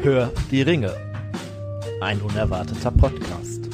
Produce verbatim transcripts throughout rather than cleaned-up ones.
Hör die Ringe. Ein unerwarteter Podcast.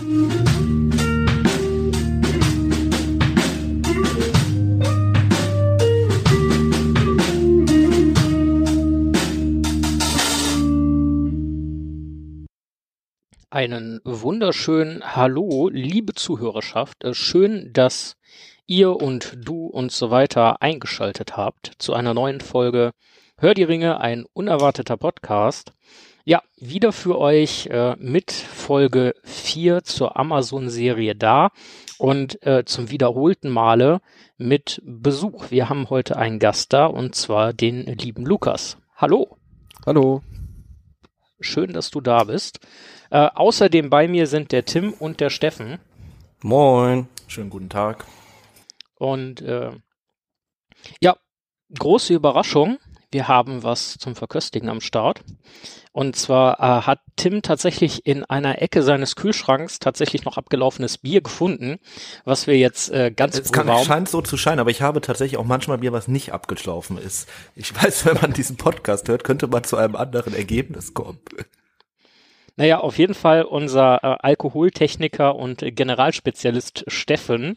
Einen wunderschönen Hallo, liebe Zuhörerschaft. Schön, dass ihr und du und so weiter eingeschaltet habt zu einer neuen Folge Hör die Ringe, ein unerwarteter Podcast. Ja, wieder für euch äh, mit Folge vier zur Amazon-Serie da und äh, zum wiederholten Male mit Besuch. Wir haben heute einen Gast da und zwar den lieben Lukas. Hallo. Hallo. Schön, dass du da bist. Äh, außerdem bei mir sind der Tim und der Steffen. Moin. Schönen guten Tag. Und äh, ja, große Überraschung. Wir haben was zum Verköstigen am Start. Und zwar äh, hat Tim tatsächlich in einer Ecke seines Kühlschranks tatsächlich noch abgelaufenes Bier gefunden, was wir jetzt äh, ganz Es kann, scheint so zu scheinen, aber ich habe tatsächlich auch manchmal Bier, was nicht abgelaufen ist. Ich weiß, wenn man diesen Podcast hört, könnte man zu einem anderen Ergebnis kommen. Naja, auf jeden Fall unser äh, Alkoholtechniker und äh, Generalspezialist Steffen,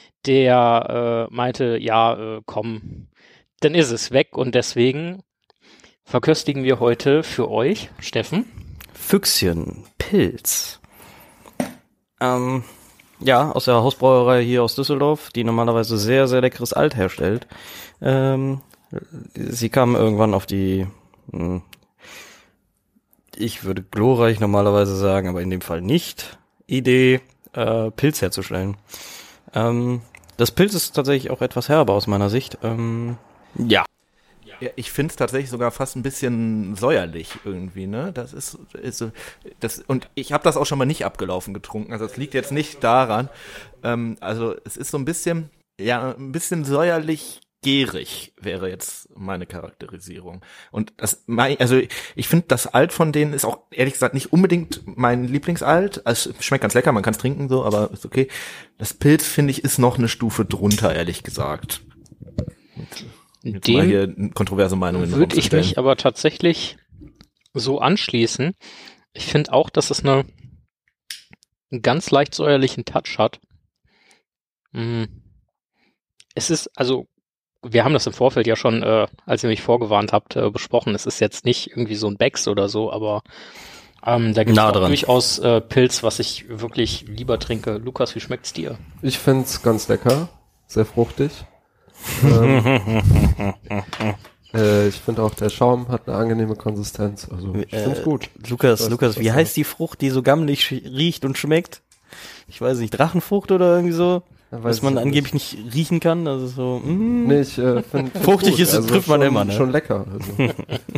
der äh, meinte, ja, äh, komm, dann ist es weg und deswegen verköstigen wir heute für euch, Steffen. Füchschen, Pilz. Ähm, ja, aus der Hausbrauerei hier aus Düsseldorf, die normalerweise sehr, sehr leckeres Alt herstellt. Ähm, sie kam irgendwann auf die, mh, ich würde glorreich normalerweise sagen, aber in dem Fall nicht, Idee, äh, Pilz herzustellen. Ähm, das Pilz ist tatsächlich auch etwas herber aus meiner Sicht. Ähm, ja. Ja, ich finde es tatsächlich sogar fast ein bisschen säuerlich irgendwie, ne? Das ist, ist das und ich habe das auch schon mal nicht abgelaufen getrunken. Also es liegt jetzt nicht daran. Ähm, also es ist so ein bisschen, ja, ein bisschen säuerlich gärig wäre jetzt meine Charakterisierung. Und das, also ich finde das Alt von denen ist auch ehrlich gesagt nicht unbedingt mein Lieblingsalt. Also es schmeckt ganz lecker, man kann es trinken so, aber ist okay. Das Pilz finde ich ist noch eine Stufe drunter, ehrlich gesagt. Jetzt Dem mal hier kontroverse Meinungen würde ich mich aber tatsächlich so anschließen. Ich finde auch, dass es eine einen ganz leicht säuerlichen Touch hat. Es ist, also wir haben das im Vorfeld ja schon, äh, als ihr mich vorgewarnt habt, äh, besprochen. Es ist jetzt nicht irgendwie so ein Becks oder so, aber ähm, da gibt es durchaus äh, Pilz, was ich wirklich lieber trinke. Lukas, wie schmeckt's dir? Ich find's ganz lecker, sehr fruchtig. ähm, äh, ich finde auch, der Schaum hat eine angenehme Konsistenz. Also ich äh, find's gut. Lukas, Lukas, wie heißt die Frucht, die so gammelig sch- riecht und schmeckt? Ich weiß nicht, Drachenfrucht oder irgendwie so? Ja, was man angeblich nicht. nicht riechen kann, also so, mm. Nee, ich äh, finde fruchtig ist, also trifft man schon, immer, ne? Schon lecker. Also.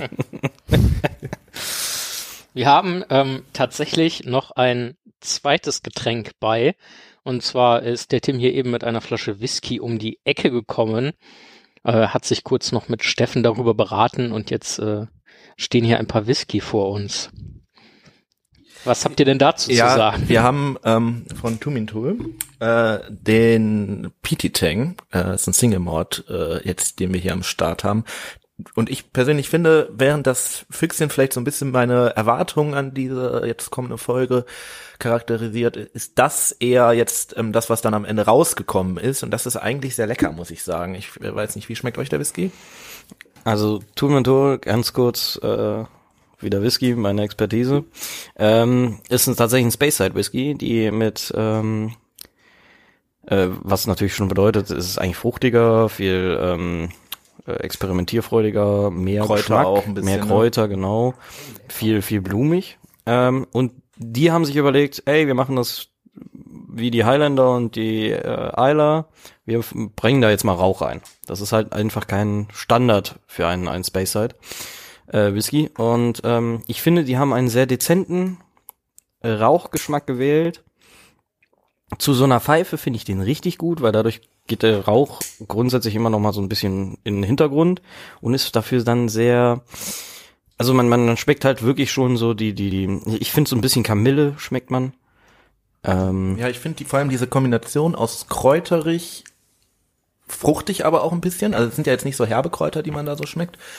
Wir haben ähm, tatsächlich noch ein zweites Getränk bei. Und zwar ist der Tim hier eben mit einer Flasche Whisky um die Ecke gekommen, äh, hat sich kurz noch mit Steffen darüber beraten und jetzt äh, stehen hier ein paar Whisky vor uns. Was habt ihr denn dazu ja, zu sagen? Wir haben ähm, von Tumintul äh, den P T Tang, äh, ist ein Single Malt äh, jetzt, den wir hier am Start haben. Und ich persönlich finde, während das Füchschen vielleicht so ein bisschen meine Erwartungen an diese jetzt kommende Folge charakterisiert, ist das eher jetzt ähm, das, was dann am Ende rausgekommen ist. Und das ist eigentlich sehr lecker, muss ich sagen. Ich weiß nicht, wie schmeckt euch der Whisky? Also Tumintul, ganz kurz, äh, wieder Whisky, meine Expertise, ähm, ist ein, tatsächlich ein Speyside Whisky, die mit, ähm, äh, was natürlich schon bedeutet, es ist eigentlich fruchtiger, viel ähm, experimentierfreudiger, mehr Kräuter Geschmack, auch ein bisschen, mehr Kräuter, ne? Genau, viel, viel blumig. Ähm, und die haben sich überlegt, ey, wir machen das wie die Highlander und die äh, Islay, wir f- bringen da jetzt mal Rauch rein. Das ist halt einfach kein Standard für einen, einen Speyside äh, Whisky. Und ähm, ich finde, die haben einen sehr dezenten äh, Rauchgeschmack gewählt. Zu so einer Pfeife finde ich den richtig gut, weil dadurch geht der Rauch grundsätzlich immer noch mal so ein bisschen in den Hintergrund und ist dafür dann sehr, also man man schmeckt halt wirklich schon so die die die ich finde so ein bisschen Kamille schmeckt man. Ähm, ja, ich finde die vor allem diese Kombination aus kräuterig, fruchtig aber auch ein bisschen, also es sind ja jetzt nicht so herbe Kräuter, die man da so schmeckt.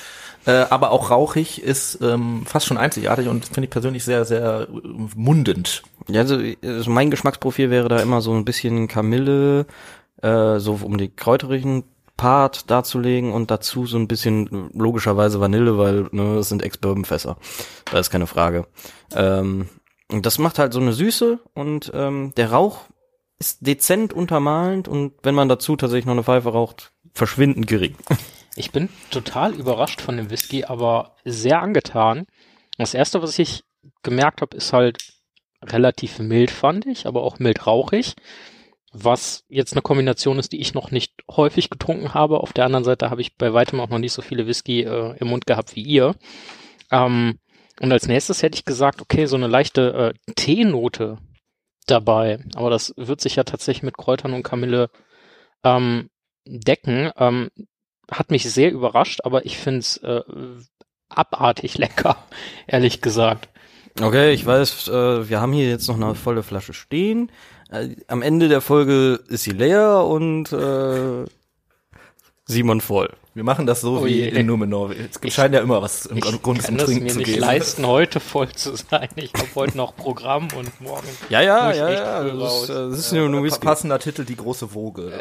äh, aber auch rauchig, ist ähm, fast schon einzigartig und finde ich persönlich sehr, sehr äh, mundend. Ja, also, also mein Geschmacksprofil wäre da immer so ein bisschen Kamille, äh, so um die kräuterigen Part darzulegen und dazu so ein bisschen logischerweise Vanille, weil ne, das sind Ex-Bourbon-Fässer. Da ist keine Frage. Ähm, und das macht halt so eine Süße und ähm, der Rauch ist dezent untermalend und wenn man dazu tatsächlich noch eine Pfeife raucht, verschwindend gering. Ich bin total überrascht von dem Whisky, aber sehr angetan. Das erste, was ich gemerkt habe, ist halt relativ mild, fand ich, aber auch mild rauchig. Was jetzt eine Kombination ist, die ich noch nicht häufig getrunken habe. Auf der anderen Seite habe ich bei weitem auch noch nicht so viele Whisky äh, im Mund gehabt wie ihr. Ähm, und als nächstes hätte ich gesagt, okay, so eine leichte äh, Teenote dabei. Aber das wird sich ja tatsächlich mit Kräutern und Kamille ähm, decken. Ähm, hat mich sehr überrascht, aber ich finde es äh, abartig lecker, ehrlich gesagt. Okay, ich weiß, äh, wir haben hier jetzt noch eine volle Flasche stehen. Äh, am Ende der Folge ist sie leer und äh, Simon voll. Wir machen das so Oh wie je. in Numenor. Es Ich- scheint ja immer was im Ich Grund kann zum das Trinken mir zu nicht geben. leisten, heute voll zu sein. Ich habe heute noch Programm und morgen Ja, ja, muss ich ja, echt ja. früh Das raus. ist, äh, das ist Ja, nur nur pa- Whisky. passender Titel, die große Woge.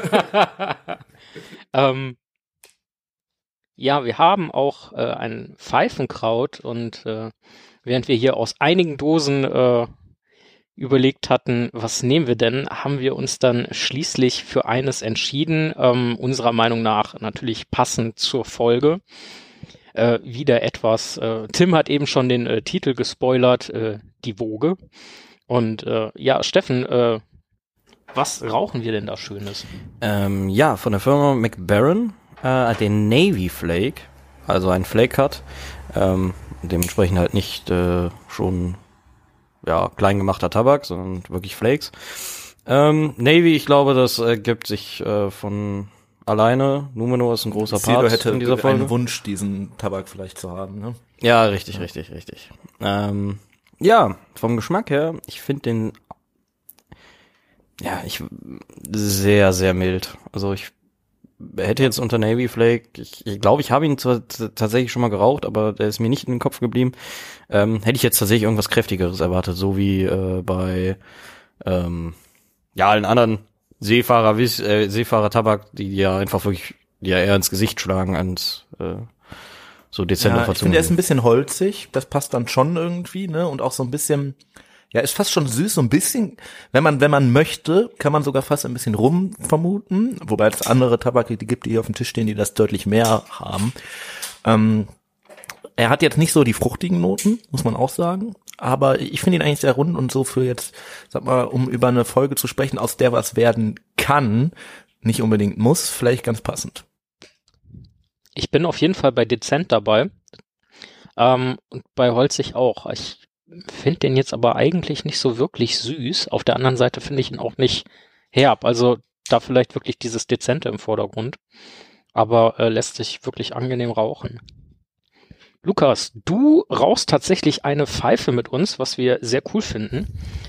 ähm, ja, wir haben auch äh, ein Pfeifenkraut und äh, während wir hier aus einigen Dosen äh, überlegt hatten, was nehmen wir denn, haben wir uns dann schließlich für eines entschieden, ähm, unserer Meinung nach natürlich passend zur Folge. Äh, wieder etwas, äh, Tim hat eben schon den äh, Titel gespoilert, äh, die Woge. Und äh, ja, Steffen, äh, was rauchen wir denn da Schönes? Ähm, ja, von der Firma McBaron, äh, den Navy Flake, also ein Flake Cut, ähm, dementsprechend halt nicht äh, schon ja klein gemachter Tabak, sondern wirklich Flakes. Ähm, Navy, ich glaube, das ergibt sich äh, von alleine. Numenor ist ein großer Sido Part hätte in dieser Folge. einen Wunsch, diesen Tabak vielleicht zu haben. Ne? Ja, richtig, richtig, richtig. Ähm, ja, vom Geschmack her, ich finde den ja, ich sehr, sehr mild. Also ich hätte jetzt unter Navy Flake, ich glaube, ich, glaub, ich habe ihn zwar t- tatsächlich schon mal geraucht, aber der ist mir nicht in den Kopf geblieben. Ähm, hätte ich jetzt tatsächlich irgendwas Kräftigeres erwartet, so wie äh, bei ähm, ja allen anderen Seefahrer äh, Seefahrer-Tabak, die ja einfach wirklich, die ja eher ins Gesicht schlagen, als äh, so dezenter Ja, ich finde, er ist ein bisschen holzig. Das passt dann schon irgendwie, ne? Und auch so ein bisschen, ja, ist fast schon süß, so ein bisschen, wenn man, wenn man möchte, kann man sogar fast ein bisschen Rum vermuten, wobei es andere Tabake, die gibt, die hier auf dem Tisch stehen, die das deutlich mehr haben. Ähm, er hat jetzt nicht so die fruchtigen Noten, muss man auch sagen, aber ich finde ihn eigentlich sehr rund und so für jetzt, sag mal, um über eine Folge zu sprechen, aus der was werden kann, nicht unbedingt muss, vielleicht ganz passend. Ich bin auf jeden Fall bei dezent dabei. Ähm, und bei holzig auch. Ich finde den jetzt aber eigentlich nicht so wirklich süß. Auf der anderen Seite finde ich ihn auch nicht herb. Also da vielleicht wirklich dieses Dezente im Vordergrund. Aber äh, lässt sich wirklich angenehm rauchen. Lukas, du rauchst tatsächlich eine Pfeife mit uns, was wir sehr cool finden.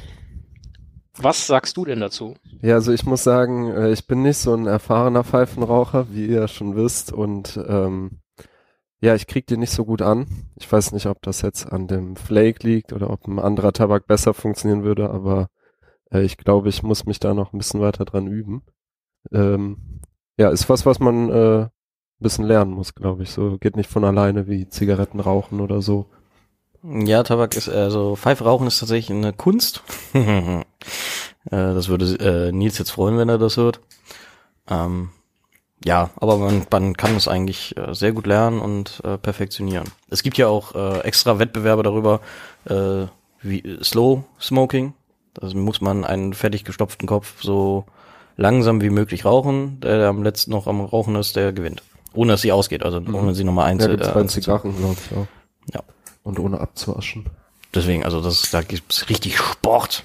Was sagst du denn dazu? Ja, also ich muss sagen, äh, ich bin nicht so ein erfahrener Pfeifenraucher, wie ihr schon wisst, und ähm, ja, ich krieg die nicht so gut an. Ich weiß nicht, ob das jetzt an dem Flake liegt oder ob ein anderer Tabak besser funktionieren würde, aber äh, ich glaube, ich muss mich da noch ein bisschen weiter dran üben. Ähm, ja, ist was, was man äh, ein bisschen lernen muss, glaube ich. So geht nicht von alleine wie Zigaretten rauchen oder so. Ja, Tabak ist, also Pfeife rauchen ist tatsächlich eine Kunst. äh, das würde äh, Nils jetzt freuen, wenn er das hört. Ähm, ja, aber man, man kann es eigentlich äh, sehr gut lernen und äh, perfektionieren. Es gibt ja auch äh, extra Wettbewerbe darüber, äh, wie Slow Smoking. Da muss man einen fertig gestopften Kopf so langsam wie möglich rauchen. Der, der am letzten noch am Rauchen ist, der gewinnt. Ohne dass sie ausgeht, also Mhm. ohne sie nochmal Ja, einzeln. gibt's äh, bei Zigarren, glaube ich, auch. Ja. Und ohne abzuwaschen. Deswegen, also das, da gibt's richtig Sport.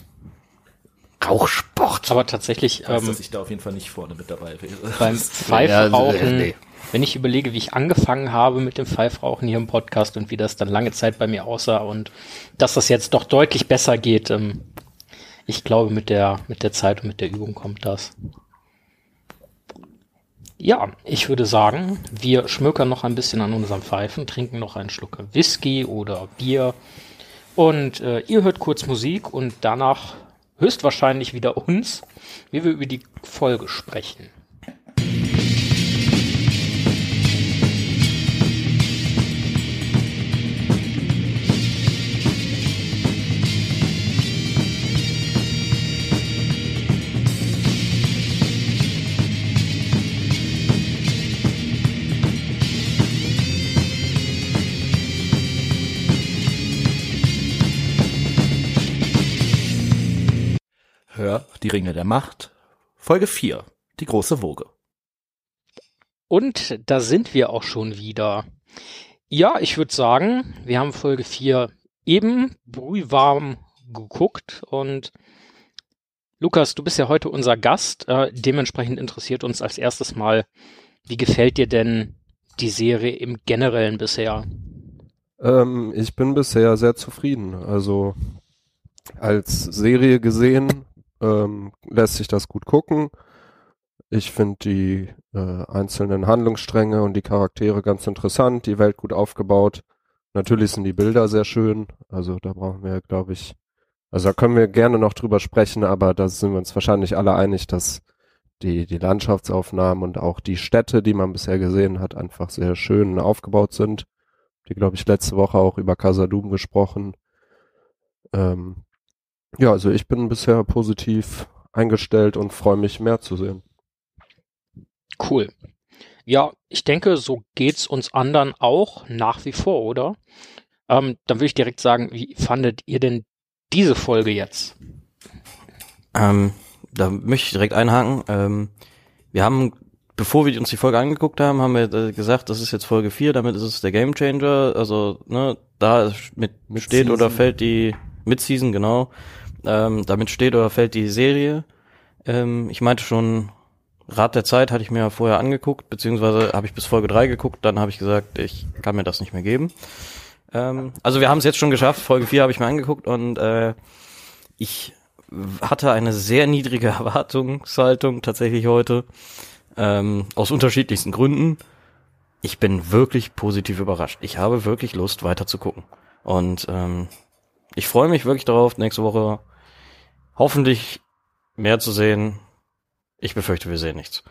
Rauchsport. Aber tatsächlich Ich weiß, ähm, dass ich da auf jeden Fall nicht vorne mit dabei wäre. beim Pfeifrauchen, Ja, nee. wenn ich überlege, wie ich angefangen habe mit dem Pfeifrauchen hier im Podcast und wie das dann lange Zeit bei mir aussah und dass das jetzt doch deutlich besser geht, ähm, ich glaube, mit der mit der Zeit und mit der Übung kommt das. Ja, ich würde sagen, wir schmökern noch ein bisschen an unserem Pfeifen, trinken noch einen Schluck Whisky oder Bier und äh, ihr hört kurz Musik und danach höchstwahrscheinlich wieder uns, wie wir über die Folge sprechen. Hör die Ringe der Macht, Folge vier, die große Woge. Und da sind wir auch schon wieder. Ja, ich würde sagen, wir haben Folge vier eben brühwarm geguckt und Lukas, du bist ja heute unser Gast, äh, dementsprechend interessiert uns als erstes mal, wie gefällt dir denn die Serie im Generellen bisher? Ähm, ich bin bisher sehr zufrieden. Also als Serie gesehen ähm, lässt sich das gut gucken. Ich finde die äh, einzelnen Handlungsstränge und die Charaktere ganz interessant, die Welt gut aufgebaut. Natürlich sind die Bilder sehr schön, also da brauchen wir, glaube ich, also da können wir gerne noch drüber sprechen, aber da sind wir uns wahrscheinlich alle einig, dass die, die Landschaftsaufnahmen und auch die Städte, die man bisher gesehen hat, einfach sehr schön aufgebaut sind. Die, glaube ich, letzte Woche auch über Khazad-dûm gesprochen. Ähm, ja, also ich bin bisher positiv eingestellt und freue mich, mehr zu sehen. Cool. Ja, ich denke, so geht's uns anderen auch nach wie vor, oder? Ähm, dann würde ich direkt sagen, wie fandet ihr denn diese Folge jetzt? Ähm, da möchte ich direkt einhaken. Ähm, wir haben, bevor wir uns die Folge angeguckt haben, haben wir äh, gesagt, das ist jetzt Folge vier, damit ist es der Gamechanger. Also, ne, da mit, mit steht oder fällt die Mid-Season, genau. Ähm, damit steht oder fällt die Serie. Ähm, ich meinte schon, Rat der Zeit hatte ich mir vorher angeguckt, beziehungsweise habe ich bis Folge drei geguckt, dann habe ich gesagt, ich kann mir das nicht mehr geben. Ähm, also wir haben es jetzt schon geschafft, Folge vier habe ich mir angeguckt und äh, ich hatte eine sehr niedrige Erwartungshaltung tatsächlich heute, ähm, aus unterschiedlichsten Gründen. Ich bin wirklich positiv überrascht. Ich habe wirklich Lust, weiter zu gucken. Und ähm, ich freue mich wirklich darauf, nächste Woche hoffentlich mehr zu sehen. Ich befürchte, wir sehen nichts.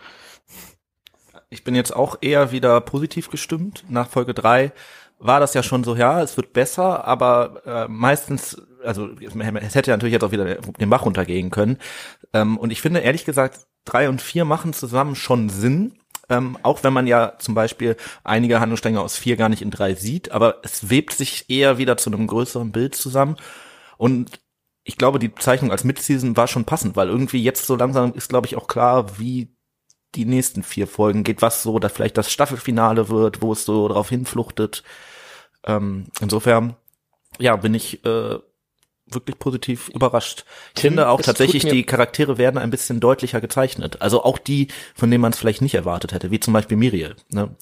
Ich bin jetzt auch eher wieder positiv gestimmt. Nach Folge drei war das ja schon so, ja, es wird besser, aber äh, meistens, also es hätte natürlich jetzt auch wieder den Bach runtergehen können. Ähm, und ich finde, ehrlich gesagt, drei und vier machen zusammen schon Sinn. Ähm, auch wenn man ja zum Beispiel einige Handlungsstränge aus vier gar nicht in drei sieht, aber es webt sich eher wieder zu einem größeren Bild zusammen. Und ich glaube, die Bezeichnung als Mid-Season war schon passend, weil irgendwie jetzt so langsam ist, glaube ich, auch klar, wie die nächsten vier Folgen geht, was so da vielleicht das Staffelfinale wird, wo es so drauf hinfluchtet. Ähm, insofern, ja, bin ich äh, wirklich positiv überrascht. Ich Tim, finde auch es tatsächlich, tut mir- die Charaktere werden ein bisschen deutlicher gezeichnet. Also auch die, von denen man es vielleicht nicht erwartet hätte, wie zum Beispiel Miriel. Ne?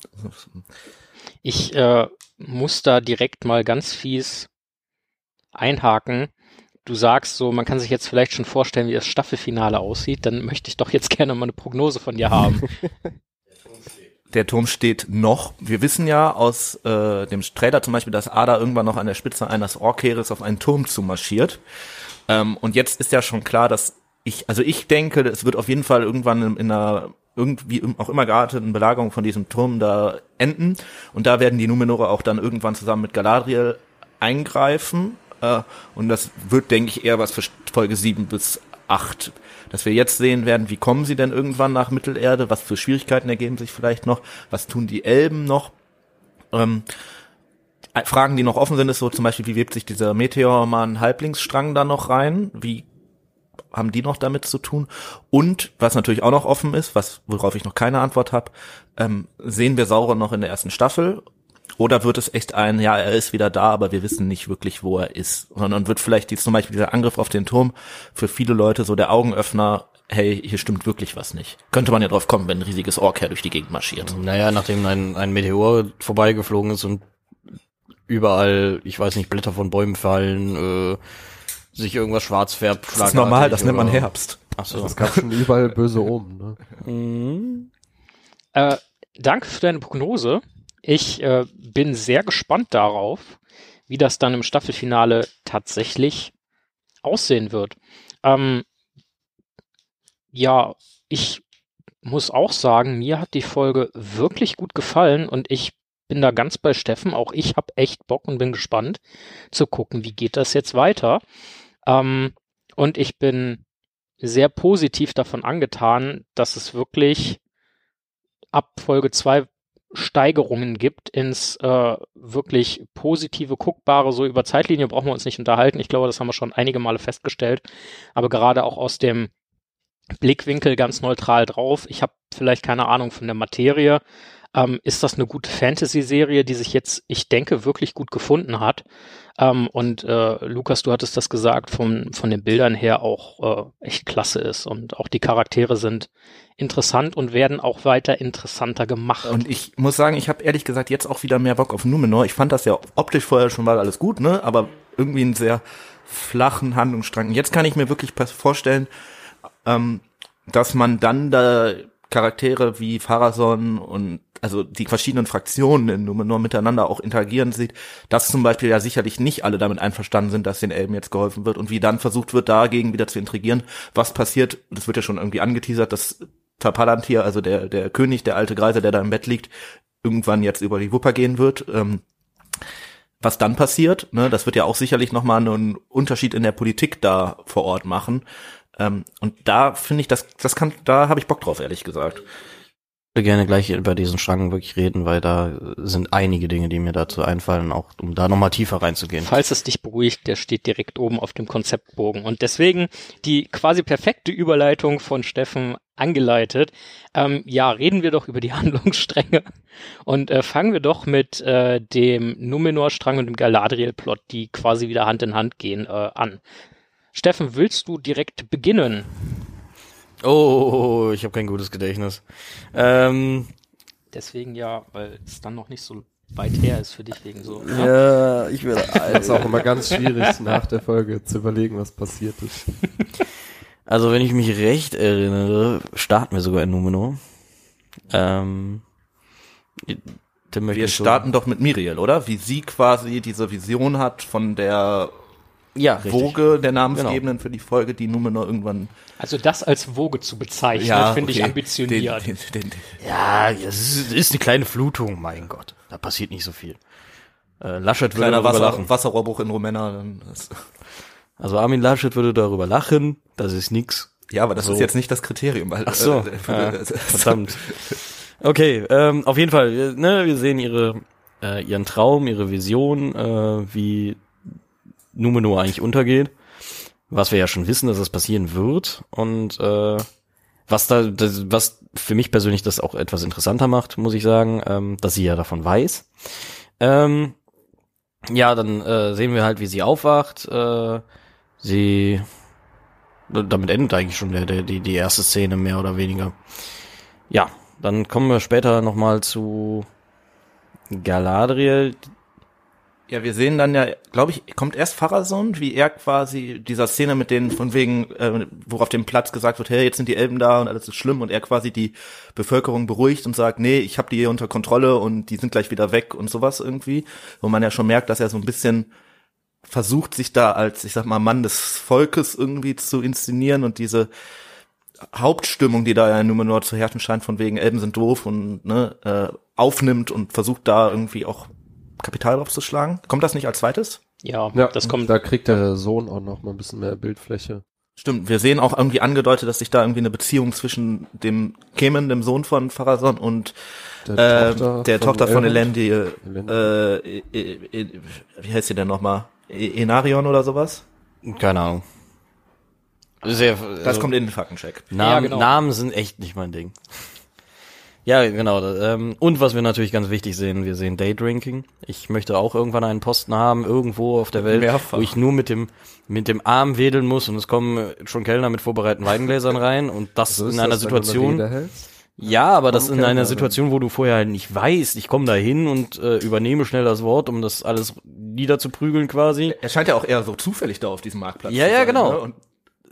Ich äh, muss da direkt mal ganz fies einhaken. Du sagst so, man kann sich jetzt vielleicht schon vorstellen, wie das Staffelfinale aussieht. Dann möchte ich doch jetzt gerne mal eine Prognose von dir haben. Der Turm steht noch. Wir wissen ja aus äh, dem Trailer zum Beispiel, dass Ada irgendwann noch an der Spitze eines Orkheeres auf einen Turm zumarschiert. Ähm, und jetzt ist ja schon klar, dass ich, also ich denke, es wird auf jeden Fall irgendwann in, in einer irgendwie auch immer gearteten Belagerung von diesem Turm da enden. Und da werden die Numenore auch dann irgendwann zusammen mit Galadriel eingreifen. Äh, und das wird, denke ich, eher was für Folge sieben bis acht. Dass wir jetzt sehen werden, wie kommen sie denn irgendwann nach Mittelerde, was für Schwierigkeiten ergeben sich vielleicht noch, was tun die Elben noch. Ähm, Fragen, die noch offen sind, ist so zum Beispiel, wie webt sich dieser Meteormann-Halblingsstrang da noch rein? Wie haben die noch damit zu tun? Und was natürlich auch noch offen ist, was worauf ich noch keine Antwort habe, ähm, sehen wir Sauron noch in der ersten Staffel? Oder wird es echt ein, ja, er ist wieder da, aber wir wissen nicht wirklich, wo er ist. Sondern wird vielleicht die, zum Beispiel dieser Angriff auf den Turm für viele Leute so der Augenöffner, hey, hier stimmt wirklich was nicht. Könnte man ja drauf kommen, wenn ein riesiges Ork durch die Gegend marschiert. Naja, nachdem ein, ein Meteor vorbeigeflogen ist und überall, ich weiß nicht, Blätter von Bäumen fallen, äh, sich irgendwas schwarz färbt. Das ist normal, das nennt man Herbst. Ach so. Es gab schon überall böse Omen. Ne? Mhm. Äh, danke für deine Prognose. Ich äh, bin sehr gespannt darauf, wie das dann im Staffelfinale tatsächlich aussehen wird. Ähm, ja, ich muss auch sagen, mir hat die Folge wirklich gut gefallen und ich bin da ganz bei Steffen. Auch ich habe echt Bock und bin gespannt zu gucken, wie geht das jetzt weiter. Ähm, und ich bin sehr positiv davon angetan, dass es wirklich ab Folge zwei Steigerungen gibt ins äh, wirklich positive, guckbare, so über Zeitlinie brauchen wir uns nicht unterhalten. Ich glaube, das haben wir schon einige Male festgestellt. Aber gerade auch aus dem Blickwinkel ganz neutral drauf. Ich habe vielleicht keine Ahnung von der Materie. Ähm, ist das eine gute Fantasy-Serie, die sich jetzt, ich denke, wirklich gut gefunden hat? Ähm, und äh, Lukas, du hattest das gesagt, von, von den Bildern her auch äh, echt klasse ist. Und auch die Charaktere sind interessant und werden auch weiter interessanter gemacht. Und ich muss sagen, ich habe ehrlich gesagt jetzt auch wieder mehr Bock auf Numenor. Ich fand das ja optisch vorher schon mal alles gut, ne? Aber irgendwie einen sehr flachen Handlungsstrang. Jetzt kann ich mir wirklich vorstellen, ähm, dass man dann da Charaktere wie Pharazôn und also die verschiedenen Fraktionen in Numenor miteinander auch interagieren sieht, dass zum Beispiel ja sicherlich nicht alle damit einverstanden sind, dass den Elben jetzt geholfen wird und wie dann versucht wird, dagegen wieder zu intrigieren. Was passiert, das wird ja schon irgendwie angeteasert, dass Tar-Palantir, also der der König, der alte Greise, der da im Bett liegt, irgendwann jetzt über die Wupper gehen wird. Ähm, was dann passiert, ne, das wird ja auch sicherlich nochmal einen Unterschied in der Politik da vor Ort machen. Ähm, und da finde ich, das, das kann, da habe ich Bock drauf, ehrlich gesagt. Ich würde gerne gleich über diesen Strang wirklich reden, weil da sind einige Dinge, die mir dazu einfallen, auch um da nochmal tiefer reinzugehen. Falls es dich beruhigt, der steht direkt oben auf dem Konzeptbogen. Und deswegen die quasi perfekte Überleitung von Steffen angeleitet. Ähm, ja, reden wir doch über die Handlungsstränge. Und äh, fangen wir doch mit äh, dem Numenor-Strang und dem Galadriel-Plot, die quasi wieder Hand in Hand gehen, äh, an. Steffen, willst du direkt beginnen? Oh, ich habe kein gutes Gedächtnis. Ähm, Deswegen ja, weil es dann noch nicht so weit her ist für dich wegen so. Ne? Ja, ich will. Es ist auch immer ganz schwierig, nach der Folge zu überlegen, was passiert ist. Also, wenn ich mich recht erinnere, starten wir sogar in Numenor. Ähm, wir starten doch mit Miriel, oder? Wie sie quasi diese Vision hat von der ja, Woge der Namensgebenden genau. für die Folge, die Numenor irgendwann... Also das als Woge zu bezeichnen, ja, finde okay. ich ambitioniert. Den, den, den, den. Ja, es ist, ist eine kleine Flutung, mein Gott. Da passiert nicht so viel. Äh, Laschet würde darüber Wasser, lachen. Wasserrohrbruch in Rumäna. Also Armin Laschet würde darüber lachen, das ist nix. Ja, aber das so. ist jetzt nicht das Kriterium. Weil, Ach so, äh, ja, verdammt. Okay, ähm, auf jeden Fall, ne, wir sehen ihre äh, ihren Traum, ihre Vision, äh, wie Numenor eigentlich untergeht, was wir ja schon wissen, dass es passieren wird und äh, was da, das, was für mich persönlich das auch etwas interessanter macht, muss ich sagen, ähm, dass sie ja davon weiß. Ähm, ja, dann äh, sehen wir halt, wie sie aufwacht. Äh, sie, damit endet eigentlich schon der, der die die erste Szene mehr oder weniger. Ja, dann kommen wir später nochmal zu Galadriel. Ja, wir sehen dann ja, glaube ich, kommt erst Pharazôn, wie er quasi dieser Szene mit denen von wegen, äh, wo auf dem Platz gesagt wird, hey, jetzt sind die Elben da und alles ist schlimm und er quasi die Bevölkerung beruhigt und sagt, nee, ich habe die hier unter Kontrolle und die sind gleich wieder weg und sowas irgendwie, wo man ja schon merkt, dass er so ein bisschen versucht, sich da als, ich sag mal, Mann des Volkes irgendwie zu inszenieren und diese Hauptstimmung, die da ja in Numenor zu herrschen scheint, von wegen Elben sind doof und ne, äh, aufnimmt und versucht da irgendwie auch Kapital draufzuschlagen. Kommt das nicht als zweites? Ja, ja, das kommt. Da kriegt der Sohn auch noch mal ein bisschen mehr Bildfläche. Stimmt, wir sehen auch irgendwie angedeutet, dass sich da irgendwie eine Beziehung zwischen dem Kemen, dem Sohn von Pharazôn und der äh, Tochter der von Tochter von Elendil, äh, äh, äh, äh, wie heißt sie denn nochmal? Enarion oder sowas? Keine Ahnung. Sehr, das also, kommt in den Faktencheck. Namen, ja, genau. Namen sind echt nicht mein Ding. Ja, genau. Ähm, und was wir natürlich ganz wichtig sehen, wir sehen Daydrinking. Ich möchte auch irgendwann einen Posten haben, irgendwo auf der Welt, Mehrfach. wo ich nur mit dem mit dem Arm wedeln muss und es kommen schon Kellner mit vorbereiteten Weingläsern rein und das so in einer das, Situation. Ja, aber das in Kellner, einer Situation, wo du vorher halt nicht weißt, ich komme da hin und äh, übernehme schnell das Wort, um das alles niederzuprügeln quasi. Er scheint ja auch eher so zufällig da auf diesem Marktplatz ja, zu ja, sein. Genau. Ne? Und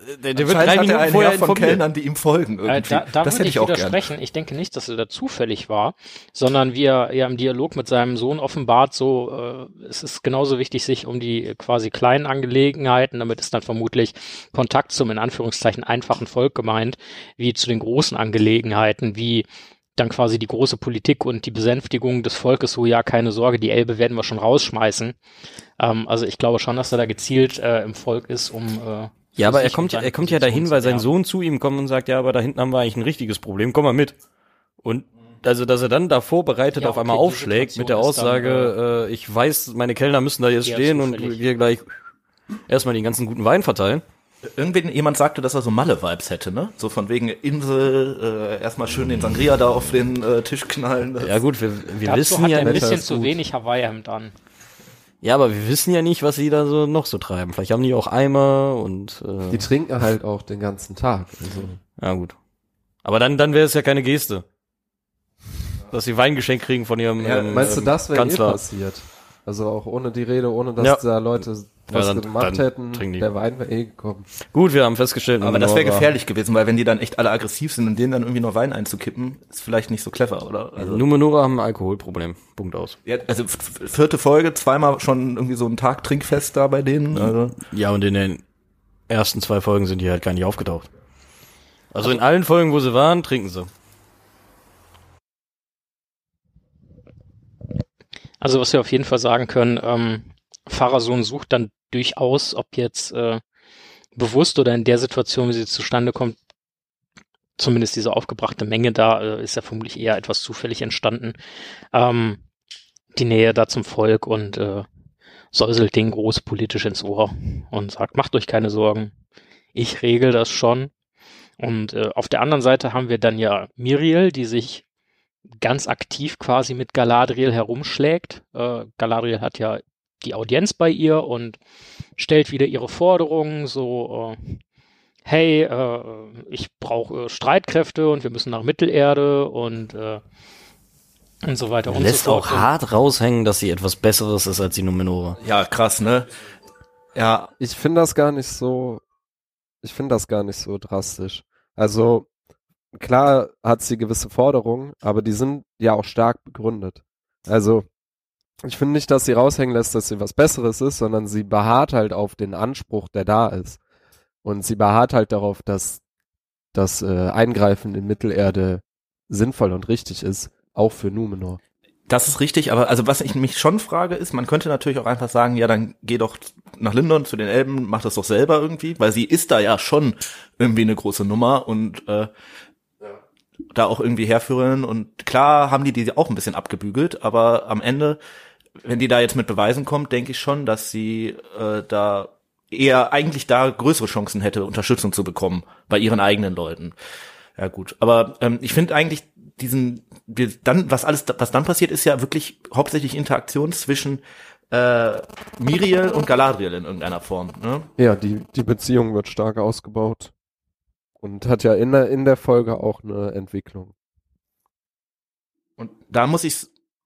Der, der wird Anscheinend drei hat er Minuten ein vorher Heer von informiert. Kellnern, die ihm folgen irgendwie. Äh, da da das würde hätte ich ich auch gern. widersprechen. Ich denke nicht, dass er da zufällig war, sondern wie er ja im Dialog mit seinem Sohn offenbart, so äh, es ist genauso wichtig, sich um die äh, quasi kleinen Angelegenheiten, damit ist dann vermutlich Kontakt zum in Anführungszeichen einfachen Volk gemeint, wie zu den großen Angelegenheiten, wie dann quasi die große Politik und die Besänftigung des Volkes, so ja, keine Sorge, die Elbe werden wir schon rausschmeißen. Ähm, also ich glaube schon, dass er da gezielt äh, im Volk ist, um äh, Ja, aber er sich und kommt, seine er kommt ja Position dahin, zu weil sein erben. Sohn zu ihm kommt und sagt, ja, aber da hinten haben wir eigentlich ein richtiges Problem, komm mal mit. Und also, dass er dann da vorbereitet Ja, auf einmal okay, die aufschlägt mit der Situation ist dann, Aussage, äh, ich weiß, meine Kellner müssen da jetzt eher stehen und zufällig. hier gleich erstmal den ganzen guten Wein verteilen. Irgendwen, jemand sagte, dass er so Malle-Vibes hätte, ne? So von wegen Insel, äh, erstmal schön den Sangria da auf den äh, Tisch knallen. Das Ja gut, wir, wir Dazu wissen hat ja er ein nicht, bisschen ist zu gut. wenig Hawaii-Hemd an. ja, aber wir wissen ja nicht, was sie da so noch so treiben. Vielleicht haben die auch Eimer und äh, Die trinken halt auch den ganzen Tag. Also. ja gut. Aber dann, dann wäre es ja keine Geste. Dass sie Weingeschenk kriegen von ihrem Ja, ähm, Meinst du, ähm, das wäre eh Kanzler. passiert? Also auch ohne die Rede, ohne dass Ja. da Leute was dann- gemacht dann hätten, trinken die. der Wein wäre eh gekommen. Gut, wir haben festgestellt, aber das wäre Numenor war- gefährlich gewesen, weil wenn die dann echt alle aggressiv sind und denen dann irgendwie noch Wein einzukippen, ist vielleicht nicht so clever, oder? Also, Numenora haben ein Alkoholproblem. Punkt aus. ja, also f- f- vierte Folge, zweimal schon irgendwie so ein Tag Trinkfest da bei denen. Also. Ja, und in den ersten zwei Folgen sind die halt gar nicht aufgetaucht. Also in allen Folgen, wo sie waren, trinken sie. Also was wir auf jeden Fall sagen können, ähm, Pfarrersohn sucht dann durchaus, ob jetzt äh, bewusst oder in der Situation, wie sie zustande kommt, zumindest diese aufgebrachte Menge da, äh, ist ja vermutlich eher etwas zufällig entstanden. Ähm, die Nähe da zum Volk und äh, säuselt den groß politisch ins Ohr und sagt, macht euch keine Sorgen, ich regel das schon. Und äh, auf der anderen Seite haben wir dann ja Miriel, die sich ganz aktiv quasi mit Galadriel herumschlägt. Äh, Galadriel hat ja die Audienz bei ihr und stellt wieder ihre Forderungen, so äh, hey, äh, ich brauche äh, Streitkräfte und wir müssen nach Mittelerde und äh, und so weiter und Lässt so fort. auch hart raushängen, dass sie etwas Besseres ist als die Numenora. Ja, krass, ne? Ja, Ich finde das gar nicht so, ich finde das gar nicht so drastisch. Also, klar hat sie gewisse Forderungen, aber die sind ja auch stark begründet. Also, ich finde nicht, dass sie raushängen lässt, dass sie was Besseres ist, sondern sie beharrt halt auf den Anspruch, der da ist. Und sie beharrt halt darauf, dass das äh, Eingreifen in Mittelerde sinnvoll und richtig ist, auch für Numenor. das ist richtig, aber also was ich mich schon frage ist, man könnte natürlich auch einfach sagen, ja, dann geh doch nach Lindon zu den Elben, mach das doch selber irgendwie, weil sie ist da ja schon irgendwie eine große Nummer und äh, da auch irgendwie Heerführerin und klar haben die die auch ein bisschen abgebügelt, aber am Ende, wenn die da jetzt mit Beweisen kommt, denke ich schon, dass sie äh, da eher eigentlich da größere Chancen hätte, Unterstützung zu bekommen bei ihren eigenen Leuten. Ja gut, aber ähm, ich finde eigentlich diesen, wir, dann was alles, was dann passiert, ist ja wirklich hauptsächlich Interaktion zwischen äh, Miriel und Galadriel in irgendeiner Form. Ne? Ja, die, die Beziehung wird stark ausgebaut und hat ja in der, in der Folge auch eine Entwicklung. Und da muss ich,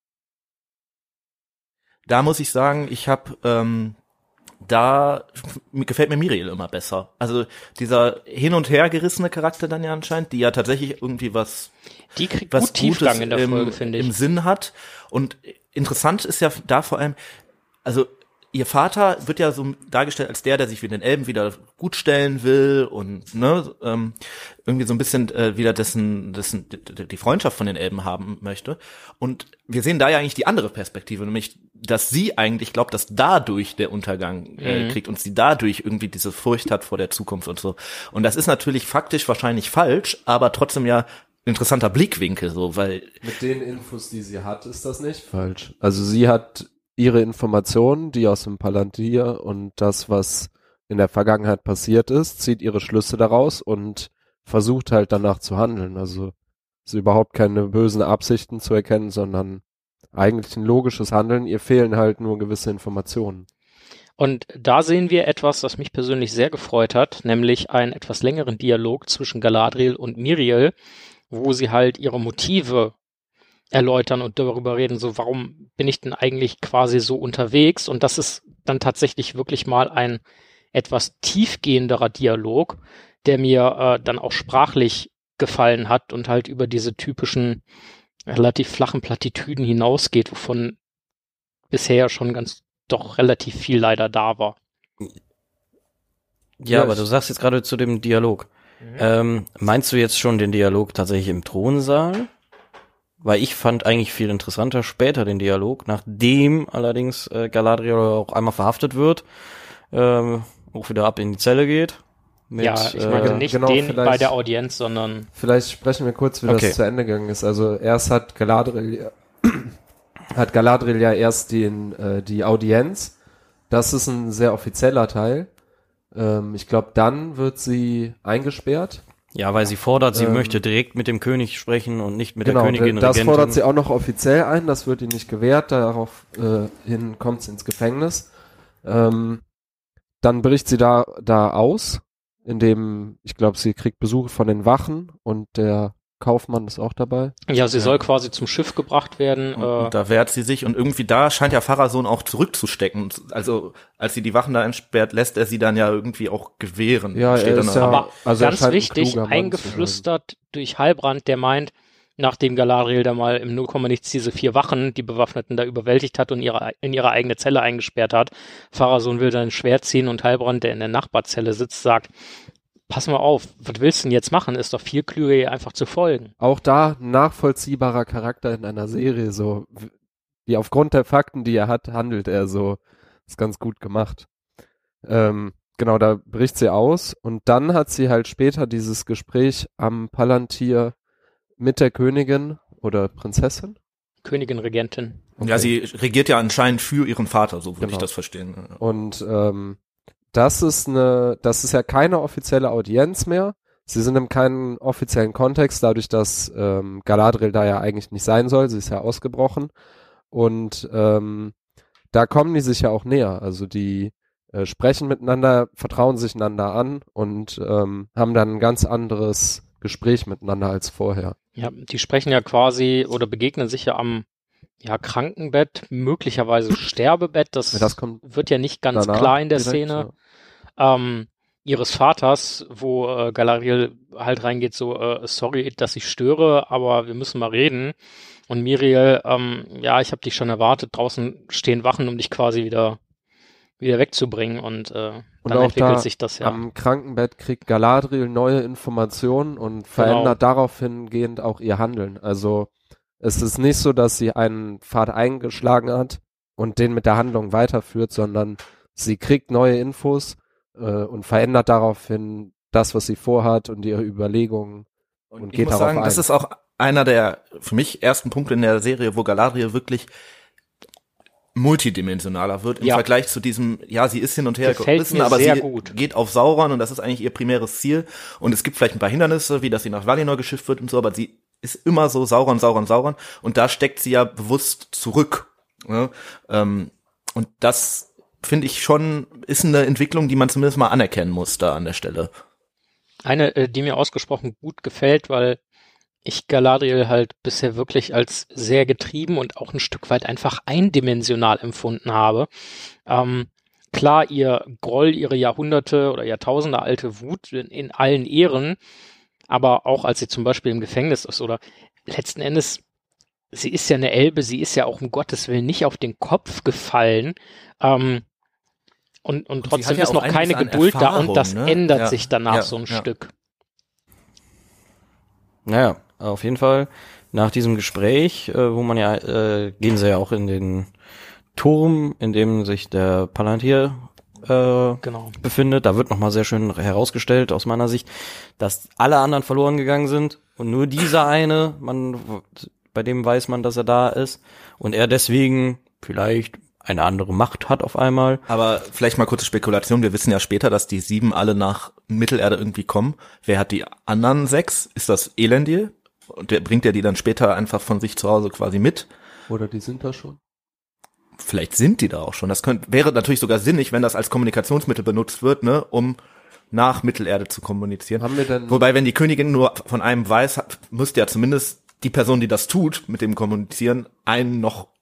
da muss ich sagen, ich habe ähm, da mir gefällt mir Miriel immer besser. Also dieser hin und her gerissene Charakter dann ja anscheinend, die ja tatsächlich irgendwie was Die kriegt was gut Tiefgang Gutes in der im, Folge, finde ich. im Sinn hat. Und interessant ist ja da vor allem, also ihr Vater wird ja so dargestellt als der, der sich wie den Elben wieder gut stellen will und ne ähm, irgendwie so ein bisschen äh, wieder dessen, dessen die, die Freundschaft von den Elben haben möchte. Und wir sehen da ja eigentlich die andere Perspektive, nämlich, dass sie eigentlich glaubt, dass dadurch der Untergang äh, Mhm. kriegt und sie dadurch irgendwie diese Furcht hat vor der Zukunft und so. Und das ist natürlich faktisch wahrscheinlich falsch, aber trotzdem ja interessanter Blickwinkel, so, weil Mit den Infos, die sie hat, ist das nicht falsch. Also sie hat ihre Informationen, die aus dem Palantir und das, was in der Vergangenheit passiert ist, zieht ihre Schlüsse daraus und versucht halt danach zu handeln. Also ist überhaupt keine bösen Absichten zu erkennen, sondern eigentlich ein logisches Handeln. Ihr fehlen halt nur gewisse Informationen. Und da sehen wir etwas, das mich persönlich sehr gefreut hat, nämlich einen etwas längeren Dialog zwischen Galadriel und Miriel, wo sie halt ihre Motive erläutern und darüber reden, so warum bin ich denn eigentlich quasi so unterwegs? Und das ist dann tatsächlich wirklich mal ein etwas tiefgehenderer Dialog, der mir äh, dann auch sprachlich gefallen hat und halt über diese typischen relativ flachen Plattitüden hinausgeht, wovon bisher schon ganz doch relativ viel leider da war. Ja, Ja, aber ich- du sagst jetzt gerade zu dem Dialog. Ähm, meinst du jetzt schon den Dialog tatsächlich im Thronsaal? Weil ich fand eigentlich viel interessanter später den Dialog, nachdem allerdings äh, Galadriel auch einmal verhaftet wird, ähm, auch wieder ab in die Zelle geht. Mit, Ja, ich meine äh, nicht genau, den vielleicht- bei der Audienz, sondern Vielleicht sprechen wir kurz, wie Okay. das zu Ende gegangen ist. Also erst hat Galadriel hat Galadriel ja erst den, äh, die Audienz. Das ist ein sehr offizieller Teil. Ähm, ich glaube, dann wird sie eingesperrt. Ja, weil sie fordert, sie Ähm, möchte direkt mit dem König sprechen und nicht mit Genau, der Königin das Regentin. fordert sie auch noch offiziell ein. Das wird ihr nicht gewährt. Daraufhin äh, kommt sie ins Gefängnis. Ähm, dann bricht sie da, da aus, indem, ich glaube, sie kriegt Besuch von den Wachen und der Kaufmann ist auch dabei. ja, sie soll quasi zum Schiff gebracht werden. Und, äh, und da wehrt sie sich und irgendwie da scheint ja Pharason auch zurückzustecken. Also als sie die Wachen da entsperrt, lässt er sie dann ja irgendwie auch gewähren. Ja, Steht er dann ist da- ja- Aber also er ganz scheint ein wichtig, kluger Mann zu eingeflüstert durch Halbrand, der meint, nachdem Galadriel da mal im null Komma nichts diese vier Wachen, die Bewaffneten, da überwältigt hat und ihre, in ihre eigene Zelle eingesperrt hat. Pharason will dann ein Schwert ziehen und Halbrand, der in der Nachbarzelle sitzt, sagt, pass mal auf, was willst du denn jetzt machen? Ist doch viel klüger, ihr einfach zu folgen. Auch da ein nachvollziehbarer Charakter in einer Serie, so w- wie aufgrund der Fakten, die er hat, handelt er so. Ist ganz gut gemacht. Ähm, genau, da bricht sie aus und dann hat sie halt später dieses Gespräch am Palantir mit der Königin oder Prinzessin. Königin Regentin. Ja, sie regiert ja anscheinend für ihren Vater, so würde Genau. ich das verstehen. Und ähm, das ist eine, das ist ja keine offizielle Audienz mehr. Sie sind in keinem offiziellen Kontext, dadurch, dass ähm, Galadriel da ja eigentlich nicht sein soll. Sie ist ja ausgebrochen. Und ähm, da kommen die sich ja auch näher. Also die äh, sprechen miteinander, vertrauen sich einander an und ähm, haben dann ein ganz anderes Gespräch miteinander als vorher. Ja, die sprechen ja quasi oder begegnen sich ja am ja, Krankenbett, möglicherweise Sterbebett. Das, Ja, das kommt wird ja nicht ganz danach klar in der direkt, Szene. Ähm, ihres Vaters, wo äh, Galadriel halt reingeht, so, äh, sorry, dass ich störe, aber wir müssen mal reden. Und Miriel, ähm, ja, ich habe dich schon erwartet, draußen stehen Wachen, um dich quasi wieder wieder wegzubringen und, äh, Und dann auch entwickelt da sich das ja. Am Krankenbett kriegt Galadriel neue Informationen und verändert daraufhin gehend auch ihr Handeln. Also es ist nicht so, dass sie einen Pfad eingeschlagen hat und den mit der Handlung weiterführt, sondern sie kriegt neue Infos äh, und verändert daraufhin das, was sie vorhat und ihre Überlegungen. Und, Und ich geht muss darauf sagen, das ein. ist auch einer der für mich ersten Punkte in der Serie, wo Galadriel wirklich multidimensionaler wird im Ja. Vergleich zu diesem, ja, sie ist hin und her Gefällt gerissen, mir aber sehr sie gut. geht auf Sauron und das ist eigentlich ihr primäres Ziel. Und es gibt vielleicht ein paar Hindernisse, wie dass sie nach Valinor geschifft wird und so, aber sie ist immer so Sauron, Sauron, Sauron und da steckt sie ja bewusst zurück. Ne? Ähm, und das finde ich schon, ist eine Entwicklung, die man zumindest mal anerkennen muss da an der Stelle. Eine, äh, die mir ausgesprochen gut gefällt, weil ich Galadriel halt bisher wirklich als sehr getrieben und auch ein Stück weit einfach eindimensional empfunden habe. Ähm, klar, ihr Groll, ihre Jahrhunderte oder Jahrtausende alte Wut in, in allen Ehren, aber auch als sie zum Beispiel im Gefängnis ist oder letzten Endes, sie ist ja eine Elbe, sie ist ja auch um Gottes Willen nicht auf den Kopf gefallen. Ähm, und, und sie trotzdem hat ja ist auch noch einiges keine an Geduld da Erfahrung, und das ne? ändert Ja, sich danach ja, so ein ja. Stück. Naja, auf jeden Fall nach diesem Gespräch, äh, wo man ja, äh, gehen sie ja auch in den Turm, in dem sich der Palantir äh, Genau. befindet. Da wird nochmal sehr schön herausgestellt aus meiner Sicht, dass alle anderen verloren gegangen sind und nur dieser eine, man, bei dem weiß man, dass er da ist und er deswegen vielleicht eine andere Macht hat auf einmal. Aber vielleicht mal kurze Spekulation. Wir wissen ja später, dass die sieben alle nach Mittelerde irgendwie kommen. Wer hat die anderen sechs? Ist das Elendil? Und der bringt ja die dann später einfach von sich zu Hause quasi mit. Oder die sind da schon. Vielleicht sind die da auch schon. Das könnte, wäre natürlich sogar sinnig, wenn das als Kommunikationsmittel benutzt wird, ne, um nach Mittelerde zu kommunizieren. Haben wir denn Wobei, wenn die Königin nur von einem weiß, hat, müsste ja zumindest die Person, die das tut, mit dem Kommunizieren, einen noch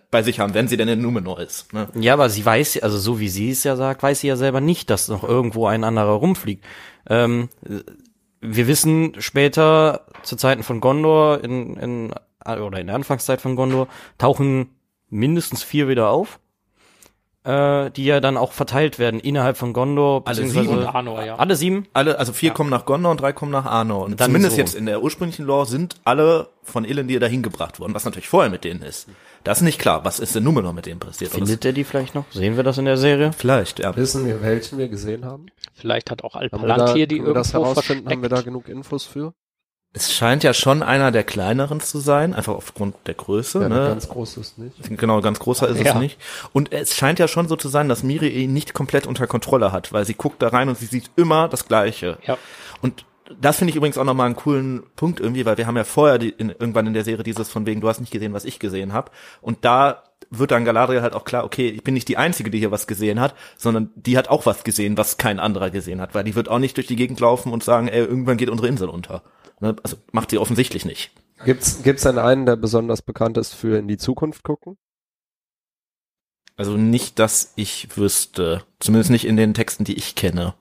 bei sich haben, wenn sie denn in Numenor ist. Ne? Ja, aber sie weiß, also so wie sie es ja sagt, weiß sie ja selber nicht, dass noch irgendwo ein anderer rumfliegt. Ähm, wir wissen später, zu Zeiten von Gondor, in, in oder in der Anfangszeit von Gondor, tauchen mindestens vier wieder auf, äh, die ja dann auch verteilt werden innerhalb von Gondor. Alle Und sieben. Arnor, ja. Alle sieben? Alle, also vier Ja. kommen nach Gondor und drei kommen nach Arnor. Und Dann zumindest so. jetzt in der ursprünglichen Lore sind alle von Elendil dahin gebracht worden, was natürlich vorher mit denen ist. Das ist nicht klar. Was ist in Numenor mit denen passiert? Findet er die vielleicht noch? Sehen wir das in der Serie? Vielleicht, ja. Wissen wir, welchen wir gesehen haben? Vielleicht hat auch Haben wir da, Alpalantir die können wir das irgendwo herausfinden? versteckt. Haben wir da genug Infos für? Es scheint ja schon einer der kleineren zu sein, einfach aufgrund der Größe. Ja, ne? ganz groß ist nicht. Genau, ganz großer ist Ja. es nicht. Und es scheint ja schon so zu sein, dass Miri ihn nicht komplett unter Kontrolle hat, weil sie guckt da rein und sie sieht immer das Gleiche. Ja. Und das finde ich übrigens auch nochmal einen coolen Punkt irgendwie, weil wir haben ja vorher die, in, irgendwann in der Serie dieses von wegen, du hast nicht gesehen, was ich gesehen habe. Und da wird dann Galadriel halt auch klar, okay, ich bin nicht die Einzige, die hier was gesehen hat, sondern die hat auch was gesehen, was kein anderer gesehen hat, weil die wird auch nicht durch die Gegend laufen und sagen, ey, irgendwann geht unsere Insel unter. Ne? Also macht sie offensichtlich nicht. Gibt's, gibt's denn einen, der besonders bekannt ist für in die Zukunft gucken? Also nicht, dass ich wüsste. Zumindest nicht in den Texten, die ich kenne.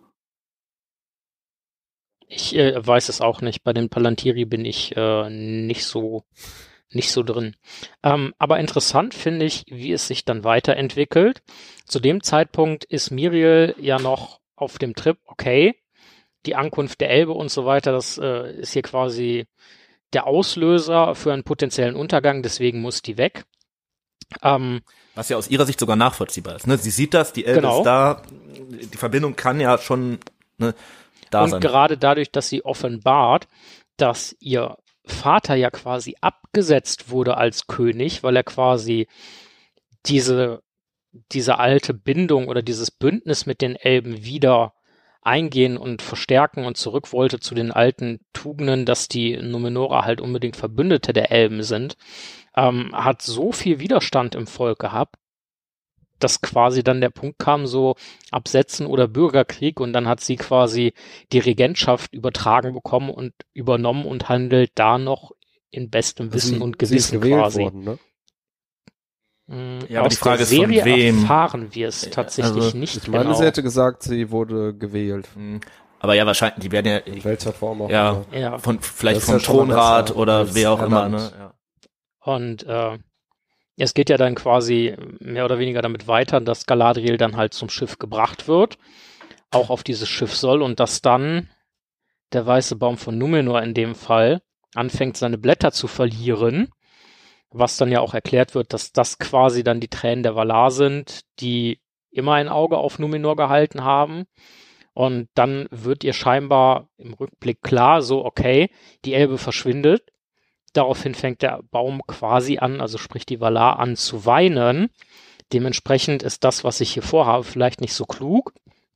Ich äh, weiß es auch nicht. Bei den Palantiri bin ich äh, nicht so nicht so drin. Ähm, aber interessant finde ich, wie es sich dann weiterentwickelt. Zu dem Zeitpunkt ist Miriel ja noch auf dem Trip, okay, die Ankunft der Elbe und so weiter, das äh, ist hier quasi der Auslöser für einen potenziellen Untergang, deswegen muss die weg. Ähm, Was ja aus ihrer Sicht sogar nachvollziehbar ist. Ne? Sie sieht das, die Elbe Genau. ist da, die Verbindung kann ja schon ne, da und sein. gerade dadurch, dass sie offenbart, dass ihr Vater ja quasi abgesetzt wurde als König, weil er quasi diese, diese alte Bindung oder dieses Bündnis mit den Elben wieder eingehen und verstärken und zurück wollte zu den alten Tugenden, dass die Numenorer halt unbedingt Verbündete der Elben sind, ähm, hat so viel Widerstand im Volk gehabt, dass quasi dann der Punkt kam, so Absetzen oder Bürgerkrieg, und dann hat sie quasi die Regentschaft übertragen bekommen und übernommen und handelt da noch in bestem Wissen Sie- und sie ist Gewissen gewählt quasi. worden, ne? Mm, Ja, aber Aus die Frage der ist, von Serie wem? erfahren wir es tatsächlich also, nicht Ich meine, genau. sie hätte gesagt, sie wurde gewählt. Hm. Aber ja, wahrscheinlich, die werden ja In welcher Form auch Ja. immer. Ja, von vielleicht Das ist vom ja schon mal Thronrat besser oder als wer auch immer. ernannt. Ne? Ja. und äh, es geht ja dann quasi mehr oder weniger damit weiter, dass Galadriel dann halt zum Schiff gebracht wird, auch auf dieses Schiff soll, und dass dann der weiße Baum von Numenor in dem Fall anfängt, seine Blätter zu verlieren, was dann ja auch erklärt wird, dass das quasi dann die Tränen der Valar sind, die immer ein Auge auf Numenor gehalten haben. Und dann wird ihr scheinbar im Rückblick klar, so okay, die Elbe verschwindet. Daraufhin fängt der Baum quasi an, also sprich die Valar an zu weinen. Dementsprechend ist das, was ich hier vorhabe, vielleicht nicht so klug.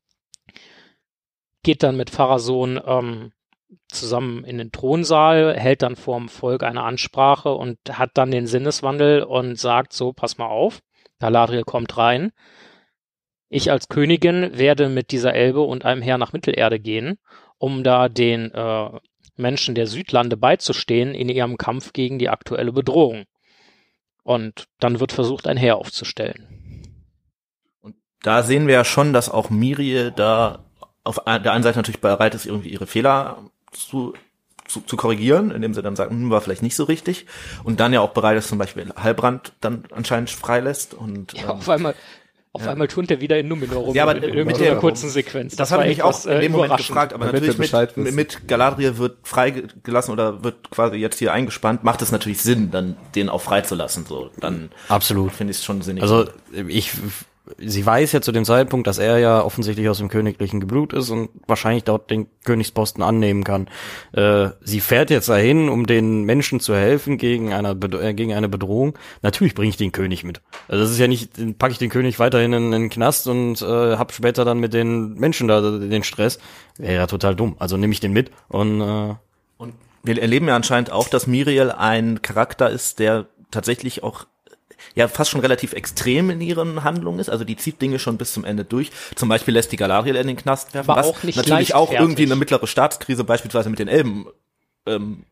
Geht dann mit Pharason ähm, zusammen in den Thronsaal, hält dann vorm Volk eine Ansprache und hat dann den Sinneswandel und sagt so, pass mal auf, Galadriel kommt rein. Ich als Königin werde mit dieser Elbe und einem Heer nach Mittelerde gehen, um da den äh, Menschen der Südlande beizustehen in ihrem Kampf gegen die aktuelle Bedrohung. Und dann wird versucht, ein Heer aufzustellen. Und da sehen wir ja schon, dass auch Miriel da auf der einen Seite natürlich bereit ist, irgendwie ihre Fehler zu, zu, zu korrigieren, indem sie dann sagt, hm, war vielleicht nicht so richtig. Und dann ja auch bereit ist, zum Beispiel Halbrand dann anscheinend freilässt. Und, Ja, ähm, auf einmal, auf ja. einmal turnt er wieder in Numenor rum. Ja, aber mit, mit mit der- einer kurzen Sequenz. Das, war habe ich mich etwas, auch in dem Moment überraschend. gefragt, aber Damit natürlich wir Bescheid mit, wissen. mit Galadriel wird freigelassen oder wird quasi jetzt hier eingespannt, macht es natürlich Sinn, dann den auch freizulassen. So, dann Absolut. finde ich es schon sinnig. Also ich, sie weiß ja zu dem Zeitpunkt, dass er ja offensichtlich aus dem königlichen Geblut ist und wahrscheinlich dort den Königsposten annehmen kann. Äh, sie fährt jetzt dahin, um den Menschen zu helfen gegen eine, äh, gegen eine Bedrohung. Natürlich bringe ich den König mit. Also das ist ja nicht, packe ich den König weiterhin in, in den Knast und äh, hab später dann mit den Menschen da den Stress. Wäre ja total dumm. Also nehme ich den mit und äh, Und wir erleben ja anscheinend auch, dass Miriel ein Charakter ist, der tatsächlich auch ja fast schon relativ extrem in ihren Handlungen ist. Also die zieht Dinge schon bis zum Ende durch. Zum Beispiel lässt die Galadriel in den Knast werfen, War was auch nicht natürlich auch leichtfertig. irgendwie eine mittlere Staatskrise beispielsweise mit den Elben ähm,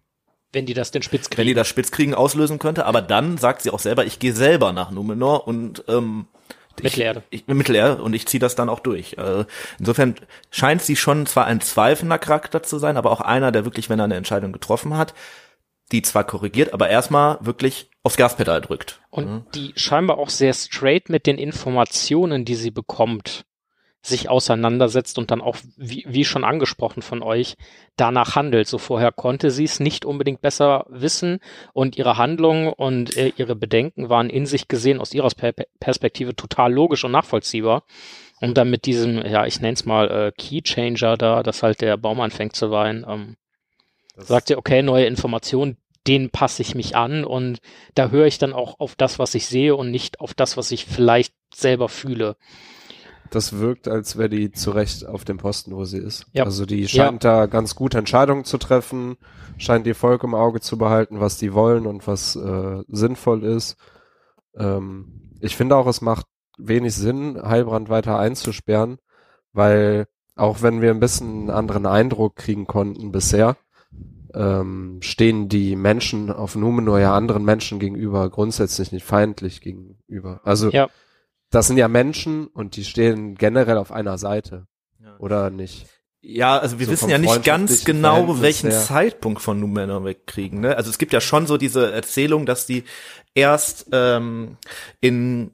Wenn die das denn spitz kriegen. Wenn die das spitz kriegen, auslösen könnte. Aber dann sagt sie auch selber, ich gehe selber nach Numenor und ähm, Mittelerde. Ich, ich, Mittelerde und ich ziehe das dann auch durch. Äh, insofern scheint sie schon zwar ein zweifelnder Charakter zu sein, aber auch einer, der wirklich, wenn er eine Entscheidung getroffen hat, die zwar korrigiert, aber erstmal wirklich aufs Gaspedal drückt. Und mhm. die scheinbar auch sehr straight mit den Informationen, die sie bekommt, sich auseinandersetzt und dann auch, wie, wie schon angesprochen von euch, danach handelt. So vorher konnte sie es nicht unbedingt besser wissen und ihre Handlungen und äh, ihre Bedenken waren in sich gesehen aus ihrer Per- Perspektive total logisch und nachvollziehbar. Und dann mit diesem, ja, ich nenne es mal äh, Keychanger da, dass halt der Baum anfängt zu weinen, ähm, sagt sie, okay, neue Informationen, denen passe ich mich an und da höre ich dann auch auf das, was ich sehe und nicht auf das, was ich vielleicht selber fühle. Das wirkt, als wäre die zu Recht auf dem Posten, wo sie ist. Ja. Also die scheint ja. da ganz gute Entscheidungen zu treffen, scheint ihr Volk im Auge zu behalten, was die wollen und was äh, sinnvoll ist. Ähm, ich finde auch, es macht wenig Sinn, Heilbrand weiter einzusperren, weil auch wenn wir ein bisschen einen anderen Eindruck kriegen konnten bisher, ähm, stehen die Menschen auf Numenor ja anderen Menschen gegenüber grundsätzlich nicht feindlich gegenüber. Also ja. Das sind ja Menschen und die stehen generell auf einer Seite, ja. oder nicht? Ja, also wir So wissen vom ja nicht ganz genau, Verhältnis welchen her. Zeitpunkt von Numenor wir kriegen. Ne? Also es gibt ja schon so diese Erzählung, dass die erst ähm, in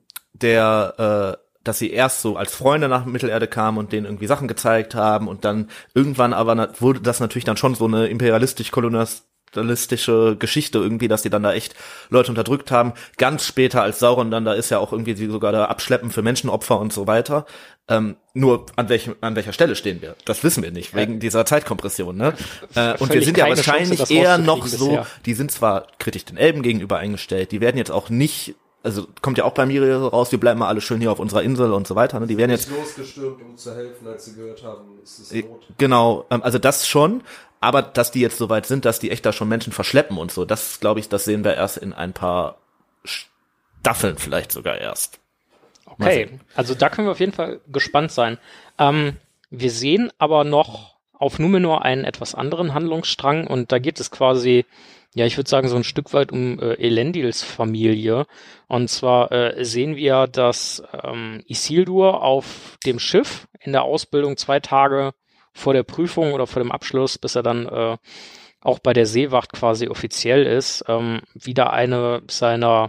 der, äh, dass sie erst so als Freunde nach Mittelerde kamen und denen irgendwie Sachen gezeigt haben und dann irgendwann aber na- wurde das natürlich dann schon so eine imperialistisch-kolonialistische Geschichte irgendwie, dass die dann da echt Leute unterdrückt haben. Ganz später, als Sauron dann da ist, ja auch irgendwie sie sogar da abschleppen für Menschenopfer und so weiter. Ähm, nur an welchem, an welcher Stelle stehen wir? Das wissen wir nicht, wegen dieser Zeitkompression, ne? Äh, und wir Völlig sind ja keine wahrscheinlich Chance, das eher rauszukriegen noch so, bisher. die sind zwar kritisch den Elben gegenüber eingestellt, die werden jetzt auch nicht, also kommt ja auch bei Miriel raus, wir bleiben mal alle schön hier auf unserer Insel und so weiter, ne? Die werden jetzt losgestürmt, um zu helfen, als sie gehört haben, es ist Äh, Genau, ähm, also das schon, aber dass die jetzt so weit sind, dass die echt da schon Menschen verschleppen und so, das glaube ich, das sehen wir erst in ein paar Staffeln vielleicht sogar erst. Mal Okay, sehen. also da können wir auf jeden Fall gespannt sein. Ähm, wir sehen aber noch auf Numenor einen etwas anderen Handlungsstrang und da geht es quasi, ja, ich würde sagen, so ein Stück weit um äh, Elendils Familie. Und zwar äh, sehen wir, dass ähm, Isildur auf dem Schiff in der Ausbildung zwei Tage vor der Prüfung oder vor dem Abschluss, bis er dann äh, auch bei der Seewacht quasi offiziell ist, ähm, wieder eine seiner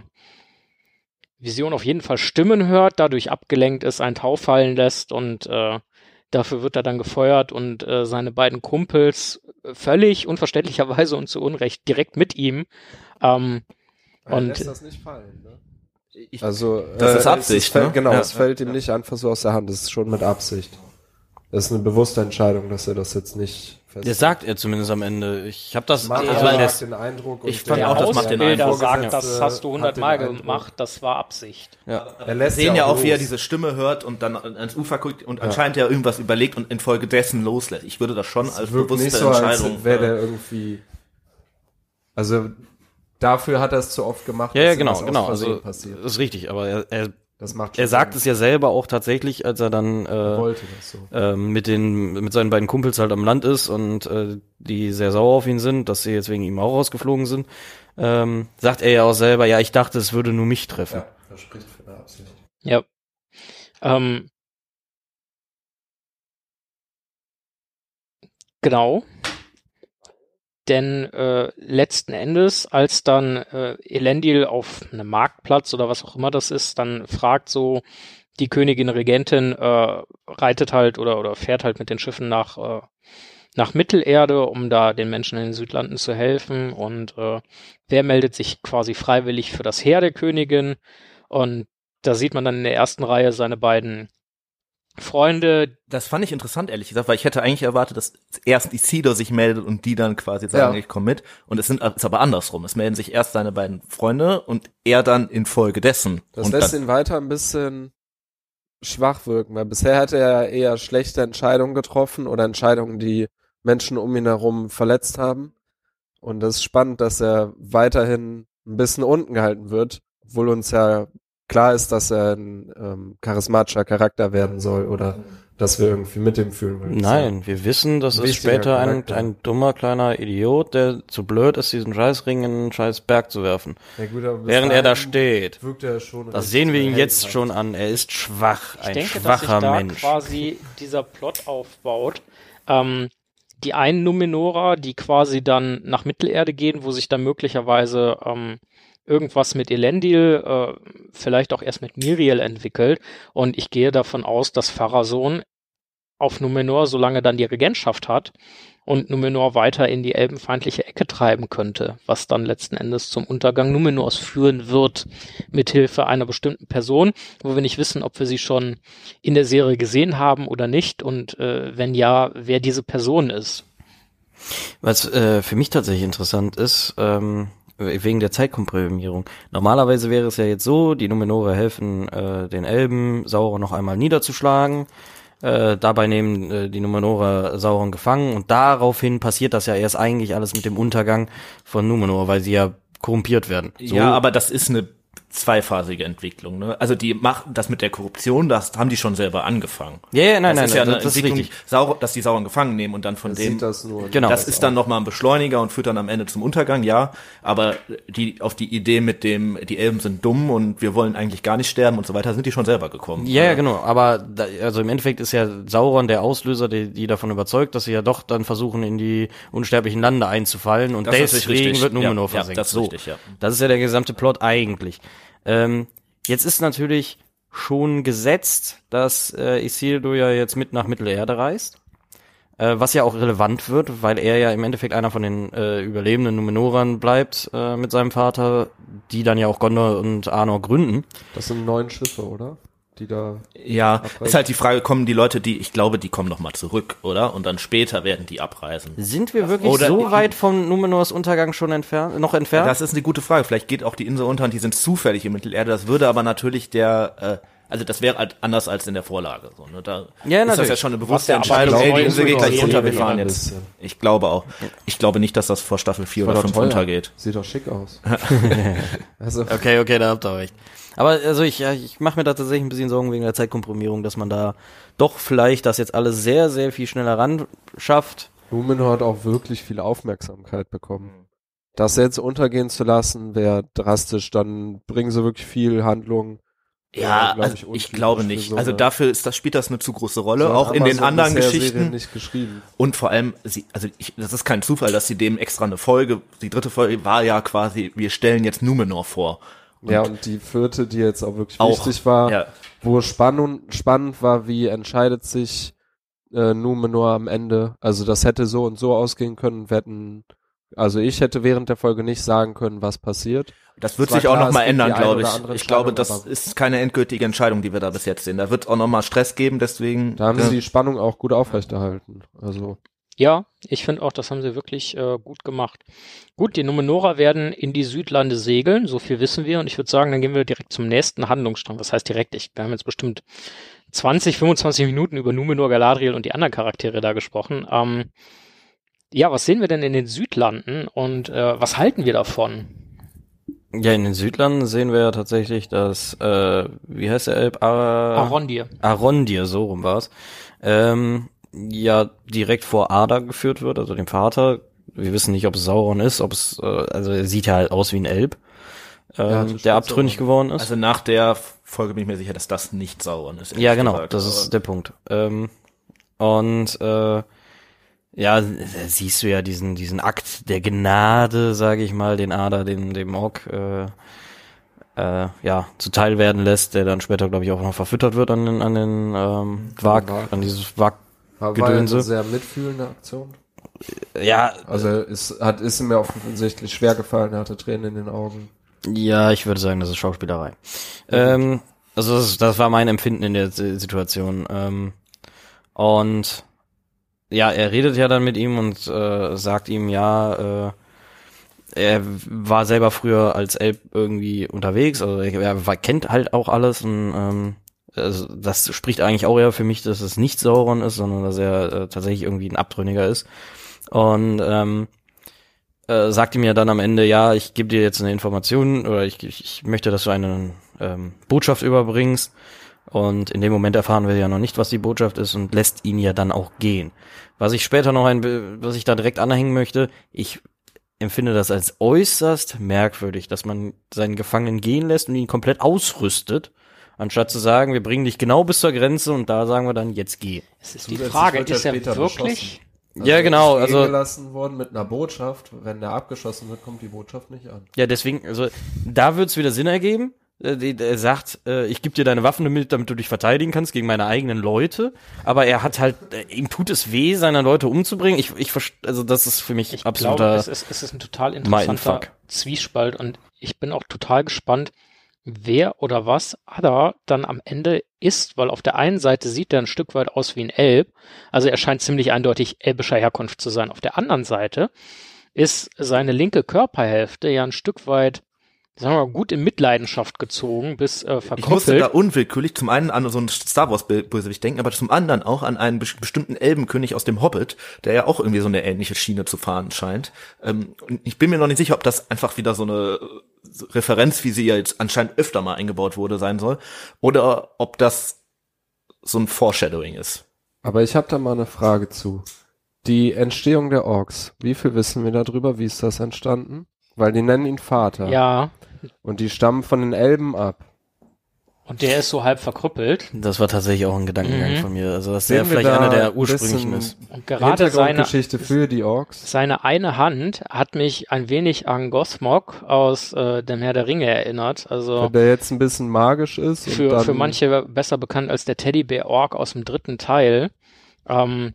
Vision auf jeden Fall Stimmen hört, dadurch abgelenkt ist, einen Tau fallen lässt und äh, dafür wird er dann gefeuert und äh, seine beiden Kumpels völlig unverständlicherweise und zu Unrecht direkt mit ihm. Ähm, Er und lässt das nicht fallen, ne? Ich, Also Das ist äh, Absicht, es fällt, ne? Genau, Ja. es fällt ihm nicht einfach so aus der Hand. Das ist schon mit Absicht. Das ist eine bewusste Entscheidung, dass er das jetzt nicht fest. Das sagt er zumindest am Ende. Ich habe das, macht ich also meine, macht das, den Eindruck. ich und fand der auch, das macht den Ausbilder Eindruck. sagt, Vorgesetzte das hast du hat den hundertmal Eindruck. gemacht, das war Absicht. ja. Er Wir lässt sehen ja auch, los. wie er diese Stimme hört und dann ans Ufer guckt und anscheinend ja irgendwas überlegt und infolgedessen loslässt. Ich würde das schon Es als wirkt bewusste nicht so, Entscheidung. als wäre äh, der irgendwie. Also dafür hat er es zu oft gemacht. Ja, ja, dass ihm genau, das aus genau. Versehen Also passiert. ist richtig, aber er, er, Das macht er schon sagt Sinn. es ja selber auch tatsächlich, als er dann Er äh, wollte das so. ähm, mit den mit seinen beiden Kumpels halt am Land ist und äh, die sehr sauer auf ihn sind, dass sie jetzt wegen ihm auch rausgeflogen sind, ähm, sagt er ja auch selber, ja, ich dachte, es würde nur mich treffen. Ja, das spricht für eine Absicht. Ja. Ähm, genau. Denn äh, letzten Endes, als dann äh, Elendil auf einem Marktplatz oder was auch immer das ist, dann fragt so die Königin Regentin, äh, reitet halt oder oder fährt halt mit den Schiffen nach äh, nach Mittelerde, um da den Menschen in den Südlanden zu helfen. Und äh, wer meldet sich quasi freiwillig für das Heer der Königin? Und da sieht man dann in der ersten Reihe seine beiden Freunde. Das fand ich interessant, ehrlich gesagt, weil ich hätte eigentlich erwartet, dass erst Isildur sich meldet und die dann quasi sagen, Ja. ich komme mit. Und es sind, ist aber andersrum. Es melden sich erst seine beiden Freunde und er dann infolgedessen. Das und lässt dann, ihn weiter ein bisschen schwach wirken, weil bisher hat er eher schlechte Entscheidungen getroffen oder Entscheidungen, die Menschen um ihn herum verletzt haben. Und das ist spannend, dass er weiterhin ein bisschen unten gehalten wird, obwohl uns ja klar ist, dass er ein ähm, charismatischer Charakter werden soll oder dass wir irgendwie mit ihm fühlen wollen. Nein, wir wissen, das ist später ein, ein dummer kleiner Idiot, der zu blöd ist, diesen Scheißring in einen scheiß Berg zu werfen. Ja, gut, aber während er da steht. Wirkt er schon das sehen wir ihn jetzt schon an. Er ist schwach, ich ein denke, schwacher dass sich da Mensch. quasi dieser Plot aufbaut. Ähm, die einen Numenorer, die quasi dann nach Mittelerde gehen, wo sich dann möglicherweise ähm, irgendwas mit Elendil, äh, vielleicht auch erst mit Miriel entwickelt. Und ich gehe davon aus, dass Pharazôn auf Numenor solange dann die Regentschaft hat und Numenor weiter in die elbenfeindliche Ecke treiben könnte, was dann letzten Endes zum Untergang Numenors führen wird, mithilfe einer bestimmten Person, wo wir nicht wissen, ob wir sie schon in der Serie gesehen haben oder nicht und äh, wenn ja, wer diese Person ist. Was äh, für mich tatsächlich interessant ist, ähm, wegen der Zeitkomprimierung. Normalerweise wäre es ja jetzt so, die Numenorer helfen äh, den Elben, Sauron noch einmal niederzuschlagen. Äh, dabei nehmen äh, die Numenorer Sauron gefangen und daraufhin passiert das ja erst eigentlich alles mit dem Untergang von Numenor, weil sie ja korrumpiert werden. So. Ja, aber das ist eine zweiphasige Entwicklung, ne? Also die machen das mit der Korruption, das haben die schon selber angefangen. Ja, yeah, nein, das nein, ist ja nein, eine das ist Entwicklung, richtig. Sauron, dass die Sauron gefangen nehmen und dann von das dem, sieht das nur. Genau. das ist dann nochmal ein Beschleuniger und führt dann am Ende zum Untergang, ja, aber die auf die Idee mit dem, die Elben sind dumm und wir wollen eigentlich gar nicht sterben und so weiter, sind die schon selber gekommen. Ja, ja, genau, aber da, also im Endeffekt ist ja Sauron der Auslöser, die, die davon überzeugt, dass sie ja doch dann versuchen, in die unsterblichen Lande einzufallen und das deswegen wird Numenor ja, versenkt. Ja, das ist so, richtig, ja. Das ist ja der gesamte Plot eigentlich. Ähm, Jetzt ist natürlich schon gesetzt, dass äh, Isildur ja jetzt mit nach Mittelerde reist, äh, was ja auch relevant wird, weil er ja im Endeffekt einer von den äh, überlebenden Numenorern bleibt äh, mit seinem Vater, die dann ja auch Gondor und Arnor gründen. Das sind neun Schiffe, oder? Die da Ja, abreisen. ist halt die Frage, kommen die Leute, die, ich glaube, die kommen nochmal zurück, oder? Und dann später werden die abreisen. Sind wir wirklich Oder- so weit vom Numenors Untergang schon entfernt, noch entfernt? Das ist eine gute Frage. Vielleicht geht auch die Insel unter und die sind zufällig in Mittelerde. Das würde aber natürlich der, äh, also das wäre halt anders als in der Vorlage. So, ne? Da Ja, ist das natürlich. ja schon eine bewusste Was ja aber Entscheidung. auch Ey, die neu Insel ist, geht gleich ist runter, wir ja fahren ein jetzt. bisschen. Ich glaube auch. Ich glaube nicht, dass das vor Staffel vier War oder doch fünf teuer. runtergeht. Sieht doch schick aus. also, Okay, okay, da habt ihr recht. Aber also ich, ja, ich mache mir da tatsächlich ein bisschen Sorgen wegen der Zeitkomprimierung, dass man da doch vielleicht das jetzt alles sehr, sehr viel schneller ran schafft. Numenor hat auch wirklich viel Aufmerksamkeit bekommen. Das jetzt untergehen zu lassen, wäre drastisch. Dann bringen sie wirklich viel Handlung. Ja, glaub also ich, ich, untypisch glaube für nicht. so Also eine- dafür ist das, spielt das eine zu große Rolle, So hat auch in den Amazon anderen bisher Serien Geschichten. nicht geschrieben. Und vor allem, sie, also ich, das ist kein Zufall, dass sie dem extra eine Folge, die dritte Folge war ja quasi, wir stellen jetzt Numenor vor. Und Ja, und die vierte, die jetzt auch wirklich Auch, wichtig war, ja. wo spannend, spannend war, wie entscheidet sich äh, Numenor am Ende. Also das hätte so und so ausgehen können. Wir hätten, also ich hätte während der Folge nicht sagen können, was passiert. Das wird Es war sich auch klar, noch mal es gibt ändern, die eine glaube oder ich. andere Ich glaube, Entscheidung, das aber- ist keine endgültige Entscheidung, die wir da bis jetzt sehen. Da wird auch noch mal Stress geben, deswegen. Da haben ja. sie die Spannung auch gut aufrechterhalten. Also Ja, ich finde auch, das haben sie wirklich äh, gut gemacht. Gut, die Numenorer werden in die Südlande segeln, so viel wissen wir. Und ich würde sagen, dann gehen wir direkt zum nächsten Handlungsstrang. Was heißt direkt? Ich, wir haben jetzt bestimmt zwanzig, fünfundzwanzig Minuten über Numenor, Galadriel und die anderen Charaktere da gesprochen. Ähm, ja, was sehen wir denn in den Südlanden und äh, was halten wir davon? Ja, in den Südlanden sehen wir ja tatsächlich, dass, äh, wie heißt der Elb? Ar Arondir. Arondir, so rum war's. Ähm, ja, direkt vor Arda geführt wird, also dem Vater. Wir wissen nicht, ob es Sauron ist, ob es, äh, also er sieht ja halt aus wie ein Elb, ähm, Ja, das der abtrünnig Sauron. geworden ist. Also nach der Folge bin ich mir sicher, dass das nicht Sauron ist. Ja, ehrlich genau, gesagt. das Aber- ist der Punkt. Ähm, und äh, ja, da siehst du ja diesen diesen Akt der Gnade, sage ich mal, den Ada dem dem Ork äh, äh, ja zuteil werden lässt, der dann später, glaube ich, auch noch verfüttert wird an den an den ähm, Wag, Wag. an dieses Wag. war war eine Gedönse. sehr mitfühlende Aktion. Ja, Also es hat ist ihm ja offensichtlich schwer gefallen, er hatte Tränen in den Augen. ja, ich würde sagen, das ist Schauspielerei. Ähm, also das, das war mein Empfinden in der Si- Situation. Ähm, und ja, er redet ja dann mit ihm und äh, sagt ihm, ja, äh, er war selber früher als Elb irgendwie unterwegs, also er, er war, kennt halt auch alles und ähm, also das spricht eigentlich auch eher für mich, dass es nicht Sauron ist, sondern dass er äh, tatsächlich irgendwie ein Abtrünniger ist. Und ähm, äh, sagt ihm ja dann am Ende, ja, ich gebe dir jetzt eine Information oder ich, ich, ich möchte, dass du einen ähm, Botschaft überbringst. Und in dem Moment erfahren wir ja noch nicht, was die Botschaft ist und lässt ihn ja dann auch gehen. Was ich später noch ein, was ich da direkt anhängen möchte, ich empfinde das als äußerst merkwürdig, dass man seinen Gefangenen gehen lässt und ihn komplett ausrüstet, anstatt zu sagen, wir bringen dich genau bis zur Grenze und da sagen wir dann, jetzt geh. Es ist die Frage, ist er wirklich... Also ja, genau, ist also gelassen worden mit einer Botschaft. Wenn der abgeschossen wird, kommt die Botschaft nicht an. ja, deswegen, also da wird's wieder Sinn ergeben. Er sagt, äh, ich gebe dir deine Waffen mit, damit du dich verteidigen kannst gegen meine eigenen Leute. Aber er hat halt, äh, ihm tut es weh, seine Leute umzubringen. Ich, ich also das ist für mich ich absoluter glaube, es ist, es ist ein total interessanter Mindfuck. Zwiespalt und ich bin auch total gespannt, wer oder was Ada dann am Ende ist, weil auf der einen Seite sieht er ein Stück weit aus wie ein Elb, also er scheint ziemlich eindeutig elbischer Herkunft zu sein. Auf der anderen Seite ist seine linke Körperhälfte ja ein Stück weit, sagen wir mal, gut in Mitleidenschaft gezogen, bis äh, verkrüppelt. Ich musste da unwillkürlich zum einen an so einen Star Wars Bösewicht denken, aber zum anderen auch an einen be- bestimmten Elbenkönig aus dem Hobbit, der ja auch irgendwie so eine ähnliche Schiene zu fahren scheint. Ähm, und ich bin mir noch nicht sicher, ob das einfach wieder so eine Referenz, wie sie ja jetzt anscheinend öfter mal eingebaut wurde, sein soll, oder ob das so ein Foreshadowing ist. Aber ich habe da mal eine Frage zu. Die Entstehung der Orks, wie viel wissen wir darüber? Wie ist das entstanden? Weil die nennen ihn Vater. Ja. Und die stammen von den Elben ab. Und der ist so halb verkrüppelt. Das war tatsächlich auch ein Gedankengang Mhm. von mir. Also, dass Sehen der wir vielleicht da einer der ein ursprünglichen bisschen ist. Und gerade seine, Hintergrundgeschichte für die Orks. seine eine Hand hat mich ein wenig an Gothmog aus äh, dem Herr der Ringe erinnert. Also Wenn der jetzt ein bisschen magisch ist. Und für, dann, für manche besser bekannt als der Teddybär-Ork aus dem dritten Teil. Ähm,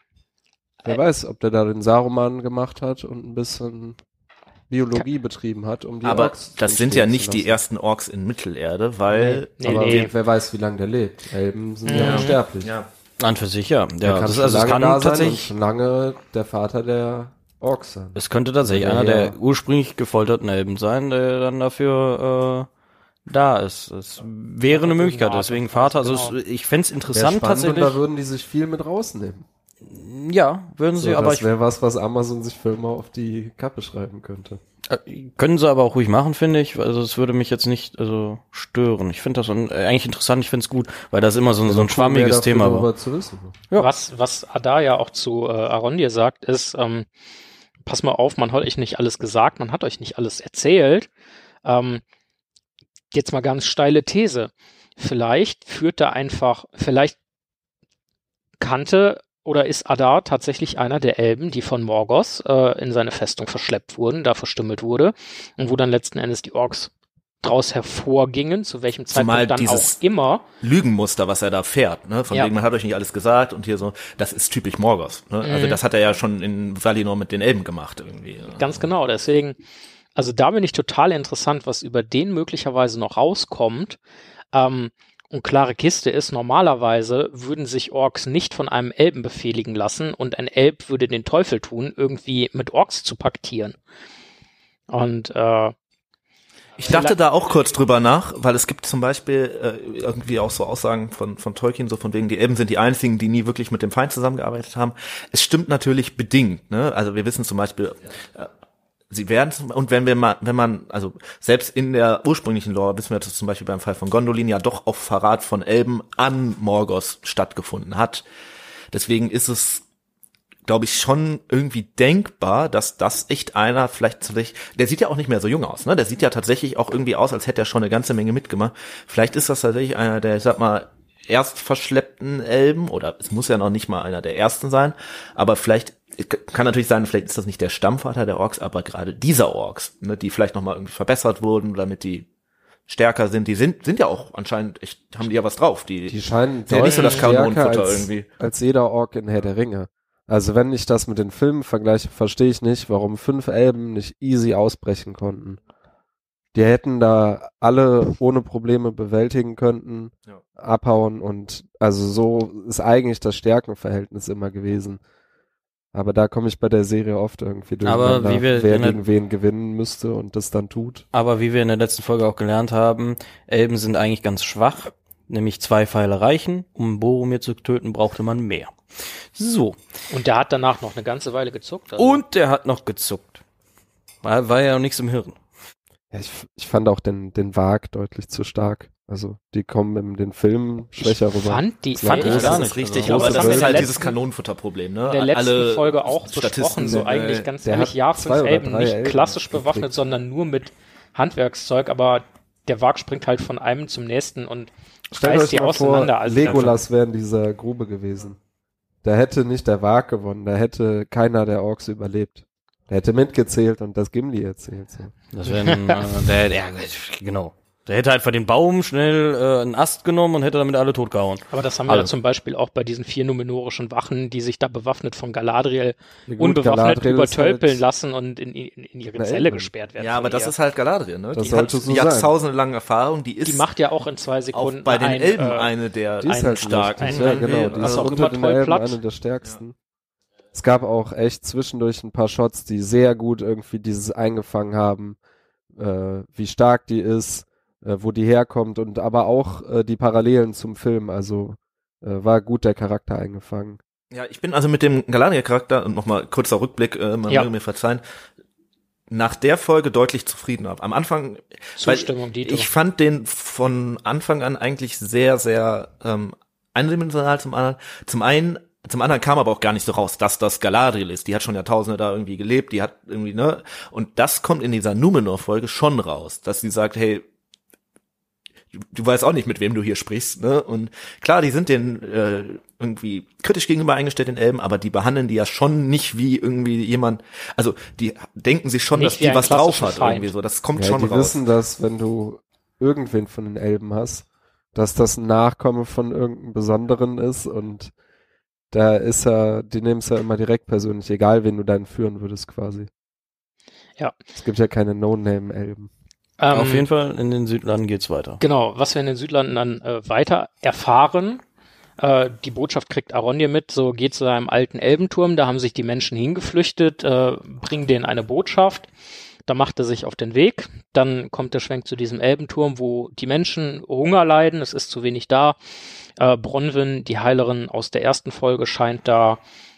Wer weiß, ob der da den Saruman gemacht hat und ein bisschen Biologie betrieben hat, um die Aber Orks das sind ja entstehen nicht zu die lassen. ersten Orks in Mittelerde, weil Nee, Aber nee. wer weiß, wie lange der lebt. Elben sind Mhm. ja unsterblich. ja, An für sich, ja. Der Ja, kann das, schon also es lange kann da sein und tatsächlich, schon lange der Vater der Orks sein. es könnte tatsächlich Ja, einer ja. der ursprünglich gefolterten Elben sein, der dann dafür äh, da ist. Es wäre eine Möglichkeit, deswegen Vater. Also Genau. es, ich fänd's Wäre interessant spannend, tatsächlich. und da würden die sich viel mit rausnehmen. Ja, würden sie, So, aber das ich, wäre was, was Amazon sich für immer auf die Kappe schreiben könnte. äh, können sie aber auch ruhig machen, finde ich. Also es würde mich jetzt nicht also stören. Ich finde das un- äh, eigentlich interessant, ich finde es gut, weil das immer so, ein- so ein schwammiges Thema war. Darüber zu wissen. Ja. Was, was Ada ja auch zu äh, Arondir sagt, ist, ähm, pass mal auf, man hat euch nicht alles gesagt, man hat euch nicht alles erzählt. Ähm, jetzt mal ganz steile These. Vielleicht führt da einfach, vielleicht kannte oder ist Adar tatsächlich einer der Elben, die von Morgoth äh, in seine Festung verschleppt wurden, da verstümmelt wurde und wo dann letzten Endes die Orks draus hervorgingen, zu welchem Zumal Zeitpunkt dann dieses auch immer. Lügenmuster, was er da fährt, ne? Von Ja. wegen, man hat euch nicht alles gesagt und hier so, das ist typisch Morgoth, ne? Also Mhm. das hat er ja schon in Valinor mit den Elben gemacht irgendwie. Ganz genau, deswegen, also da bin ich total interessant, was über den möglicherweise noch rauskommt. Ähm, und klare Kiste ist, normalerweise würden sich Orks nicht von einem Elben befehligen lassen und ein Elb würde den Teufel tun, irgendwie mit Orks zu paktieren. Und äh, Ich dachte da auch kurz drüber nach, weil es gibt zum Beispiel äh, irgendwie auch so Aussagen von von Tolkien, so von wegen, die Elben sind die einzigen, die nie wirklich mit dem Feind zusammengearbeitet haben. Es stimmt natürlich bedingt, ne? Also wir wissen zum Beispiel, äh, sie werden, zum- und wenn wir mal, wenn man, also selbst in der ursprünglichen Lore wissen wir, dass zum Beispiel beim Fall von Gondolin ja doch auch Verrat von Elben an Morgoth stattgefunden hat. Deswegen ist es, glaube ich, schon irgendwie denkbar, dass das echt einer vielleicht tatsächlich, der sieht ja auch nicht mehr so jung aus, ne? Der sieht ja tatsächlich auch irgendwie aus, als hätte er schon eine ganze Menge mitgemacht. Vielleicht ist das tatsächlich einer der, ich sag mal, erst verschleppten Elben, oder es muss ja noch nicht mal einer der ersten sein, aber vielleicht kann natürlich sein, vielleicht ist das nicht der Stammvater der Orks, aber gerade dieser Orks, ne, die vielleicht nochmal irgendwie verbessert wurden, damit die stärker sind, die sind sind ja auch anscheinend echt, haben die ja was drauf, die, Die scheinen sind ja nicht so das deutlich stärker Kanonenfutter als, irgendwie. als jeder Ork in Herr der Ringe. Also wenn ich das mit den Filmen vergleiche, verstehe ich nicht, warum fünf Elben nicht easy ausbrechen konnten. Die hätten da alle ohne Probleme bewältigen können, Ja. abhauen, und also so ist eigentlich das Stärkenverhältnis immer gewesen. Aber da komme ich bei der Serie oft irgendwie Aber durcheinander, wie wir wer in der- gegen wen gewinnen müsste und das dann tut. Aber wie wir in der letzten Folge auch gelernt haben, Elben sind eigentlich ganz schwach, nämlich zwei Pfeile reichen. Um Boromir zu töten, brauchte man mehr. So. und der hat danach noch eine ganze Weile gezuckt. Also Und der hat noch gezuckt. War, war ja noch nichts im Hirn. Ja, ich, ich fand auch den, den Wag deutlich zu stark. Also die kommen in den Filmen schwächer ich rüber. fand die, Das war fand groß, ich Das gar ist nicht. richtig, also aber das große ist halt Welt. dieses Kanonenfutterproblem, ne? In der letzten Alle Folge auch Statisten besprochen, so sind, eigentlich äh, ganz der ehrlich, hat ja, zwei fünf oder Elben, drei nicht Elben klassisch gekriegt. bewaffnet, sondern nur mit Handwerkszeug, aber der Wag springt halt von einem zum nächsten und Stellt reißt euch die mal vor, auseinander. Also Legolas wäre in dieser Grube gewesen. Da hätte nicht der Wag gewonnen, da hätte keiner der Orks überlebt. Der hätte mitgezählt und das Gimli erzählt. So. Das wäre ein, äh, der, der, genau. Der hätte halt von den Baum schnell äh, einen Ast genommen und hätte damit alle totgehauen. Aber das haben wir Alle. ja zum Beispiel auch bei diesen vier numenorischen Wachen, die sich da bewaffnet von Galadriel Ja, gut, unbewaffnet Galadriel ist übertölpeln halt lassen und in, in, in ihre eine Zelle Elbin. gesperrt werden. Ja, von aber das ihr. ist halt Galadriel, ne? Das die hat, sollte so die hat sein. tausendelange Erfahrung, die ist Die macht ja auch in zwei auch Sekunden bei den ein, Elben äh, eine der Die ist einen halt starken. mächtig. einen- Ja, genau. Die ist also auch auch unter immer den toll Elben platt. eine der stärksten. Es gab auch echt zwischendurch ein paar Shots, die sehr gut irgendwie dieses eingefangen haben, äh, wie stark die ist, äh, wo die herkommt und aber auch äh, die Parallelen zum Film. Also äh, war gut der Charakter eingefangen. Ja, ich bin also mit dem Galadriel-Charakter, und nochmal kurzer Rückblick, äh, man Ja. möge mir verzeihen, nach der Folge deutlich zufrieden ab. Am Anfang, Zustimmung, weil Dito. ich fand den von Anfang an eigentlich sehr, sehr ähm, eindimensional zum anderen. Zum einen, zum anderen kam aber auch gar nicht so raus, dass das Galadriel ist. Die hat schon Jahrtausende da irgendwie gelebt, die hat irgendwie, ne, und das kommt in dieser Numenor-Folge schon raus, dass sie sagt, hey, du, du weißt auch nicht, mit wem du hier sprichst, ne? Und klar, die sind den äh, irgendwie kritisch gegenüber eingestellt, den Elben, aber die behandeln die ja schon nicht wie irgendwie jemand, also die denken sich schon, Nicht dass wie die ein was drauf klassischer hat Feind. irgendwie so. Das kommt Ja, schon die raus. wissen, dass wenn du irgendwen von den Elben hast, dass das ein Nachkomme von irgendeinem Besonderen ist und da ist er, die nehmen es ja immer direkt persönlich, egal wen du dann führen würdest quasi. Ja. Es gibt ja keine No-Name-Elben. Ähm, Auf jeden Fall, in den Südlanden geht's weiter. Genau, was wir in den Südlanden dann äh, weiter erfahren, äh, die Botschaft kriegt Arondir mit, so geht zu seinem alten Elbenturm, da haben sich die Menschen hingeflüchtet, äh, bringen denen eine Botschaft, da macht er sich auf den Weg, dann kommt der Schwenk zu diesem Elbenturm, wo die Menschen Hunger leiden, es ist zu wenig da, äh, Bronwyn, die Heilerin aus der ersten Folge, scheint da,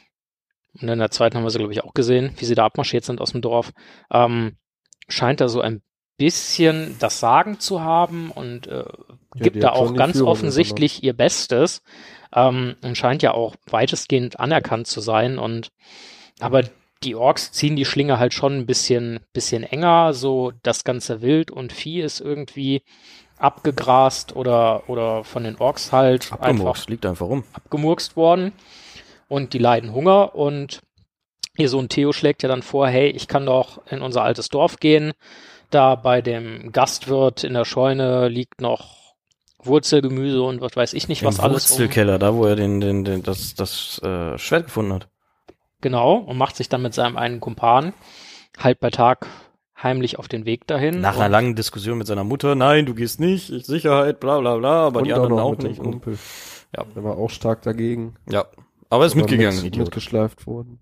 und in der zweiten haben wir sie, glaube ich, auch gesehen, wie sie da abmarschiert sind aus dem Dorf, ähm, scheint da so ein bisschen das Sagen zu haben und äh, gibt die da hat schon auch die ganz Führung offensichtlich ihr Bestes ähm, und scheint ja auch weitestgehend anerkannt zu sein und aber die Orks ziehen die Schlinge halt schon ein bisschen bisschen enger, so das ganze Wild und Vieh ist irgendwie abgegrast oder oder von den Orks halt einfach Abgemurkst, liegt einfach rum. abgemurkst worden und die leiden Hunger und ihr Sohn Theo schlägt ja dann vor, hey, ich kann doch in unser altes Dorf gehen, da bei dem Gastwirt in der Scheune liegt noch Wurzelgemüse und was weiß ich nicht, was Im alles um. Wurzelkeller, da wo er den, den, den, das, das äh, Schwert gefunden hat. Genau, und macht sich dann mit seinem einen Kumpan halt bei Tag heimlich auf den Weg dahin. Nach einer und langen Diskussion mit seiner Mutter, nein, du gehst nicht, ich Sicherheit, bla bla bla, aber Und die anderen noch auch mit dem nicht. Und, Kumpel. Ja. Der war auch stark dagegen. ja, aber er ist aber mitgegangen, mit, Idiot. mitgeschleift worden.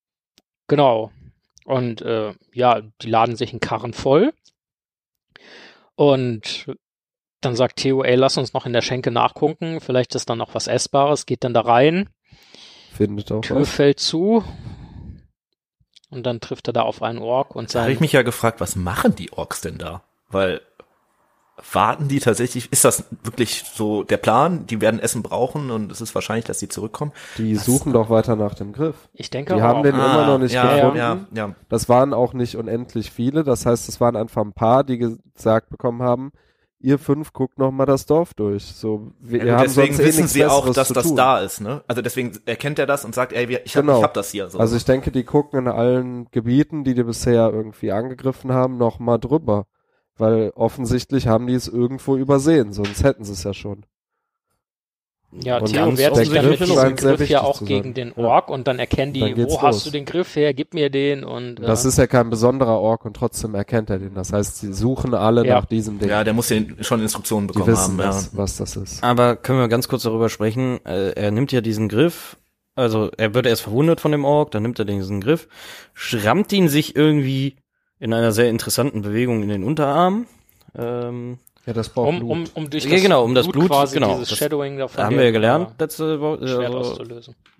Genau. Und äh, ja, die laden sich einen Karren voll. Und dann sagt Theo, ey, lass uns noch in der Schenke nachgucken. Vielleicht ist da noch was Essbares. Geht dann da rein. Findet auch Tür was. fällt zu. Und dann trifft er da auf einen Ork und Da habe sein... ich mich ja gefragt, was machen die Orks denn da? Weil warten die tatsächlich, ist das wirklich so der Plan? Die werden Essen brauchen und es ist wahrscheinlich, dass die zurückkommen. Die Was? suchen doch weiter nach dem Griff. Ich denke Die auch, haben den immer noch nicht ja, gefunden. Ja, ja. Das waren auch nicht unendlich viele. Das heißt, es waren einfach ein paar, die gesagt bekommen haben, ihr fünf guckt noch mal das Dorf durch. So, wir Ja, haben gut, deswegen sonst eh wissen nichts sie auch, Besseres dass zu das tun. da ist, ne? Also deswegen erkennt er das und sagt, ey, wir- ich hab, Genau. ich hab das hier. So. Also ich denke, die gucken in allen Gebieten, die die bisher irgendwie angegriffen haben, noch mal drüber. Weil offensichtlich haben die es irgendwo übersehen, sonst hätten sie es ja schon. ja, und Theo ganz wehrt sich dann mit offensichtlich diesem scheint sehr Griff ja wichtig auch zu sein. gegen den Ja. Ork und dann erkennen die, Dann geht's wo hast los. du den Griff her, gib mir den und äh, Das ist ja kein besonderer Ork und trotzdem erkennt er den. Das heißt, sie suchen alle Ja. nach diesem Ding. ja, der muss den schon Instruktionen die bekommen wissen, haben. Ja. was, was das ist. Aber können wir ganz kurz darüber sprechen, äh, er nimmt ja diesen Griff, also er wird erst verwundet von dem Ork, dann nimmt er diesen Griff, schrammt ihn sich irgendwie in einer sehr interessanten Bewegung in den Unterarm, ähm, Ja, das braucht um, Blut. um, um durch Ja, das, genau, um das Blut, quasi genau, dieses das Shadowing davon haben wir ja gelernt letzte Woche. Schwert Also, auszulösen.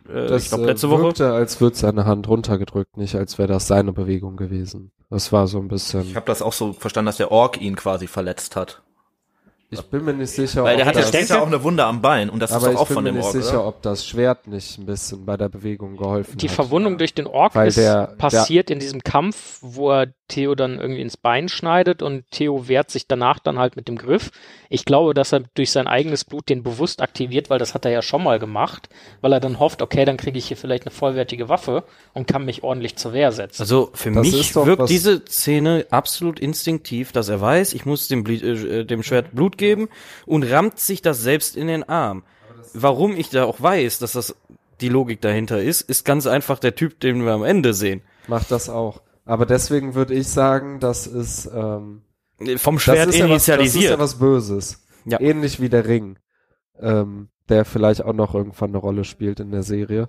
äh, Das ich glaube letzte Woche. wirkte, als würde seine Hand runtergedrückt, nicht als wäre das seine Bewegung gewesen. Das war so ein bisschen... Ich habe das auch so verstanden, dass der Ork ihn quasi verletzt hat. Ich bin mir nicht sicher, Weil der ob hat ja das... später auch eine Wunde am Bein und das aber ist ich doch auch bin von mir dem nicht Ork, sicher, oder? ob das Schwert nicht ein bisschen bei der Bewegung geholfen Die hat. Verwundung durch den Ork Weil ist der- passiert in diesem Kampf, wo er Theo dann irgendwie ins Bein schneidet und Theo wehrt sich danach dann halt mit dem Griff. Ich glaube, dass er durch sein eigenes Blut den bewusst aktiviert, weil das hat er ja schon mal gemacht, weil er dann hofft, okay, dann kriege ich hier vielleicht eine vollwertige Waffe und kann mich ordentlich zur Wehr setzen. Also für Das mich ist doch wirkt was- diese Szene absolut instinktiv, dass er weiß, ich muss dem, Bli äh, dem Schwert Blut geben und rammt sich das selbst in den Arm. Warum ich da auch weiß, dass das die Logik dahinter ist, ist ganz einfach der Typ, den wir am Ende sehen. Macht das auch. Aber deswegen würde ich sagen, das ist... Ähm, Vom Schwert das ist ja was, das ist initialisiert. ja was Böses. Ja. Ähnlich wie der Ring, ähm, der vielleicht auch noch irgendwann eine Rolle spielt in der Serie.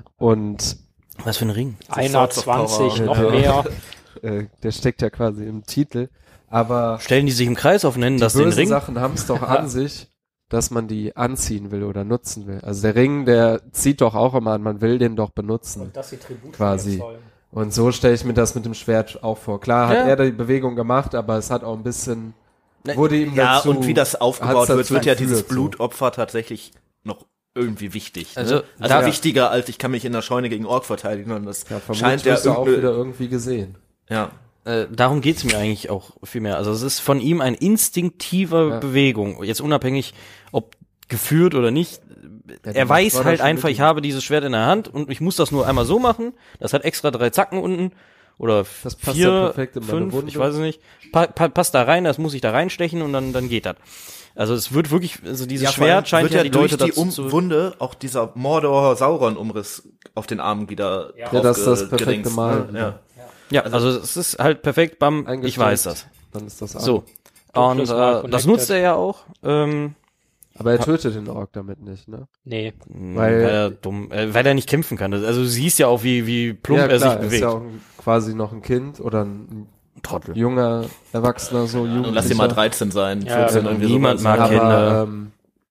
Und Was für ein Ring? Einer Swords of Power. zwanzig, noch Ja. mehr. äh, der steckt ja quasi im Titel. Aber Stellen die sich im Kreis auf, nennen die das den bösen Ring? Sachen haben es doch an sich, dass man die anziehen will oder nutzen will. Also der Ring, der zieht doch auch immer an, man will den doch benutzen. dass sie Tribut Quasi. Und so stelle ich mir das mit dem Schwert auch vor. Klar hat Ja. er die Bewegung gemacht, aber es hat auch ein bisschen, Ne, wurde ihm Ja, dazu, und wie das aufgebaut hat's wird, dazu wird ja geführt, dieses so. Blutopfer tatsächlich noch irgendwie wichtig. Also, Ne? Also da- wichtiger, als ich kann mich in der Scheune gegen Ork verteidigen. Und das ja, scheint vermutlich ja wirst du auch irgendeine- wieder irgendwie gesehen. Ja. Äh, darum geht's mir eigentlich auch viel mehr. Also es ist von ihm eine instinktive Ja. Bewegung. Jetzt unabhängig, ob geführt oder nicht. Ja, die Er Macht weiß war da halt schon einfach, mit ich ihm. habe dieses Schwert in der Hand und ich muss das nur einmal so machen. Das hat extra drei Zacken unten. Oder Das passt vier, ja perfekt in meine fünf, Wunde. ich weiß es nicht. Pa pa passt da rein, das muss ich da reinstechen und dann, dann geht das. Also es wird wirklich, also dieses Ja, vor allem Schwert scheint wird ja ja die durch Leute die dazu um zu... Wunde auch dieser Mordor-Sauron-Umriss auf den Armen wieder Ja, das ist das draufge- perfekte gedingst, Mal ne? wieder. Ja. Ja, also es ist halt perfekt, bam, ich Eingestellt. weiß das. Dann ist das So. Doch, Und das war äh, das connected. nutzt er ja auch. Ähm, Aber er tötet den Ork damit nicht, ne? Nee. Weil- weil, er dumm, äh, weil er nicht kämpfen kann. Also du siehst ja auch, wie, wie plump ja, er klar, sich bewegt. ist ja auch ein, quasi noch ein Kind oder ein Trottel. junger Erwachsener, so Und lass ihn mal Jugendlicher. dreizehn sein, Ja, vierzehn, genau. irgendwie Niemand sowas. mag Kinder. Aber ähm,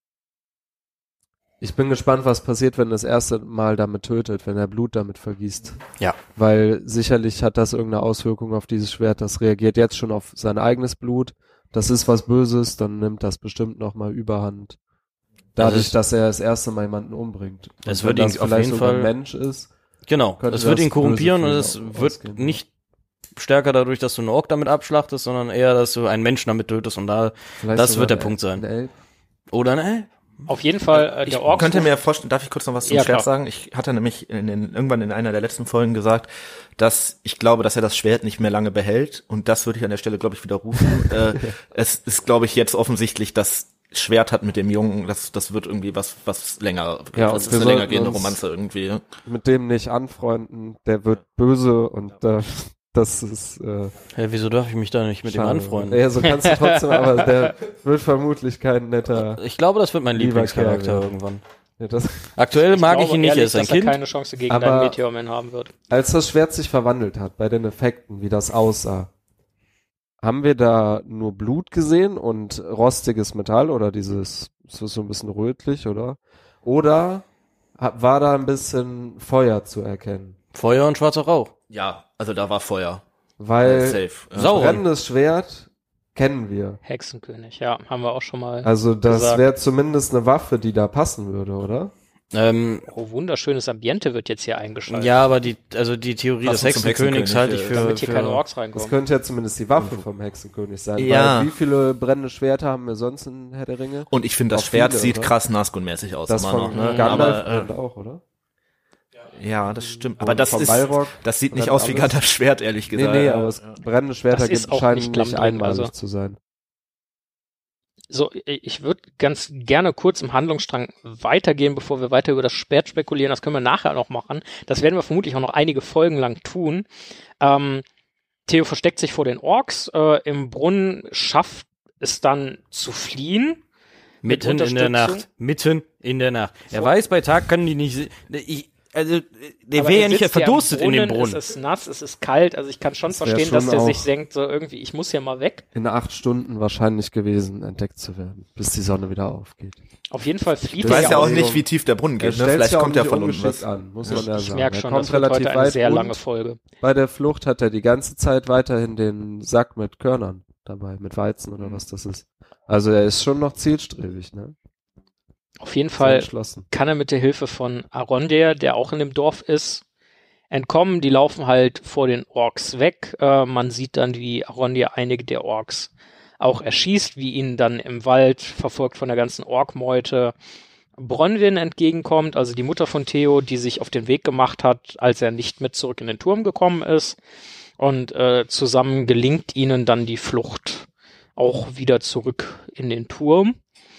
ich bin gespannt, was passiert, wenn er das erste Mal damit tötet, wenn er Blut damit vergießt. Ja. Weil sicherlich hat das irgendeine Auswirkung auf dieses Schwert, das reagiert jetzt schon auf sein eigenes Blut. Das ist was Böses, dann nimmt das bestimmt nochmal Überhand. Dadurch, Also es- dass er das erste Mal jemanden umbringt. Und Es wenn wird ihn das auf vielleicht jeden sogar Fall- ein Mensch ist. Genau. Könnte Es wird das ihn korrumpieren und böse es für ihn wird ausgehen, nicht stärker dadurch, dass du einen Ork damit abschlachtest, sondern eher, dass du einen Menschen damit tötest und da, Vielleicht das sogar wird der ein Punkt sein. El- ein Elb. Oder ne? Auf jeden Fall, äh, Ich der Ork. könnte mir vorstellen, darf ich kurz noch was zum Ja, Schwert klar. sagen? Ich hatte nämlich in den, irgendwann in einer der letzten Folgen gesagt, dass ich glaube, dass er das Schwert nicht mehr lange behält. Und das würde ich an der Stelle, glaube ich, widerrufen. äh, es ist, glaube ich, jetzt offensichtlich, dass Schwert hat mit dem Jungen, das, das wird irgendwie was, was länger, Ja, das und ist wir eine länger sollten gehende uns- Romanze irgendwie. Ja. Mit dem nicht anfreunden, der wird böse und äh, das ist äh, Hä, wieso darf ich mich da nicht mit schade. ihm anfreunden? Ja, so kannst du trotzdem, aber der wird vermutlich kein netter. Ich glaube, das wird mein Lieber Lieblingscharakter Kerl, ja. irgendwann. Ja, das, Aktuell mag glaube ich ihn nicht, er ehrlich, ist ein dass Kind. er keine Chance gegen Aber- deinen Meteorman haben wird. als das Schwert sich verwandelt hat, bei den Effekten, wie das aussah, haben wir da nur Blut gesehen und rostiges Metall oder dieses, so so ein bisschen rötlich, oder? Oder ha- war da ein bisschen Feuer zu erkennen? Feuer und schwarzer Rauch. Ja, also da war Feuer. Weil Safe. Ja. Sauron. brennendes Schwert kennen wir. Hexenkönig, ja, haben wir auch schon mal. Also das gesagt. wäre zumindest eine Waffe, die da passen würde, oder? Ähm, Oh, wunderschönes Ambiente wird jetzt hier eingeschaltet. ja, aber die, also die Theorie des Passend zum Hexenkönigs Hexenkönig, halte ich äh, für, damit hier keine für Orks Das reinkommen. könnte ja zumindest die Waffe vom Hexenkönig sein. Ja. Weil wie viele brennende Schwerter haben wir sonst in Herr der Ringe? Und ich finde, das Auch Schwert viele, sieht oder? krass Nazgûl-mäßig aus Das immer von noch. Ne? Gandalf Aber, brennt auch, oder? äh, ja, das stimmt. Und Aber das vom ist, Balrog das sieht nicht brennt aus wie alles. Gandalfs Schwert, ehrlich Nee, gesagt. nee, Ja. aber es, brennende Schwerter Das ist gibt, auch scheinen nicht nicht, klamm drin, einmalig also. zu sein. So, ich würde ganz gerne kurz im Handlungsstrang weitergehen, bevor wir weiter über das Schwert spekulieren. Das können wir nachher noch machen. Das werden wir vermutlich auch noch einige Folgen lang tun. Ähm, Theo versteckt sich vor den Orks. Äh, Im Brunnen schafft es dann zu fliehen. mitten in der Unterstützung. Nacht. Mitten in der Nacht. Er weiß, bei Tag können die nicht, se- ich, also der Aber wäre er ja nicht sitzt ja im verdurstet in dem Brunnen. Es ist nass, es ist kalt, also ich kann schon Das wär verstehen, schon dass der auch- sich denkt, so irgendwie, ich muss hier mal weg. In acht Stunden wahrscheinlich gewesen, entdeckt zu werden, bis die Sonne wieder aufgeht. Auf jeden Fall flieht Ich er weiß ja auch auch nicht, so- wie tief der Brunnen Er geht. Ne? stellt Vielleicht sich auch kommt ja nicht von unten ungeschickt was. an, muss man ja Ich sagen. merke Er schon, kommt das wird relativ heute eine weit sehr und lange Folge. bei der Flucht hat er die ganze Zeit weiterhin den Sack mit Körnern dabei, mit Weizen oder was das ist. Also er ist schon noch zielstrebig, ne? Auf jeden Sehr Fall entschlossen. kann er mit der Hilfe von Arondir, der auch in dem Dorf ist, entkommen. Die laufen halt vor den Orks weg. Äh, man sieht dann, wie Arondir einige der Orks auch erschießt, wie ihnen dann im Wald, verfolgt von der ganzen Orkmeute, Bronwyn entgegenkommt, also die Mutter von Theo, die sich auf den Weg gemacht hat, als er nicht mit zurück in den Turm gekommen ist. Und äh, zusammen gelingt ihnen dann die Flucht auch wieder zurück in den Turm,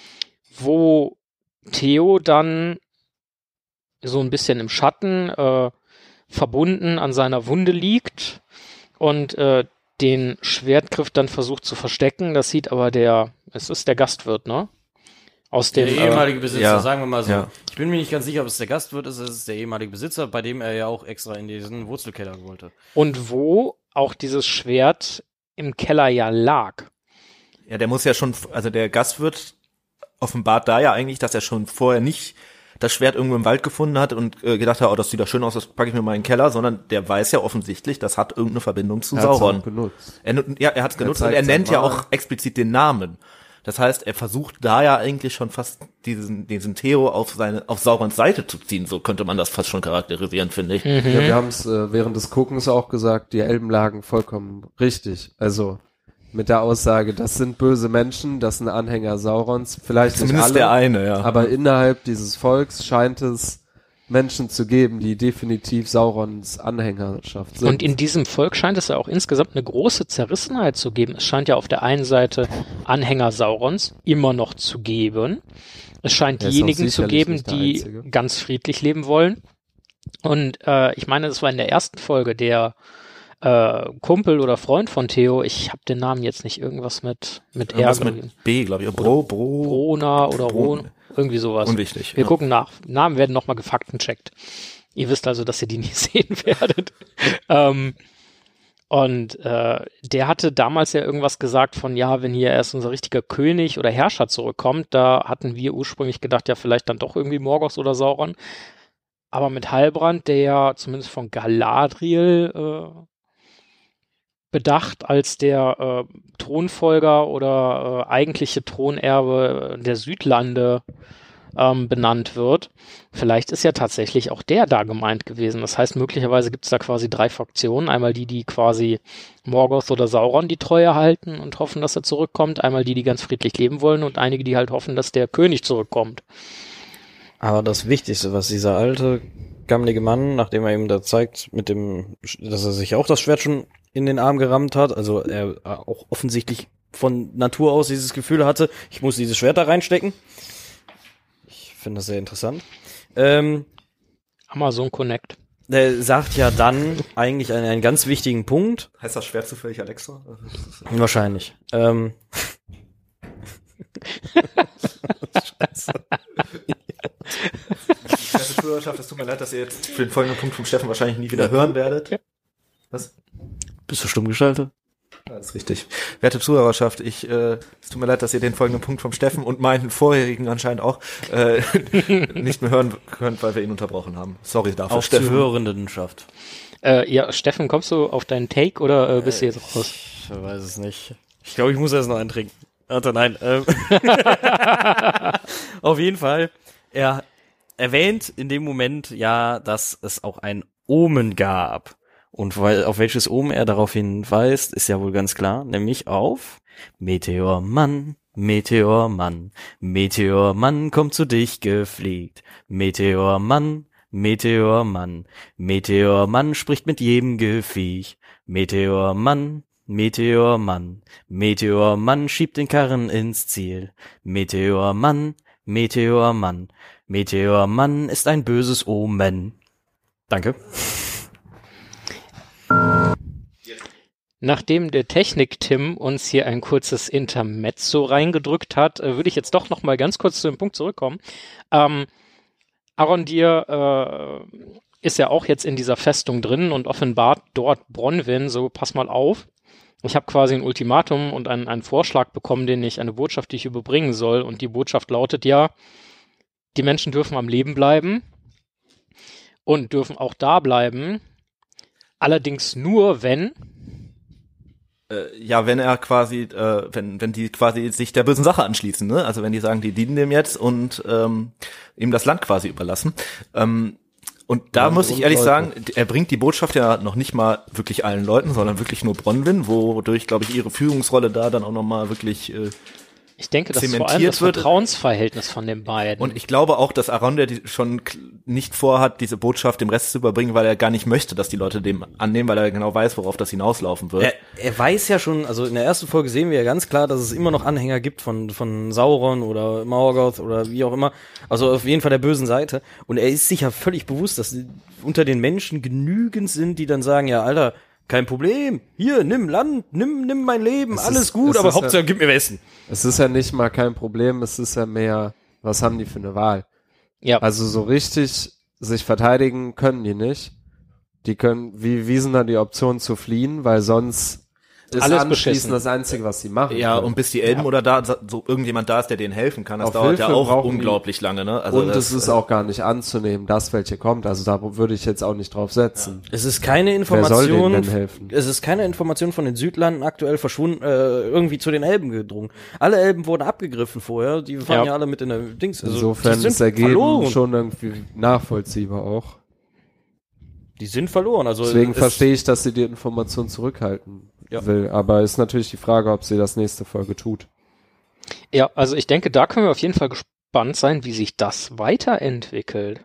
wo Theo dann so ein bisschen im Schatten äh, verbunden an seiner Wunde liegt und äh, den Schwertgriff dann versucht zu verstecken. Das sieht aber der, es ist der Gastwirt, ne? Aus dem, Der äh, ehemalige Besitzer, ja. sagen wir mal so. Ja. Ich bin mir nicht ganz sicher, ob es der Gastwirt ist, es ist der ehemalige Besitzer, bei dem er ja auch extra in diesen Wurzelkeller wollte. und wo auch dieses Schwert im Keller ja lag. Ja, der muss ja schon, also der Gastwirt offenbart da ja eigentlich, dass er schon vorher nicht das Schwert irgendwo im Wald gefunden hat und äh, gedacht hat, oh, das sieht da schön aus, das packe ich mir mal in den Keller, sondern der weiß ja offensichtlich, das hat irgendeine Verbindung zu Er hat's Sauron. auch benutzt. Er, ja, er hat es genutzt und zeigt er nennt sein ja Wahl. auch explizit den Namen. Das heißt, er versucht da ja eigentlich schon fast diesen, diesen Theo auf seine, auf Saurons Seite zu ziehen. So könnte man das fast schon charakterisieren, finde ich. Ja, wir haben es äh, während des Guckens auch gesagt, die Elben lagen vollkommen richtig. Also mit der Aussage, das sind böse Menschen, das sind Anhänger Saurons, vielleicht Zumindest nicht alle, der eine, ja. aber innerhalb dieses Volks scheint es Menschen zu geben, die definitiv Saurons Anhängerschaft sind. Und in diesem Volk scheint es ja auch insgesamt eine große Zerrissenheit zu geben. Es scheint ja auf der einen Seite Anhänger Saurons immer noch zu geben. Es scheint Er ist auch diejenigen zu sicherlich geben, nicht der die Einzige. ganz friedlich leben wollen. Und äh, ich meine, das war in der ersten Folge der äh, Kumpel oder Freund von Theo. Ich habe den Namen jetzt nicht, irgendwas mit mit R. Irgendwas glaub ich. mit B, glaube ich. Bro, Bro. Brona oder Bro- Ron, irgendwie sowas. Unwichtig. Wir ja. gucken nach. Namen werden nochmal gefaktencheckt. Ihr wisst also, dass ihr die nie sehen werdet. ähm, und äh, der hatte damals ja irgendwas gesagt von, ja, wenn hier erst unser richtiger König oder Herrscher zurückkommt, da hatten wir ursprünglich gedacht, ja, vielleicht dann doch irgendwie Morgoth oder Sauron. Aber mit Halbrand, der ja zumindest von Galadriel äh, bedacht als der äh, Thronfolger oder äh, eigentliche Thronerbe der Südlande ähm, benannt wird. Vielleicht ist ja tatsächlich auch der da gemeint gewesen. Das heißt, möglicherweise gibt es da quasi drei Fraktionen. Einmal die, die quasi Morgoth oder Sauron die Treue halten und hoffen, dass er zurückkommt. Einmal die, die ganz friedlich leben wollen und einige, die halt hoffen, dass der König zurückkommt. Aber das Wichtigste, was dieser alte, gammelige Mann, nachdem er ihm da zeigt, mit dem, dass er sich auch das Schwert schon in den Arm gerammt hat, also er auch offensichtlich von Natur aus dieses Gefühl hatte, ich muss dieses Schwert da reinstecken. Ich finde das sehr interessant. Ähm, Amazon Connect. der sagt ja dann eigentlich einen, einen ganz wichtigen Punkt. Heißt das Schwert zufällig Alexa? Wahrscheinlich. Ähm, Scheiße. Werte Zuhörerschaft, es tut mir leid, dass ihr jetzt für den folgenden Punkt vom Steffen wahrscheinlich nie wieder hören werdet. Was? bist du stumm geschaltet? Ja, das ist richtig. Werte Zuhörerschaft, ich, äh, es tut mir leid, dass ihr den folgenden Punkt vom Steffen und meinen vorherigen anscheinend auch äh, nicht mehr hören könnt, weil wir ihn unterbrochen haben. Sorry dafür, Auch Steffen. zu Hörendenschaft. Äh, ja, Steffen, kommst du auf deinen Take oder äh, bist du jetzt raus? Ich weiß es nicht. Ich glaube, ich muss erst noch einen trinken. Warte, nein. Ähm. Auf jeden Fall. Er erwähnt in dem Moment ja, dass es auch ein Omen gab. Und weil, auf welches Omen er darauf hinweist, ist ja wohl ganz klar, nämlich auf Meteormann, Meteormann, Meteormann kommt zu dich gefliegt. Meteormann, Meteormann, Meteormann spricht mit jedem Geviech. Meteormann, Meteormann, Meteormann schiebt den Karren ins Ziel. Meteormann, Meteormann, Meteormann ist ein böses Omen. Danke. Nachdem der Technik-Tim uns hier ein kurzes Intermezzo reingedrückt hat, äh, würde ich jetzt doch noch mal ganz kurz zu dem Punkt zurückkommen. Ähm, Arondir äh, ist ja auch jetzt in dieser Festung drin und offenbart dort Bronwyn, so pass mal auf. Ich habe quasi ein Ultimatum und einen, einen Vorschlag bekommen, den ich, eine Botschaft, die ich überbringen soll. Und die Botschaft lautet ja, die Menschen dürfen am Leben bleiben und dürfen auch da bleiben. Allerdings nur, wenn... Äh, ja, wenn er quasi, äh, wenn wenn die quasi sich der bösen Sache anschließen, ne? Also wenn die sagen, die dienen dem jetzt und ähm, ihm das Land quasi überlassen. Ähm, und da ja, muss ich ehrlich Leute. sagen, er bringt die Botschaft ja noch nicht mal wirklich allen Leuten, sondern wirklich nur Bronwyn, wodurch, glaube ich, ihre Führungsrolle da dann auch nochmal wirklich äh, Ich denke, das ist vor allem das Vertrauensverhältnis von den beiden. Und ich glaube auch, dass Arondir schon nicht vorhat, diese Botschaft dem Rest zu überbringen, weil er gar nicht möchte, dass die Leute dem annehmen, weil er genau weiß, worauf das hinauslaufen wird. Er, er weiß ja schon, also in der ersten Folge sehen wir ja ganz klar, dass es immer noch Anhänger gibt von von Sauron oder Morgoth oder wie auch immer. Also auf jeden Fall der bösen Seite. Und er ist sich ja völlig bewusst, dass unter den Menschen genügend sind, die dann sagen, ja, Alter, kein Problem. Hier, nimm Land, nimm, nimm mein Leben, es alles ist, gut, aber Hauptsache ja, gib mir Essen. Es ist ja nicht mal kein Problem, es ist ja mehr, was haben die für eine Wahl? Ja. Also so richtig sich verteidigen können die nicht. Die können, wie, wie sind da die Optionen zu fliehen, weil sonst ist alles anschließend beschissen. das Einzige, was sie machen. Ja, können. Und bis die Elben ja. oder da so irgendjemand da ist, der denen helfen kann, das Auf dauert Hilfe ja auch brauchen unglaublich die, lange, ne? Also und das, es ist auch gar nicht anzunehmen, dass welche kommt. Also da würde ich jetzt auch nicht drauf setzen. Ja. Es ist keine Information. Wer soll denen denn helfen? Es ist keine Information von den Südlanden aktuell verschwunden, äh, irgendwie zu den Elben gedrungen. Alle Elben wurden abgegriffen vorher. Die waren ja, ja alle mit in der Dings. Also insofern ist Ergeben verloren. Schon irgendwie nachvollziehbar auch. Die sind verloren. Also deswegen verstehe ich, dass sie die Information zurückhalten ja. will. Aber ist natürlich die Frage, ob sie das nächste Folge tut. Ja, also ich denke, da können wir auf jeden Fall gespannt sein, wie sich das weiterentwickelt.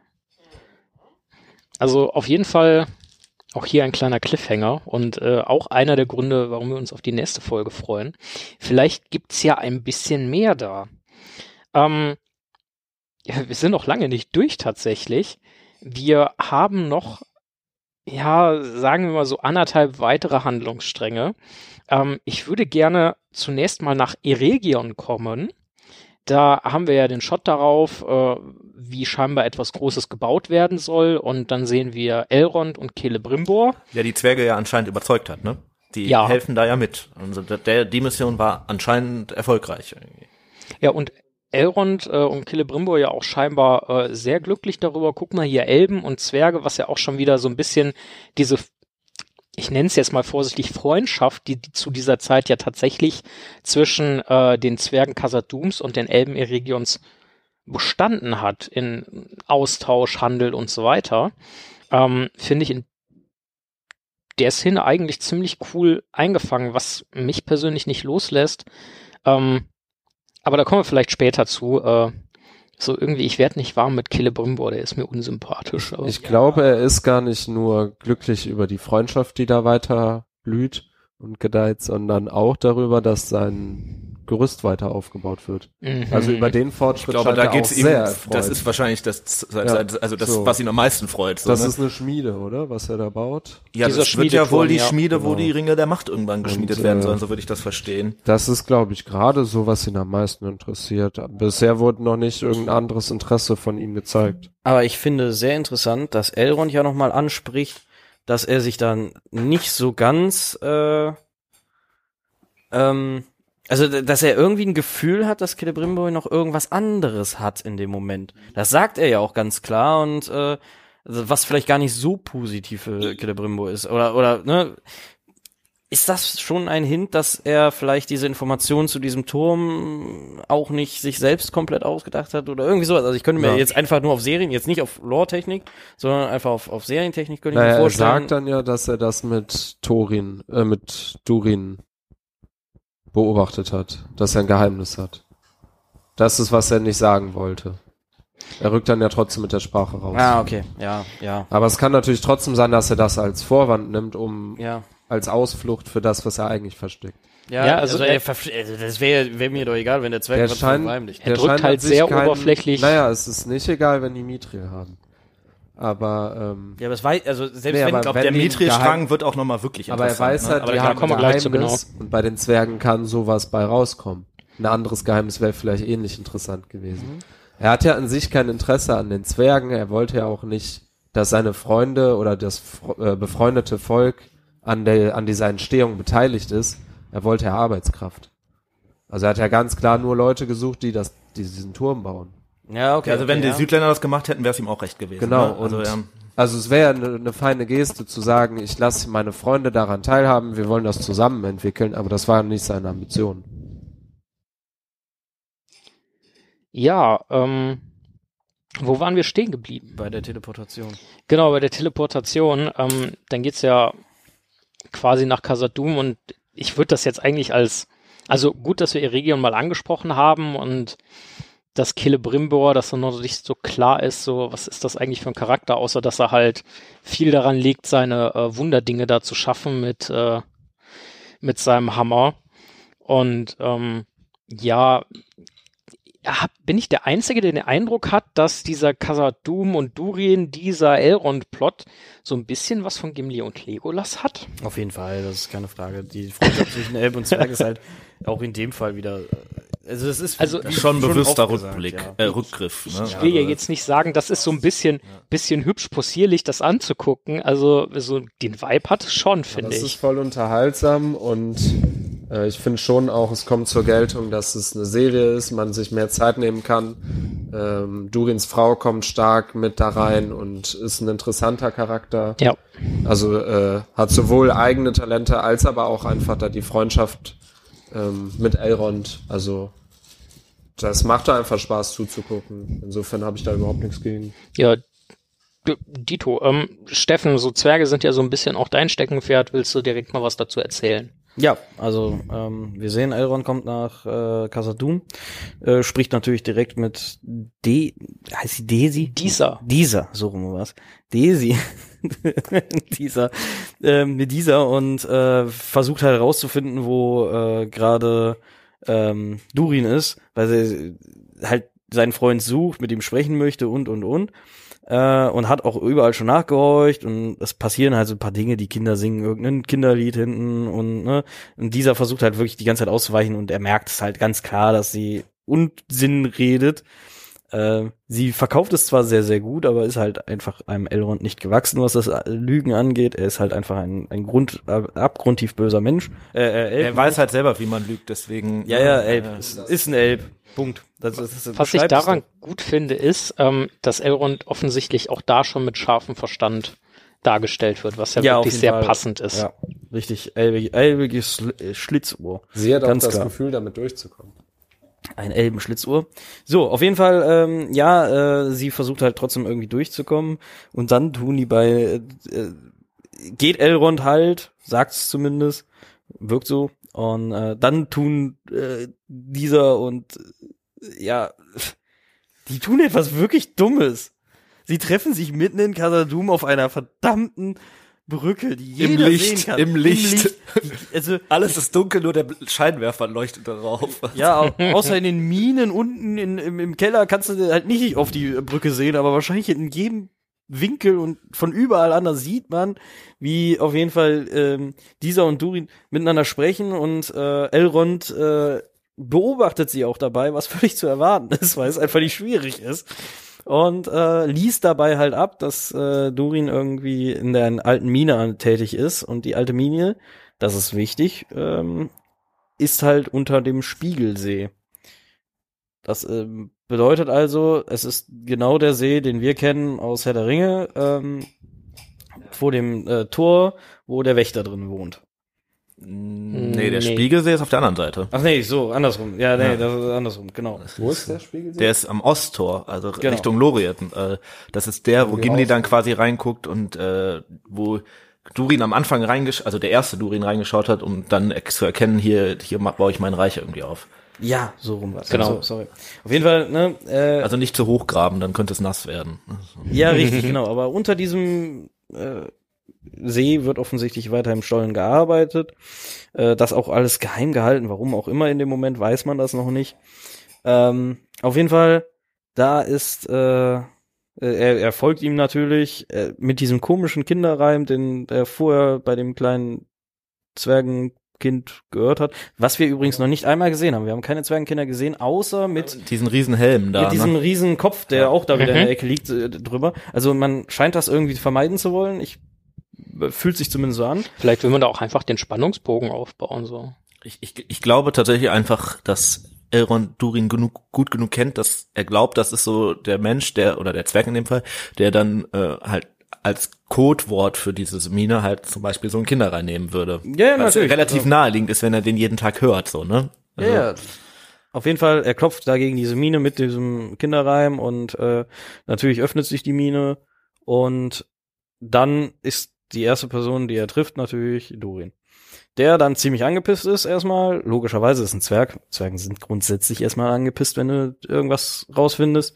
Also auf jeden Fall auch hier ein kleiner Cliffhanger und äh, auch einer der Gründe, warum wir uns auf die nächste Folge freuen. Vielleicht gibt's ja ein bisschen mehr da. Ähm, ja, wir sind noch lange nicht durch tatsächlich. Wir haben noch ja, sagen wir mal so anderthalb weitere Handlungsstränge. Ähm, ich würde gerne zunächst mal nach Eregion kommen. Da haben wir ja den Shot darauf, äh, wie scheinbar etwas Großes gebaut werden soll. Und dann sehen wir Elrond und Celebrimbor. Ja, die Zwerge ja anscheinend überzeugt hat, ne? Die ja. helfen da ja mit. Also der, die Mission war anscheinend erfolgreich. Irgendwie. Ja, und Elrond äh, und Celebrimbor ja auch scheinbar äh, sehr glücklich darüber. Guck mal hier, Elben und Zwerge, was ja auch schon wieder so ein bisschen diese, ich nenne es jetzt mal vorsichtig, Freundschaft, die, die zu dieser Zeit ja tatsächlich zwischen äh, den Zwergen Khazad-dûms und den Elben Eregions bestanden hat, in Austausch, Handel und so weiter, ähm, finde ich in der Szene eigentlich ziemlich cool eingefangen, was mich persönlich nicht loslässt. Ähm, Aber da kommen wir vielleicht später zu. Äh, so irgendwie, ich werde nicht warm mit Celebrimbor, der ist mir unsympathisch. Aber ich glaube, er ist gar nicht nur glücklich über die Freundschaft, die da weiter blüht und gedeiht, sondern auch darüber, dass sein Gerüst weiter aufgebaut wird. Mhm. Also über den Fortschritt ich glaube, da er geht's auch ihm, sehr erfreut. Das ist wahrscheinlich das, ja, also das, so. was ihn am meisten freut. So, das ne? ist eine Schmiede, oder? Was er da baut? Ja, Dieser das wird ja wohl die Schmiede, ja. wo genau. die Ringe der Macht irgendwann geschmiedet und, werden sollen, so würde ich das verstehen. Das ist, glaube ich, gerade so, was ihn am meisten interessiert. Bisher wurde noch nicht irgendein anderes Interesse von ihm gezeigt. Aber ich finde sehr interessant, dass Elrond ja nochmal anspricht, dass er sich dann nicht so ganz äh, ähm Also, dass er irgendwie ein Gefühl hat, dass Celebrimbor noch irgendwas anderes hat in dem Moment. Das sagt er ja auch ganz klar und äh, was vielleicht gar nicht so positiv für Celebrimbor ist. Oder, oder, ne? Ist das schon ein Hint, dass er vielleicht diese Informationen zu diesem Turm auch nicht sich selbst komplett ausgedacht hat oder irgendwie sowas? Also ich könnte mir ja. jetzt einfach nur auf Serien, jetzt nicht auf Lore-Technik, sondern einfach auf, auf Serientechnik könnte ich naja, mir vorstellen. Er sagt dann ja, dass er das mit Thorin, äh, mit Durin beobachtet hat, dass er ein Geheimnis hat. Das ist, was er nicht sagen wollte. Er rückt dann ja trotzdem mit der Sprache raus. Ah, okay, ja, ja. Aber es kann natürlich trotzdem sein, dass er das als Vorwand nimmt, um ja. als Ausflucht für das, was er eigentlich versteckt. Ja, ja also, also, er, also das wäre wär mir doch egal, wenn der Zwerg was verheimlicht. Er drückt halt sehr kein, oberflächlich. Naja, es ist nicht egal, wenn die Mithril haben. Aber, ähm, ja, aber es weiß, also selbst nee, wenn, ich glaube, der Mithril-Strang wird auch nochmal wirklich aber interessant. Aber er weiß halt, ne? aber die da haben kommen wir gleich zu genau. Und bei den Zwergen kann sowas bei rauskommen. Ein anderes Geheimnis wäre vielleicht ähnlich interessant gewesen. Mhm. Er hat ja an sich kein Interesse an den Zwergen, er wollte ja auch nicht dass seine Freunde oder das äh, befreundete Volk an der an dieser Entstehung beteiligt ist. Er wollte ja Arbeitskraft. Also er hat ja ganz klar nur Leute gesucht, die das die diesen Turm bauen. Ja, okay. Also wenn okay, die ja. Südländer das gemacht hätten, wäre es ihm auch recht gewesen. Genau, Ne? Also, und ja. also es wäre eine, eine feine Geste zu sagen, ich lasse meine Freunde daran teilhaben, wir wollen das zusammen entwickeln, aber das war nicht seine Ambition. Ja, ähm, wo waren wir stehen geblieben? Bei der Teleportation. Genau, bei der Teleportation. Ähm, dann geht's ja quasi nach Khazad-dûm und ich würde das jetzt eigentlich als, also gut, dass wir Eregion mal angesprochen haben und das Celebrimbor, dass er noch nicht so klar ist, so was ist das eigentlich für ein Charakter, außer dass er halt viel daran legt, seine äh, Wunderdinge da zu schaffen mit äh, mit seinem Hammer. Und ähm, ja, hab, bin ich der Einzige, der den Eindruck hat, dass dieser Khazad-dûm und Durin, dieser Elrond-Plot so ein bisschen was von Gimli und Legolas hat? Auf jeden Fall, das ist keine Frage. Die Freundschaft zwischen Elb und Zwerg ist halt auch in dem Fall wieder, also das ist Also wie schon bewusster oft gesagt, Rückblick, ja. äh, Rückgriff. Ne? Ich will ja jetzt nicht sagen, das ist so ein bisschen, bisschen hübsch possierlich, das anzugucken. Also so den Vibe hat es schon, finde das ich. ist voll unterhaltsam und äh, ich finde schon auch, es kommt zur Geltung, dass es eine Serie ist, man sich mehr Zeit nehmen kann. Ähm, Durins Frau kommt stark mit da rein und ist ein interessanter Charakter. Ja. Also äh, hat sowohl eigene Talente als aber auch einfach da die Freundschaft ähm, mit Elrond. Also das macht da einfach Spaß zuzugucken. Insofern habe ich da überhaupt nichts gegen. Ja, D- Dito, ähm, Steffen, so Zwerge sind ja so ein bisschen auch dein Steckenpferd. Willst du direkt mal was dazu erzählen? Ja, also ähm, wir sehen, Elrond kommt nach äh, Khazad-dûm, äh, spricht natürlich direkt mit De, heißt sie Desi? Dieser. Dieser, so rum war's. Desi. dieser, ähm, mit dieser und äh, versucht halt herauszufinden, wo äh, gerade ähm, Durin ist, weil sie halt seinen Freund sucht, mit ihm sprechen möchte und, und, und. Äh, und hat auch überall schon nachgehorcht und es passieren halt so ein paar Dinge, die Kinder singen irgendein Kinderlied hinten und, ne, und dieser versucht halt wirklich die ganze Zeit auszuweichen und er merkt es halt ganz klar, dass sie Unsinn redet. Äh, sie verkauft es zwar sehr, sehr gut, aber ist halt einfach einem Elrond nicht gewachsen, was das Lügen angeht. Er ist halt einfach ein, ein Grund, äh, abgrundtief böser Mensch. Äh, äh, Elb. Er weiß halt selber, wie man lügt, deswegen. Ja, ja, Elb. Äh, ist, ist ein Elb. Punkt. Das, das, das Was ich beschreibt es daran doch. gut finde, ist, ähm, dass Elrond offensichtlich auch da schon mit scharfem Verstand dargestellt wird, was ja, Ja, auf wirklich jeden sehr Fall. passend ist. Ja, richtig. Elbig, elbiges Schl äh, Schlitzohr. Sie hat auch Ganz das klar. Gefühl, damit durchzukommen. Ein Elbenschlitzohr. So, auf jeden Fall, ähm, ja, äh, sie versucht halt trotzdem irgendwie durchzukommen und dann tun die bei, äh, äh, geht Elrond halt, sagt's zumindest, wirkt so, und äh, dann tun äh, dieser und äh, ja, die tun etwas wirklich Dummes. Sie treffen sich mitten in Khazad-dûm auf einer verdammten Brücke, die Im jeder Licht, sehen kann. im Licht. Die, also Alles ist dunkel, nur der Scheinwerfer leuchtet darauf. ja, au außer in den Minen unten in, im, im Keller kannst du halt nicht auf die Brücke sehen, aber wahrscheinlich in jedem Winkel und von überall anders sieht man, wie auf jeden Fall ähm, dieser und Durin miteinander sprechen und äh, Elrond äh, beobachtet sie auch dabei, was völlig zu erwarten ist, weil es einfach nicht schwierig ist. Und äh, liest dabei halt ab, dass äh, Durin irgendwie in der alten Mine tätig ist und die alte Mine, das ist wichtig, ähm, ist halt unter dem Spiegelsee. Das ähm, bedeutet also, es ist genau der See, den wir kennen aus Herr der Ringe, ähm, vor dem äh, Tor, wo der Wächter drin wohnt. Nee, der Nee. Spiegelsee ist auf der anderen Seite. Ach nee, so, andersrum. Ja, nee, Ja. das ist andersrum, genau. Wo ist der Spiegelsee? Der ist am Osttor, also Genau. Richtung Lorien. Äh, das ist der, wo Irgendwie Gimli raus. dann quasi reinguckt und äh, wo Durin am Anfang reingeschaut, also der erste Durin reingeschaut hat, um dann zu erkennen, hier, hier ma- baue ich mein Reich irgendwie auf. Ja, so rum war's. Genau. So, sorry. Auf jeden Fall, ne, äh, Also nicht zu hoch graben, dann könnte es nass werden. ja, richtig, genau. Aber unter diesem äh, See wird offensichtlich weiter im Stollen gearbeitet. Äh, das auch alles geheim gehalten. Warum auch immer in dem Moment, weiß man das noch nicht. Ähm, auf jeden Fall, da ist, äh, er, er folgt ihm natürlich äh, mit diesem komischen Kinderreim, den er vorher bei dem kleinen Zwergen Kind gehört hat. Was wir übrigens noch nicht einmal gesehen haben. Wir haben keine Zwergenkinder gesehen, außer mit diesen riesen Helm da. Mit diesem ne? riesen Kopf, der Ja. auch da wieder Mhm. in der Ecke liegt, äh, drüber. Also man scheint das irgendwie vermeiden zu wollen. Ich äh, fühlt sich zumindest so an. Vielleicht will man da auch einfach den Spannungsbogen aufbauen, so. Ich, ich, ich glaube tatsächlich einfach, dass Elrond Durin genug, gut genug kennt, dass er glaubt, das ist so der Mensch, der, oder der Zwerg in dem Fall, der dann äh, halt als Codewort für diese Mine halt zum Beispiel so ein Kinderreim nehmen würde. Ja, ja, Was natürlich. relativ Also, naheliegend ist, wenn er den jeden Tag hört, so, ne? ja, Also, ja. Auf jeden Fall, er klopft da gegen diese Mine mit diesem Kinderreim und äh, natürlich öffnet sich die Mine und dann ist die erste Person, die er trifft, natürlich Durin. Der dann ziemlich angepisst ist erstmal. Logischerweise ist ein Zwerg. Zwergen sind grundsätzlich erstmal angepisst, wenn du irgendwas rausfindest.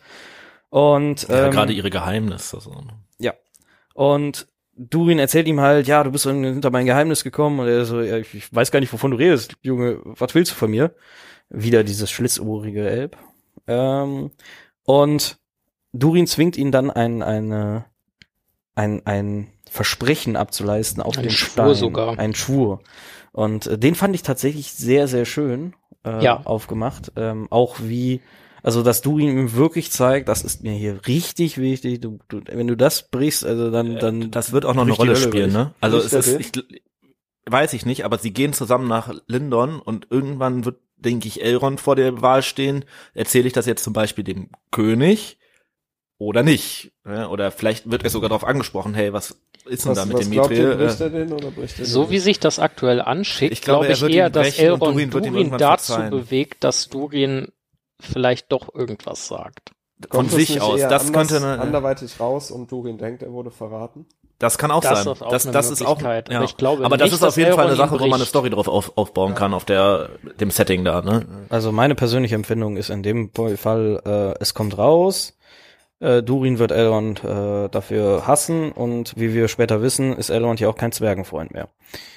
Und ja, ähm, gerade ihre Geheimnisse. So. ja. Und Durin erzählt ihm halt, ja, du bist hinter mein Geheimnis gekommen. Und er so, ja, ich, ich weiß gar nicht, wovon du redest, Junge. Was willst du von mir? Wieder dieses schlitzohrige Elb. Ähm, und Durin zwingt ihn dann ein, eine, ein, ein Versprechen abzuleisten auf Ein dem Schwur Stein. sogar. Ein Schwur. Und äh, den fand ich tatsächlich sehr, sehr schön äh, Ja. aufgemacht. Ähm, auch wie, also dass Durin ihm wirklich zeigt, das ist mir hier richtig wichtig. Du, du, wenn du das brichst, also dann, dann Das wird auch noch eine bricht die Rolle Hölle spielen, durch. ne? Also Bricht es er ist, ich, weiß ich nicht, aber sie gehen zusammen nach Lindon und irgendwann wird, denke ich, Elrond vor der Wahl stehen. Erzähle ich das jetzt zum Beispiel dem König oder nicht? Ja, oder vielleicht wird er sogar darauf angesprochen, hey, was ist denn Was, da mit was dem glaubt ihr, Mithril? bricht er den oder bricht er den So wie nicht? sich das aktuell anschickt, Ich glaube, glaube er ich wird eher, ihn dass brechen und Elrond Durin wird ihm Durin irgendwann dazu verzeihen. bewegt, dass Durin vielleicht doch irgendwas sagt. Von Kommt das sich nicht aus. eher Das anders, könnte eine, anderweitig raus und Durin denkt, er wurde verraten? das kann auch Das sein. ist auch das eine das ist auch, Möglichkeit. ja. Aber ich glaube aber das nicht, ist auf dass jeden Fall eine Elrond ihn Sache, wo man eine bricht. Story drauf auf, aufbauen kann, auf der, dem Setting da, ne? Also meine persönliche Empfindung ist in dem Fall, äh, es kommt raus, äh, Durin wird Elrond äh, dafür hassen und wie wir später wissen, ist Elrond ja auch kein Zwergenfreund mehr.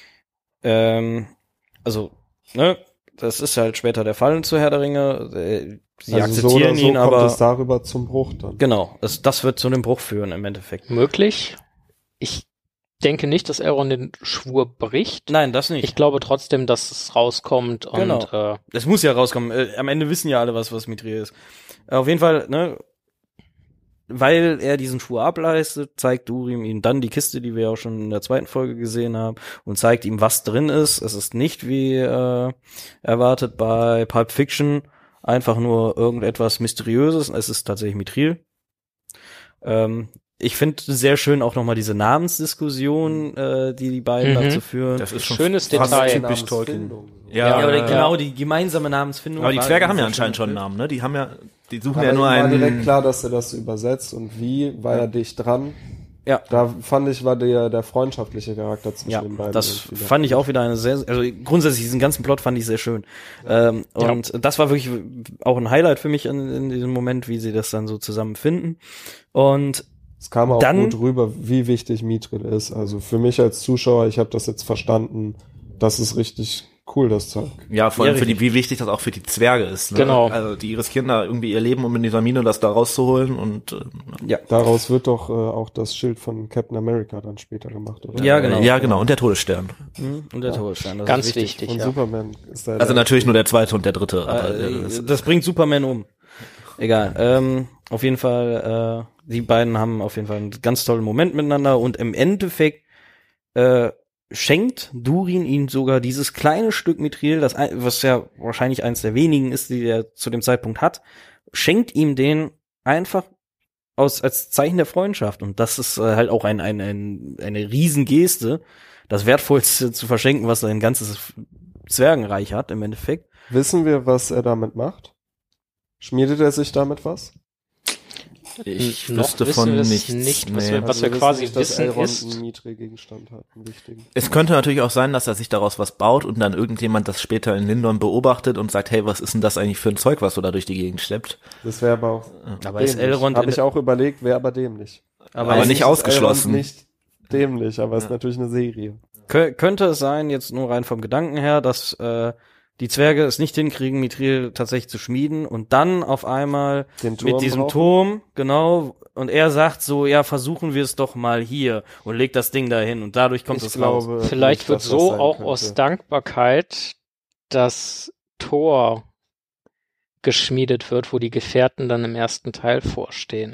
Ähm, also, ne, das ist halt später der Fall zu Herr der Ringe. Äh, sie also akzeptieren so oder so ihn, kommt aber es darüber zum Bruch dann. genau, das, das wird zu dem Bruch führen im Endeffekt. Möglich. Ich denke nicht, dass Elrond den Schwur bricht. Nein, das nicht. Ich glaube trotzdem, dass es rauskommt und Genau. äh, Das muss ja rauskommen. Äh, am Ende wissen ja alle, was, was Mithril ist. Äh, auf jeden Fall, ne, weil er diesen Schwur ableistet, zeigt Durin ihm dann die Kiste, die wir auch schon in der zweiten Folge gesehen haben, und zeigt ihm, was drin ist. Es ist nicht wie äh, erwartet bei Pulp Fiction einfach nur irgendetwas Mysteriöses. Es ist tatsächlich Mithril. Ähm, ich finde sehr schön auch nochmal diese Namensdiskussion, äh, die die beiden Mhm. dazu führen. Das ist schon schönes fast Detail. typisch Tolkien. Ja, Ja, aber ja. genau, die gemeinsame Namensfindung. Aber die war Zwerge sehr haben ja schön anscheinend schon einen erfüllt. Namen, ne? Die haben ja, die suchen aber ja nur ihm war direkt einen. klar, dass er das übersetzt und wie war er dicht dran. Ja. Da fand ich, war der, der freundschaftliche Charakter zwischen Ja, den beiden. das irgendwie fand ich auch wieder eine sehr, also grundsätzlich diesen ganzen Plot fand ich sehr schön. Ähm, Ja. und das war wirklich auch ein Highlight für mich in, in diesem Moment, wie sie das dann so zusammen finden. Und Es kam auch Dann- gut rüber, wie wichtig Mithril ist. Also für mich als Zuschauer, ich habe das jetzt verstanden, das ist richtig cool, das Zeug. Ja, vor allem Ja, für die, richtig. wie wichtig das auch für die Zwerge ist. Ne? Genau. Also die riskieren da irgendwie ihr Leben, um in dieser Mine das da rauszuholen und äh, ja, Daraus wird doch äh, auch das Schild von Captain America dann später gemacht, oder? Ja, genau. Ja, genau. Und der Todesstern. mhm, und der Todesstern. Das ganz ist wichtig. Und ja. Superman ist da. Also der- natürlich nur der zweite und der dritte. Aber, Äh, äh, das, das bringt Superman um. Egal. Ähm, auf jeden Fall, äh, die beiden haben auf jeden Fall einen ganz tollen Moment miteinander und im Endeffekt äh, schenkt Durin ihm sogar dieses kleine Stück Mithril, das ein, was ja wahrscheinlich eins der wenigen ist, die er zu dem Zeitpunkt hat, schenkt ihm den einfach aus als Zeichen der Freundschaft und das ist äh, halt auch ein, ein, ein eine Riesengeste, das Wertvollste zu verschenken, was ein ganzes Zwergenreich hat im Endeffekt. Wissen wir, was er damit macht? Schmiedet er sich damit was? ich Noch wüsste wissen von wir es nichts. nicht, was Nee. wir- Was wir quasi nicht, dass wissen Elrond ist- einen Mithril-Gegenstand hat, einen wichtigen. Es könnte natürlich auch sein, dass er sich daraus was baut und dann irgendjemand das später in Lindon beobachtet und sagt, hey, was ist denn das eigentlich für ein Zeug, was du da durch die Gegend schleppst? Das wäre aber auch Aber ist dämlich. Elrond Habe in- ich auch überlegt, wäre aber dämlich. Aber Es nicht ist ausgeschlossen. Elrond nicht dämlich, aber es ist natürlich eine Serie. Kö- könnte es sein, jetzt nur rein vom Gedanken her, dass äh, die Zwerge es nicht hinkriegen, Mithril tatsächlich zu schmieden und dann auf einmal Den Turm mit diesem brauchen. Turm, genau, und er sagt so, ja, versuchen wir es doch mal hier und legt das Ding dahin und dadurch kommt Ich es raus. glaube, Vielleicht nicht, wird dass das so sein auch könnte. aus Dankbarkeit das Tor geschmiedet wird, wo die Gefährten dann im ersten Teil vorstehen.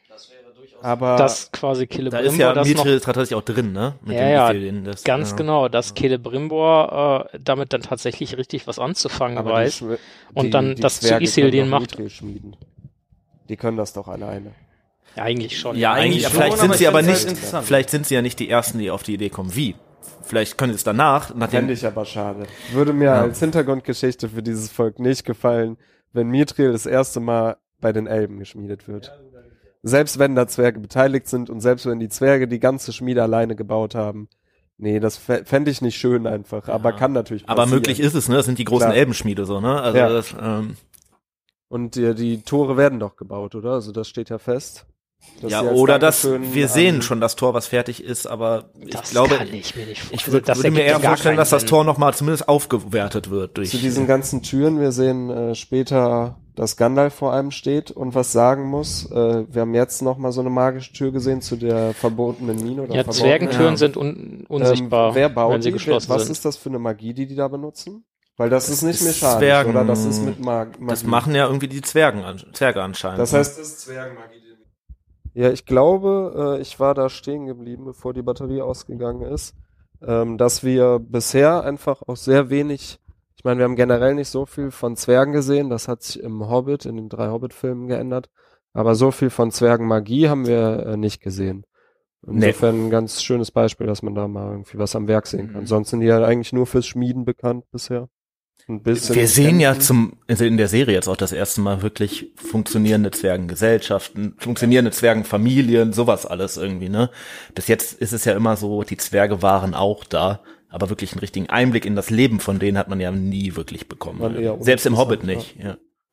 Aber Das quasi Da Celebrimbor, ist ja das noch Mithril tatsächlich auch drin, ne? Mit Ja, dem ja, Ithilien, das, ganz ja. genau, dass Celebrimbor äh, damit dann tatsächlich richtig was anzufangen aber die weiß. Schw- und die, dann die das zu Zwerge Isildur können doch macht. Mithril schmieden. Die können das doch alleine. Ja, eigentlich schon. Ja, eigentlich, schon, vielleicht aber sind ich sie aber find's nicht, halt interessant. vielleicht sind sie ja nicht die Ersten, die auf die Idee kommen. Wie? Vielleicht können sie es danach, nachdem, Fände ich aber schade. Würde mir Ja. als Hintergrundgeschichte für dieses Volk nicht gefallen, wenn Mithril das erste Mal bei den Elben geschmiedet wird. Selbst wenn da Zwerge beteiligt sind und selbst wenn die Zwerge die ganze Schmiede alleine gebaut haben. Nee, das fä- fände ich nicht schön einfach, aber kann natürlich passieren. aber möglich ist es, ne? Das sind die großen Klar. Elbenschmiede so, ne? Also Ja. das, ähm, Und die, die Tore werden doch gebaut, oder? Also das steht ja fest. Dass ja, sie als oder das, Dankeschön wir sehen an- schon das Tor, was fertig ist, aber ich Das glaube, kann ich mir nicht ich vorstellen. würd, Das würde mir ergibt eher gar vorstellen, keinen dass das Sinn. Tor nochmal zumindest aufgewertet wird durch. Zu diesen ganzen Türen, wir sehen äh, später, dass Gandalf vor einem steht und was sagen muss. Äh, wir haben jetzt noch mal so eine magische Tür gesehen zu der verbotenen Mine. Oder Ja, verbotenen- Zwergentüren Ja. sind un unsichtbar, Ähm, wer baut wenn sie die? geschlossen Was sind. ist das für eine Magie, die die da benutzen? Weil das, Das ist nicht ist mechanisch, Zwergen- oder? Das ist mit Mag Magie. Das machen ja irgendwie die Zwergen, an- Zwerge anscheinend. Das heißt, das ist Zwergenmagie. Ja, ich glaube, äh, ich war da stehen geblieben, bevor die Batterie ausgegangen ist, ähm, dass wir bisher einfach auch sehr wenig, ich meine, wir haben generell nicht so viel von Zwergen gesehen, das hat sich im Hobbit, in den drei Hobbit-Filmen geändert, aber so viel von Zwergenmagie haben wir äh, nicht gesehen. Insofern ein ganz schönes Beispiel, dass man da mal irgendwie was am Werk sehen kann. Mhm. Sonst sind die ja eigentlich nur fürs Schmieden bekannt bisher. Ein bisschen Wir sehen ja kämpfen. zum, also in der Serie jetzt auch das erste Mal wirklich funktionierende Zwergengesellschaften, funktionierende Zwergenfamilien, sowas alles irgendwie, ne? Bis jetzt ist es ja immer so, die Zwerge waren auch da, aber wirklich einen richtigen Einblick in das Leben von denen hat man ja nie wirklich bekommen. Man eher Selbst im Hobbit uninteressant, nicht, ja.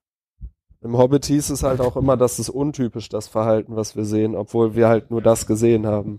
Im Hobbit hieß es halt auch immer, das ist untypisch, das Verhalten, was wir sehen, obwohl wir halt nur das gesehen haben.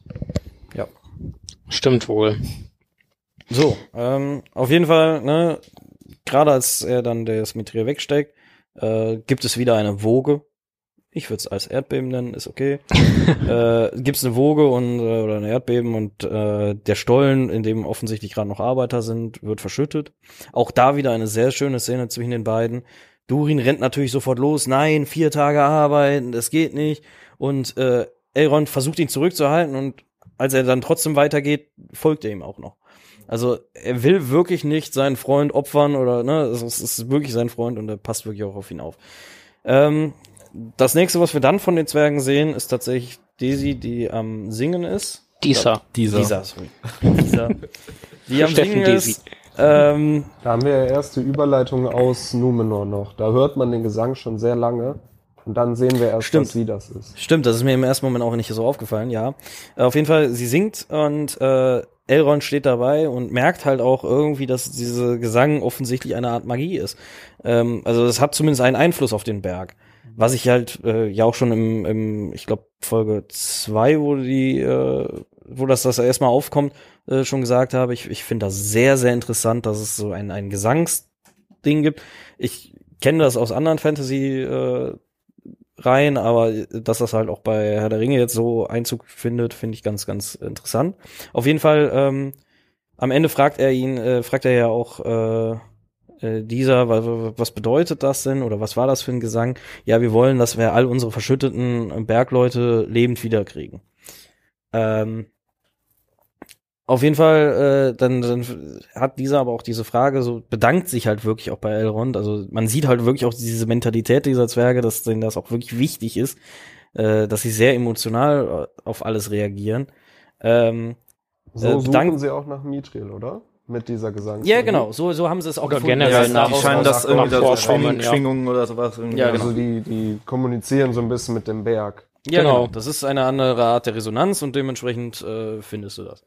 Stimmt wohl. So, ähm, auf jeden Fall, ne, gerade als er dann das Mithril wegsteckt, äh, gibt es wieder eine Woge. Ich würde es als Erdbeben nennen, ist okay. äh, gibt es eine Woge und äh, oder ein Erdbeben und äh, der Stollen, in dem offensichtlich gerade noch Arbeiter sind, wird verschüttet. Auch da wieder eine sehr schöne Szene zwischen den beiden. Durin rennt natürlich sofort los. Nein, vier Tage arbeiten, das geht nicht. Und äh, Elrond versucht ihn zurückzuhalten und als er dann trotzdem weitergeht, folgt er ihm auch noch. Also er will wirklich nicht seinen Freund opfern oder ne, es ist wirklich sein Freund und er passt wirklich auch auf ihn auf. Ähm, das nächste, was wir dann von den Zwergen sehen, ist tatsächlich Daisy, die am Singen ist. Dieser. Dieser. Dieser, sorry. Dieser. Die am Steffen Singen Daisy. ist. Ähm, Da haben wir ja erste Überleitung aus Numenor noch. Da hört man den Gesang schon sehr lange. Und dann sehen wir erst, Stimmt. was sie das ist. Stimmt, das ist mir im ersten Moment auch nicht so aufgefallen, ja. Äh, auf jeden Fall, sie singt und äh, Elrond steht dabei und merkt halt auch irgendwie, dass diese Gesang offensichtlich eine Art Magie ist. Ähm, also es hat zumindest einen Einfluss auf den Berg. Was ich halt äh, ja auch schon im, im ich glaube, Folge zwei, wo die, äh, wo das das erstmal aufkommt, äh, schon gesagt habe. Ich, ich finde das sehr, sehr interessant, dass es so ein, ein Gesangsding gibt. Ich kenne das aus anderen Fantasy äh, rein, aber dass das halt auch bei Herr der Ringe jetzt so Einzug findet, finde ich ganz, ganz interessant. Auf jeden Fall, ähm, am Ende fragt er ihn, äh, fragt er ja auch äh, äh, dieser, was, was bedeutet das denn oder was war das für ein Gesang? Ja, wir wollen, dass wir all unsere verschütteten Bergleute lebend wiederkriegen. Ähm, auf jeden Fall, äh, dann, dann hat dieser aber auch diese Frage, so bedankt sich halt wirklich auch bei Elrond. Also man sieht halt wirklich auch diese Mentalität dieser Zwerge, dass denen das auch wirklich wichtig ist, äh, dass sie sehr emotional auf alles reagieren. Ähm, So äh, suchen bedankt- sie auch nach Mithril, oder? Mit dieser Gesangs. ja, genau, so, so haben sie es auch Oder gefunden. generell Ja, nach- die scheinen das nach irgendwie da so Vorkommen, Schwing, ja. Schwingungen oder sowas irgendwie. Ja, genau. Also die, die kommunizieren so ein bisschen mit dem Berg. Ja, Genau. genau. Das ist eine andere Art der Resonanz und dementsprechend äh, findest du das.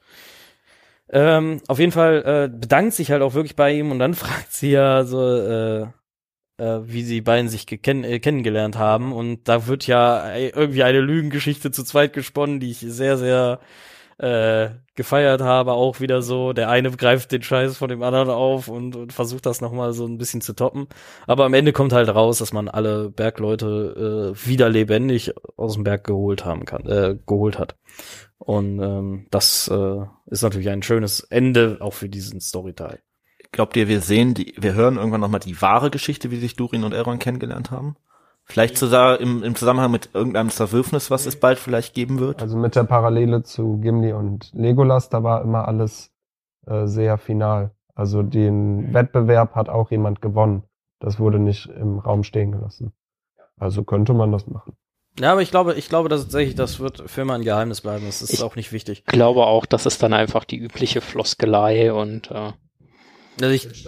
Ähm, auf jeden Fall äh, bedankt sich halt auch wirklich bei ihm und dann fragt sie ja so, äh, äh, wie die beiden sich geken äh, kennengelernt haben und da wird ja äh, irgendwie eine Lügengeschichte zu zweit gesponnen, die ich sehr, sehr äh, gefeiert habe, auch wieder so. Der eine greift den Scheiß von dem anderen auf und, und versucht das nochmal so ein bisschen zu toppen. Aber am Ende kommt halt raus, dass man alle Bergleute äh, wieder lebendig aus dem Berg geholt haben kann, äh, geholt hat. Und ähm, das äh, ist natürlich ein schönes Ende auch für diesen Storyteil. Glaubt ihr, wir sehen, die, wir hören irgendwann nochmal die wahre Geschichte, wie sich Durin und Elrond kennengelernt haben? Vielleicht sogar im, im Zusammenhang mit irgendeinem Zerwürfnis, was es bald vielleicht geben wird? Also mit der Parallele zu Gimli und Legolas, da war immer alles äh, sehr final. Also den Wettbewerb hat auch jemand gewonnen. Das wurde nicht im Raum stehen gelassen. Also könnte man das machen. Ja, aber ich glaube, ich glaube dass tatsächlich, das wird für immer ein Geheimnis bleiben. Das ist ich auch nicht wichtig. Ich glaube auch, das ist dann einfach die übliche Floskelei und äh also ich,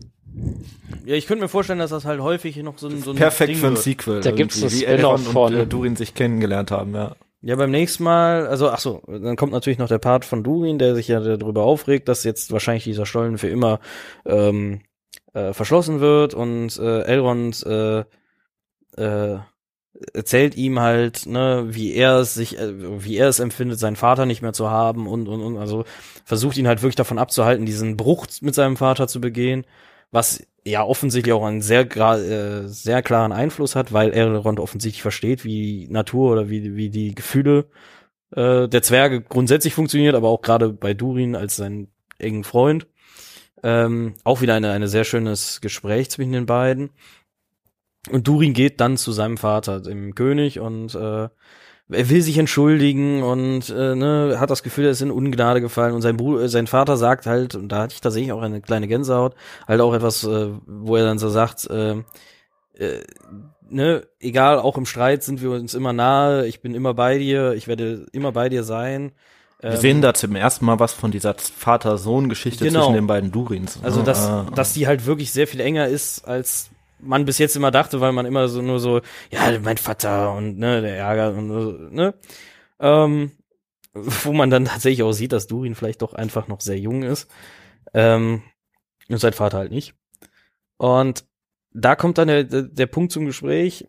ja, ich könnte mir vorstellen, dass das halt häufig noch so ein, so ein perfekt Ding für ein wird. Sequel. Da gibt's ein wie Elrond Spin-off und äh, von Durin sich kennengelernt haben, ja. Ja, beim nächsten Mal, also ach so, dann kommt natürlich noch der Part von Durin, der sich ja darüber aufregt, dass jetzt wahrscheinlich dieser Stollen für immer ähm, äh, verschlossen wird und äh, Elrond äh, äh, erzählt ihm halt, ne, wie er es sich, äh, wie er es empfindet, seinen Vater nicht mehr zu haben und und und, also versucht ihn halt wirklich davon abzuhalten, diesen Bruch mit seinem Vater zu begehen, was ja offensichtlich auch einen sehr äh, sehr klaren Einfluss hat, weil Elrond offensichtlich versteht, wie Natur oder wie wie die Gefühle äh, der Zwerge grundsätzlich funktioniert, aber auch gerade bei Durin als seinen engen Freund. Ähm, auch wieder eine eine sehr schönes Gespräch zwischen den beiden. Und Durin geht dann zu seinem Vater, dem König, und äh, er will sich entschuldigen und äh, ne, hat das Gefühl, er ist in Ungnade gefallen. Und sein Bruder, sein Vater sagt halt, und da hatte ich tatsächlich auch eine kleine Gänsehaut, halt auch etwas, äh, wo er dann so sagt, äh, äh, ne, egal, auch im Streit sind wir uns immer nahe, ich bin immer bei dir, ich werde immer bei dir sein. Wir ähm, sehen da zum ersten Mal was von dieser Vater-Sohn-Geschichte Genau. zwischen den beiden Durins. Also, dass, ah, dass die halt wirklich sehr viel enger ist, als man bis jetzt immer dachte, weil man immer so nur so, ja, mein Vater und ne, der Ärger und ne, ähm, wo man dann tatsächlich auch sieht, dass Durin vielleicht doch einfach noch sehr jung ist, ähm, und sein Vater halt nicht. Und da kommt dann der, der, der Punkt zum Gespräch,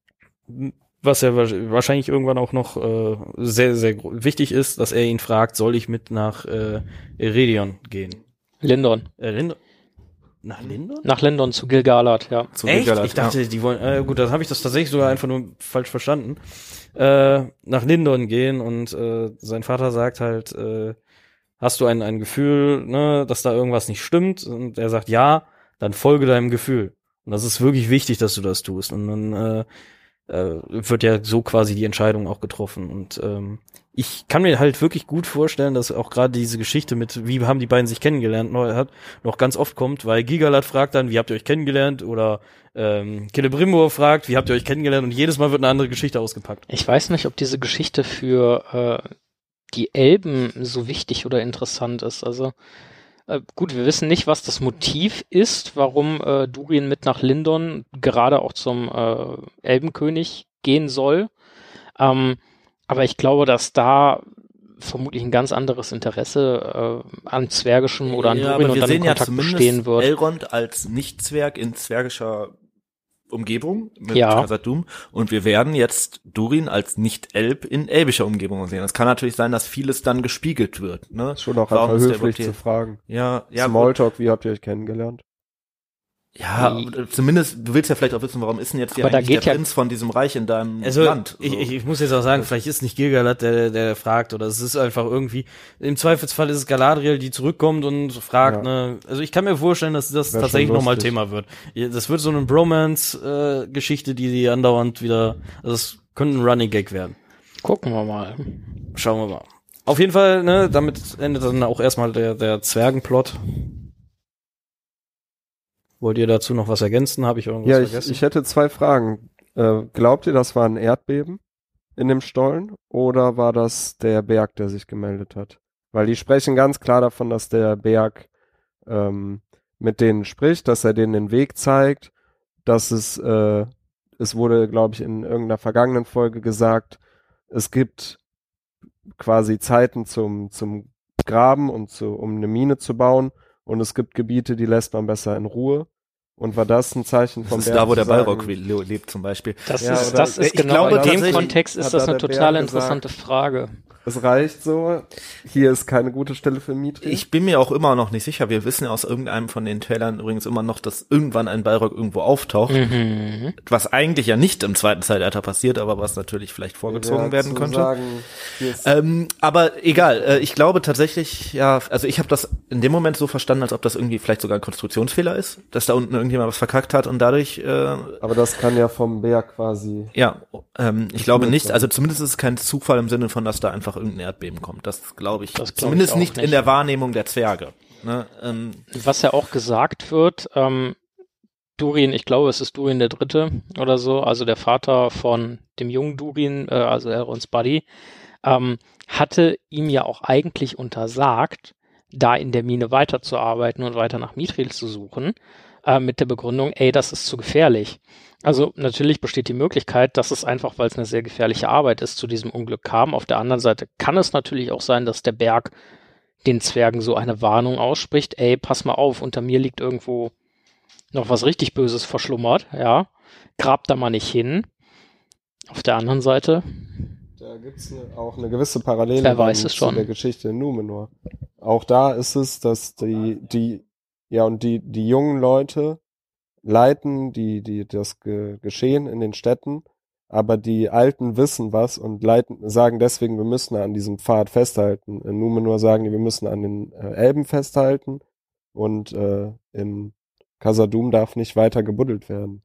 was ja wahrscheinlich irgendwann auch noch äh, sehr, sehr wichtig ist, dass er ihn fragt, soll ich mit nach äh, Eregion gehen? Lindon. Äh, Lindon? Nach Lindon? Nach Lindon zu Gil-galad, ja. zu Echt? Gil-galad, Ich dachte, ja. die wollen, äh, gut, dann habe ich das tatsächlich sogar einfach nur falsch verstanden. Äh, nach Lindon gehen und äh, sein Vater sagt halt, äh, hast du ein, ein Gefühl, ne, dass da irgendwas nicht stimmt? Und er sagt, ja, dann folge deinem Gefühl. Und das ist wirklich wichtig, dass du das tust. Und dann äh, äh, wird ja so quasi die Entscheidung auch getroffen. Und ähm, ich kann mir halt wirklich gut vorstellen, dass auch gerade diese Geschichte mit, wie haben die beiden sich kennengelernt, noch, hat, noch ganz oft kommt, weil Gil-galad fragt dann, wie habt ihr euch kennengelernt? Oder ähm, Celebrimbor fragt, wie habt ihr euch kennengelernt? Und jedes Mal wird eine andere Geschichte ausgepackt. Ich weiß nicht, ob diese Geschichte für äh, die Elben so wichtig oder interessant ist. Also äh, gut, wir wissen nicht, was das Motiv ist, warum äh, Durin mit nach Lindon gerade auch zum äh, Elbenkönig gehen soll. Ähm, aber ich glaube, dass da vermutlich ein ganz anderes Interesse äh, an Zwergischem oder an Ja, Durin aber und wir dann sehen in ja Kontakt zumindest bestehen wird. Elrond als Nicht-Zwerg in zwergischer Umgebung mit Ja. Khazad-dûm und wir werden jetzt Durin als Nicht-Elb in elbischer Umgebung sehen. Es kann natürlich sein, dass vieles dann gespiegelt wird. Ne? Schon auch Warum einfach ist der höflich überhaupt zu hier? fragen. Ja, ja, Smalltalk, wie habt ihr euch kennengelernt? ja, Die- aber zumindest, du willst ja vielleicht auch wissen, warum ist denn jetzt hier Aber da eigentlich geht der ja- Prinz von diesem Reich in deinem Also Land? ich, So. ich, ich muss jetzt auch sagen, vielleicht ist nicht Gil-galad, der, der fragt, oder es ist einfach irgendwie, im Zweifelsfall ist es Galadriel, die zurückkommt und fragt, Ja. ne, also ich kann mir vorstellen, dass das Wär tatsächlich schon nochmal lustig. Thema wird. Ja, das wird so eine Bromance-Geschichte, die die andauernd wieder, also es könnte ein Running Gag werden. Gucken wir mal. Schauen wir mal. Auf jeden Fall, ne, damit endet dann auch erstmal der, der Zwergenplot. Wollt ihr dazu noch was ergänzen? Habe ich irgendwas Ja, ich, vergessen? ich hätte zwei Fragen. Äh, glaubt ihr, das war ein Erdbeben in dem Stollen oder war das der Berg, der sich gemeldet hat? Weil die sprechen ganz klar davon, dass der Berg ähm, mit denen spricht, dass er denen den Weg zeigt, dass es, äh, es wurde, glaube ich, in irgendeiner vergangenen Folge gesagt, es gibt quasi Zeiten zum, zum Graben und zu, um eine Mine zu bauen und es gibt Gebiete, die lässt man besser in Ruhe. Und war das ein Zeichen vom das ist Berg da, wo zu der sagen, Balrog le- lebt zum Beispiel. Das Ja, ist, oder- das ist ich genau glaube in dem tatsächlich Kontext ist hat das da eine der total Bär interessante Frage. es reicht so. Hier ist keine gute Stelle für Mithril. Ich bin mir auch immer noch nicht sicher. Wir wissen ja aus irgendeinem von den Trailern übrigens immer noch, dass irgendwann ein Balrog irgendwo auftaucht. Mhm. Was eigentlich ja nicht im zweiten Zeitalter passiert, aber was natürlich vielleicht vorgezogen Ja, werden zu könnte. Sagen, hier ist Ähm, aber egal, äh, ich glaube tatsächlich, ja, also ich habe das in dem Moment so verstanden, als ob das irgendwie vielleicht sogar ein Konstruktionsfehler ist, dass da unten irgendjemand was verkackt hat und dadurch, äh, aber das kann ja vom Berg quasi. ja, ähm, ich glaube nicht, sein. also zumindest ist es kein Zufall im Sinne von, dass da einfach irgendein Erdbeben kommt. Das glaube ich, Das glaub zumindest ich auch nicht in nicht. der Wahrnehmung der Zwerge. Ne? Ähm, Was ja auch gesagt wird, ähm, Durin, ich glaube, es ist Durin der Dritte oder so, also der Vater von dem jungen Durin, äh, also Elrons Buddy, ähm, hatte ihm ja auch eigentlich untersagt, da in der Mine weiterzuarbeiten und weiter nach Mithril zu suchen, äh, mit der Begründung, ey, das ist zu gefährlich. Also natürlich besteht die Möglichkeit, dass es einfach, weil es eine sehr gefährliche Arbeit ist, zu diesem Unglück kam. Auf der anderen Seite kann es natürlich auch sein, dass der Berg den Zwergen so eine Warnung ausspricht, ey, pass mal auf, unter mir liegt irgendwo noch was richtig Böses verschlummert, ja, grabt da mal nicht hin. Auf der anderen Seite, Da gibt's ne, auch eine gewisse Parallele Wer weiß dann es zu schon. der Geschichte in Numenor. Auch da ist es, dass die, die, ja, und die, die jungen Leute leiten die, die, das Ge Geschehen in den Städten, aber die Alten wissen was und leiten, sagen deswegen, wir müssen an diesem Pfad festhalten. In Numenor sagen die, wir müssen an den äh, Elben festhalten und äh, in Khazad-dûm darf nicht weiter gebuddelt werden.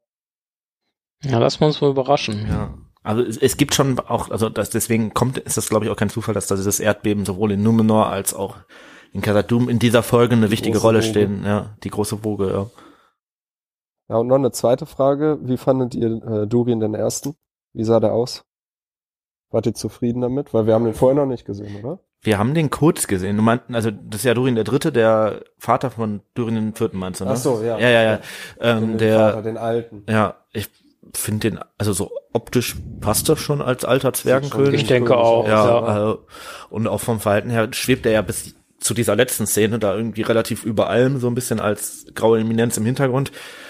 ja, lassen wir uns mal überraschen. ja. Also es, es gibt schon auch, also das, deswegen kommt, ist das glaube ich auch kein Zufall, dass da dieses Erdbeben sowohl in Numenor als auch in Khazad-dûm in dieser Folge eine wichtige große Rolle Woge. stehen. Ja, die große Woge, ja. Ja, und noch eine zweite Frage. Wie fandet ihr äh, Durin den Ersten? Wie sah der aus? Wart ihr zufrieden damit? Weil wir haben den vorher noch nicht gesehen, oder? Wir haben den kurz gesehen. Du meinten, also das ist ja Durin der Dritte, der Vater von Durin den Vierten, meinst du, ne? Ach so, ja. Ja, ja, ja. Ähm, Den der, Vater, den Alten. ja, ich finde den, also so optisch passt das schon als alter Zwergenkönig. Ich denke auch, Ja, ja. Also, und auch vom Verhalten her schwebt er ja bis zu dieser letzten Szene da irgendwie relativ über allem, so ein bisschen als graue Eminenz im Hintergrund.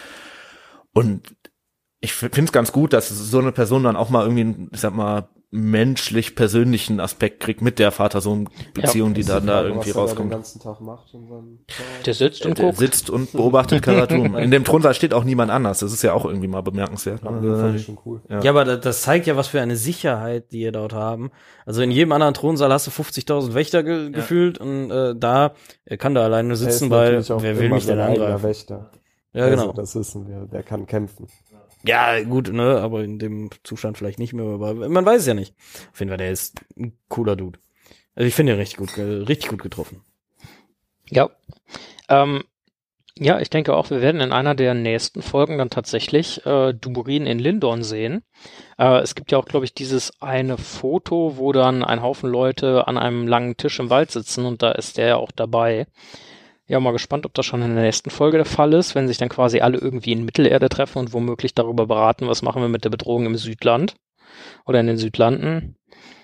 Und ich finde es ganz gut, dass so eine Person dann auch mal irgendwie, ich sag mal, menschlich persönlichen Aspekt kriegt mit der Vater-Sohn-Beziehung, die Ist dann da Frage, irgendwie was er da rauskommt. den ganzen Tag macht in seinem Der sitzt und Der guckt. sitzt und beobachtet Khazad-dûm. In dem Thronsaal steht auch niemand anders. Das ist ja auch irgendwie mal bemerkenswert. Ja, das fand ich schon cool. Ja. Ja, aber da- das zeigt ja, was für eine Sicherheit die ihr dort haben. Also in jedem anderen Thronsaal hast du fünfzigtausend Wächter ge gefühlt und äh, da er kann da alleine nur Er ist sitzen, weil natürlich auch wer will immer mich denn sein eigener angreifen? Wächter. Ja, genau. Also, das wissen wir. Der kann kämpfen. Ja, gut, ne, aber in dem Zustand vielleicht nicht mehr, aber man weiß es ja nicht. Auf jeden Fall, der ist ein cooler Dude. Also ich finde ihn richtig gut, äh, richtig gut getroffen. Ja. Ähm, ja, ich denke auch, wir werden in einer der nächsten Folgen dann tatsächlich äh, Durin in Lindorn sehen. Äh, es gibt ja auch, glaube ich, dieses eine Foto, wo dann ein Haufen Leute an einem langen Tisch im Wald sitzen und da ist der ja auch dabei. Ja, mal gespannt, ob das schon in der nächsten Folge der Fall ist, wenn sich dann quasi alle irgendwie in Mittelerde treffen und womöglich darüber beraten, was machen wir mit der Bedrohung im Südland oder in den Südlanden.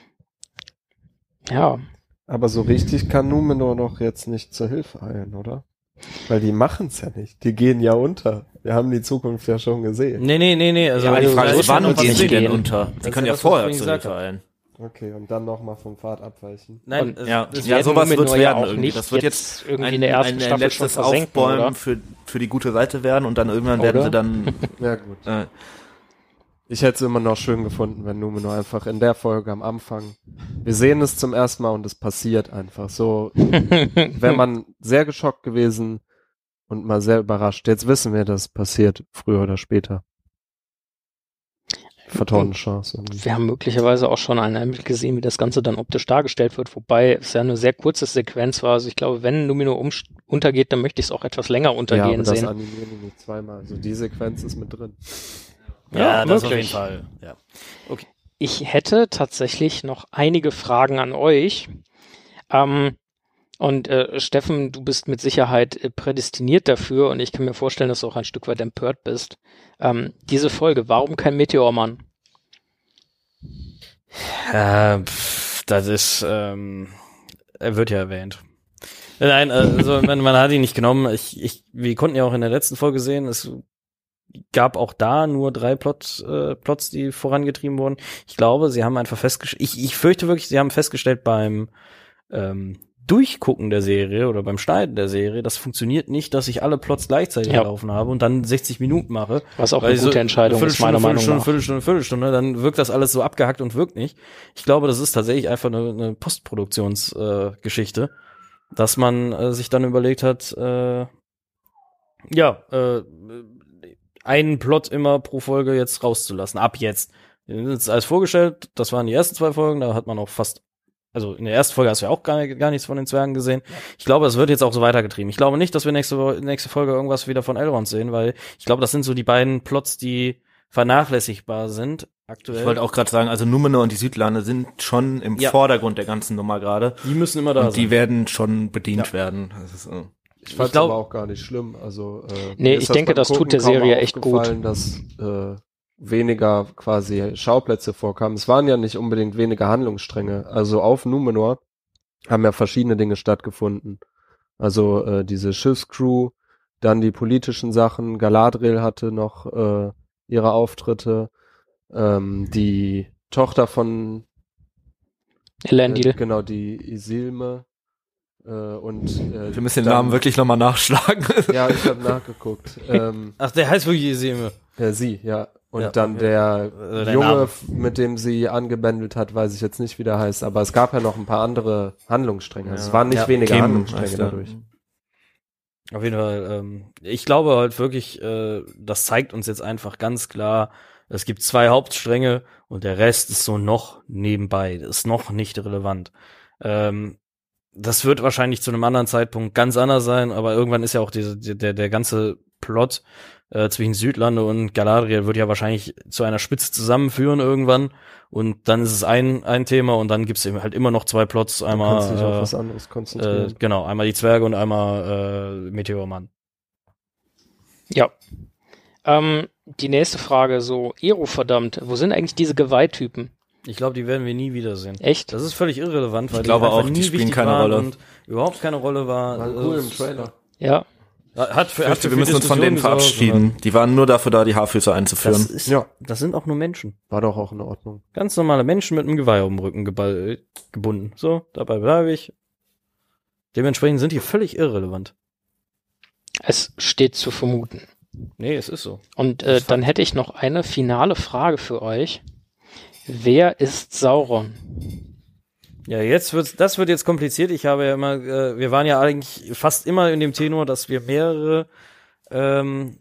Ja, Aber so richtig kann Numenor doch jetzt nicht zur Hilfe eilen, oder? Weil die machen's ja nicht. Die gehen ja unter. Wir haben die Zukunft ja schon gesehen. Nee, nee, nee, nee. Also Ja, aber die also Frage so ist, schnell wann noch was gehen sie gehen. denn unter? Das Sie ist können ja ja das, was vorher ich zur gesagt Hilfe habe. eilen. Okay, und dann nochmal vom Pfad abweichen. Nein, Und- es, Ja, es ja werden sowas Numenor wird's ja werden auch irgendwie. nicht Das wird jetzt jetzt irgendwie ein, in der ersten ein, ein Staffel schon letztes versenken, Aufbäumen oder? für, für die gute Seite werden und dann irgendwann Oder? werden sie dann, Ja, gut. äh, Ich hätte es immer noch schön gefunden, wenn Numenor einfach in der Folge am Anfang, wir sehen es zum ersten Mal und es passiert einfach so, wäre man sehr geschockt gewesen und mal sehr überrascht. Jetzt wissen wir, dass es passiert, früher oder später. Vertorene Chance. Irgendwie. Wir haben möglicherweise auch schon einen Einblick gesehen, wie das Ganze dann optisch dargestellt wird, wobei es ja eine sehr kurze Sequenz war. Also ich glaube, wenn Numenor umst- untergeht, dann möchte ich es auch etwas länger Ja, aber untergehen das sehen. animieren die nicht zweimal. Also die Sequenz ist mit drin. Ja, das auf jeden möglich. Fall. Ja. Ich hätte tatsächlich noch einige Fragen an euch. Ähm, und äh, Steffen, du bist mit Sicherheit äh, prädestiniert dafür und ich kann mir vorstellen, dass du auch ein Stück weit empört bist. Ähm, diese Folge, warum kein Meteormann? Äh, pff, das ist, ähm, er wird ja erwähnt. Nein, also man, man hat ihn nicht genommen. Ich, ich, wir konnten ja auch in der letzten Folge sehen, es gab auch da nur drei Plots, äh, Plots, die vorangetrieben wurden. Ich glaube, sie haben einfach festgestellt, ich, ich fürchte wirklich, sie haben festgestellt beim ähm, Durchgucken der Serie oder beim Schneiden der Serie, das funktioniert nicht, dass ich alle Plots gleichzeitig Ja. laufen habe und dann sechzig Minuten mache. Was auch Weil eine gute so Entscheidung ist, meiner Meinung Viertelstunde, nach. Viertelstunde, Viertelstunde, Viertelstunde, dann wirkt das alles so abgehackt und wirkt nicht. Ich glaube, das ist tatsächlich einfach eine, eine Postproduktionsgeschichte, äh, Geschichte, dass man äh, sich dann überlegt hat, äh, ja, äh, einen Plot immer pro Folge jetzt rauszulassen, ab jetzt. Wir haben uns alles vorgestellt, das waren die ersten zwei Folgen, da hat man auch fast, also in der ersten Folge hast du ja auch gar, gar nichts von den Zwergen gesehen. Ich glaube, es wird jetzt auch so weitergetrieben. Ich glaube nicht, dass wir nächste, nächste Folge irgendwas wieder von Elrond sehen, weil ich glaube, das sind so die beiden Plots, die vernachlässigbar sind aktuell. Ich wollte auch gerade sagen, also Numenor und die Südlande sind schon im Ja. Vordergrund der ganzen Nummer gerade. Die müssen immer da Und die sein. werden schon bedient Ja. werden. Das ist, äh, Ich fand's glaub- aber auch gar nicht schlimm. Also, äh, Nee, mir ist ich denke, beim das tut Gucken der kaum Serie echt gut. aufgefallen, dass äh, weniger quasi Schauplätze vorkamen. Es waren ja nicht unbedingt weniger Handlungsstränge. Also auf Numenor haben ja verschiedene Dinge stattgefunden. Also äh, diese Schiffscrew, dann die politischen Sachen. Galadriel hatte noch äh, ihre Auftritte. Ähm, die Tochter von Elendil. äh, genau, die Isilme. Äh, und äh, wir müssen den dann- Namen wirklich nochmal nachschlagen. Ja, ich habe nachgeguckt. ähm, Ach, der heißt wirklich Iseme. äh, sie, ja. Und Ja, dann okay. der, Äh, der Junge, Name. f- mit dem sie angebändelt hat, weiß ich jetzt nicht, wie der heißt. Aber es gab ja noch ein paar andere Handlungsstränge. Also Ja. es waren nicht Ja, weniger Kim Handlungsstränge heißt er. dadurch. Auf jeden Fall, ähm, ich glaube halt wirklich, äh, das zeigt uns jetzt einfach ganz klar, es gibt zwei Hauptstränge und der Rest ist so noch nebenbei, das ist noch nicht relevant. Ähm, das wird wahrscheinlich zu einem anderen Zeitpunkt ganz anders sein, aber irgendwann ist ja auch diese, der, der ganze Plot äh, zwischen Südlande und Galadriel wird ja wahrscheinlich zu einer Spitze zusammenführen irgendwann und dann ist es ein, ein Thema und dann gibt's eben halt immer noch zwei Plots, Du einmal kannst dich auf äh, was anderes Äh, konzentrieren. genau, einmal die Zwerge und einmal äh, Meteormann. Ja. Ähm, die nächste Frage, so, Ero verdammt, wo sind eigentlich diese Geweihtypen? Ich glaube, die werden wir nie wiedersehen. Echt? Das ist völlig irrelevant, weil Ich glaube die einfach auch, die nie spielen wichtig keine waren Rolle. und überhaupt keine Rolle war. War Also, cool im Trailer. Ja. Hat für, hat Ich für fürchte, wir viel müssen uns von denen Diskussion gesorgt, verabschieden. Die waren nur dafür da, die Haarfüße aber einzuführen. Das, ist, Ja. das sind auch nur Menschen. War doch auch in Ordnung. Ganz normale Menschen mit einem Geweih auf dem Rücken geball, gebunden. So, dabei bleibe ich. Dementsprechend sind die völlig irrelevant. Es steht zu vermuten. Nee, es ist so. Und äh, dann hätte ich noch eine finale Frage für euch. Wer ist Sauron? Ja, jetzt wird's, das wird jetzt kompliziert. Ich habe ja immer, äh, wir waren ja eigentlich fast immer in dem Tenor, dass wir mehrere ähm,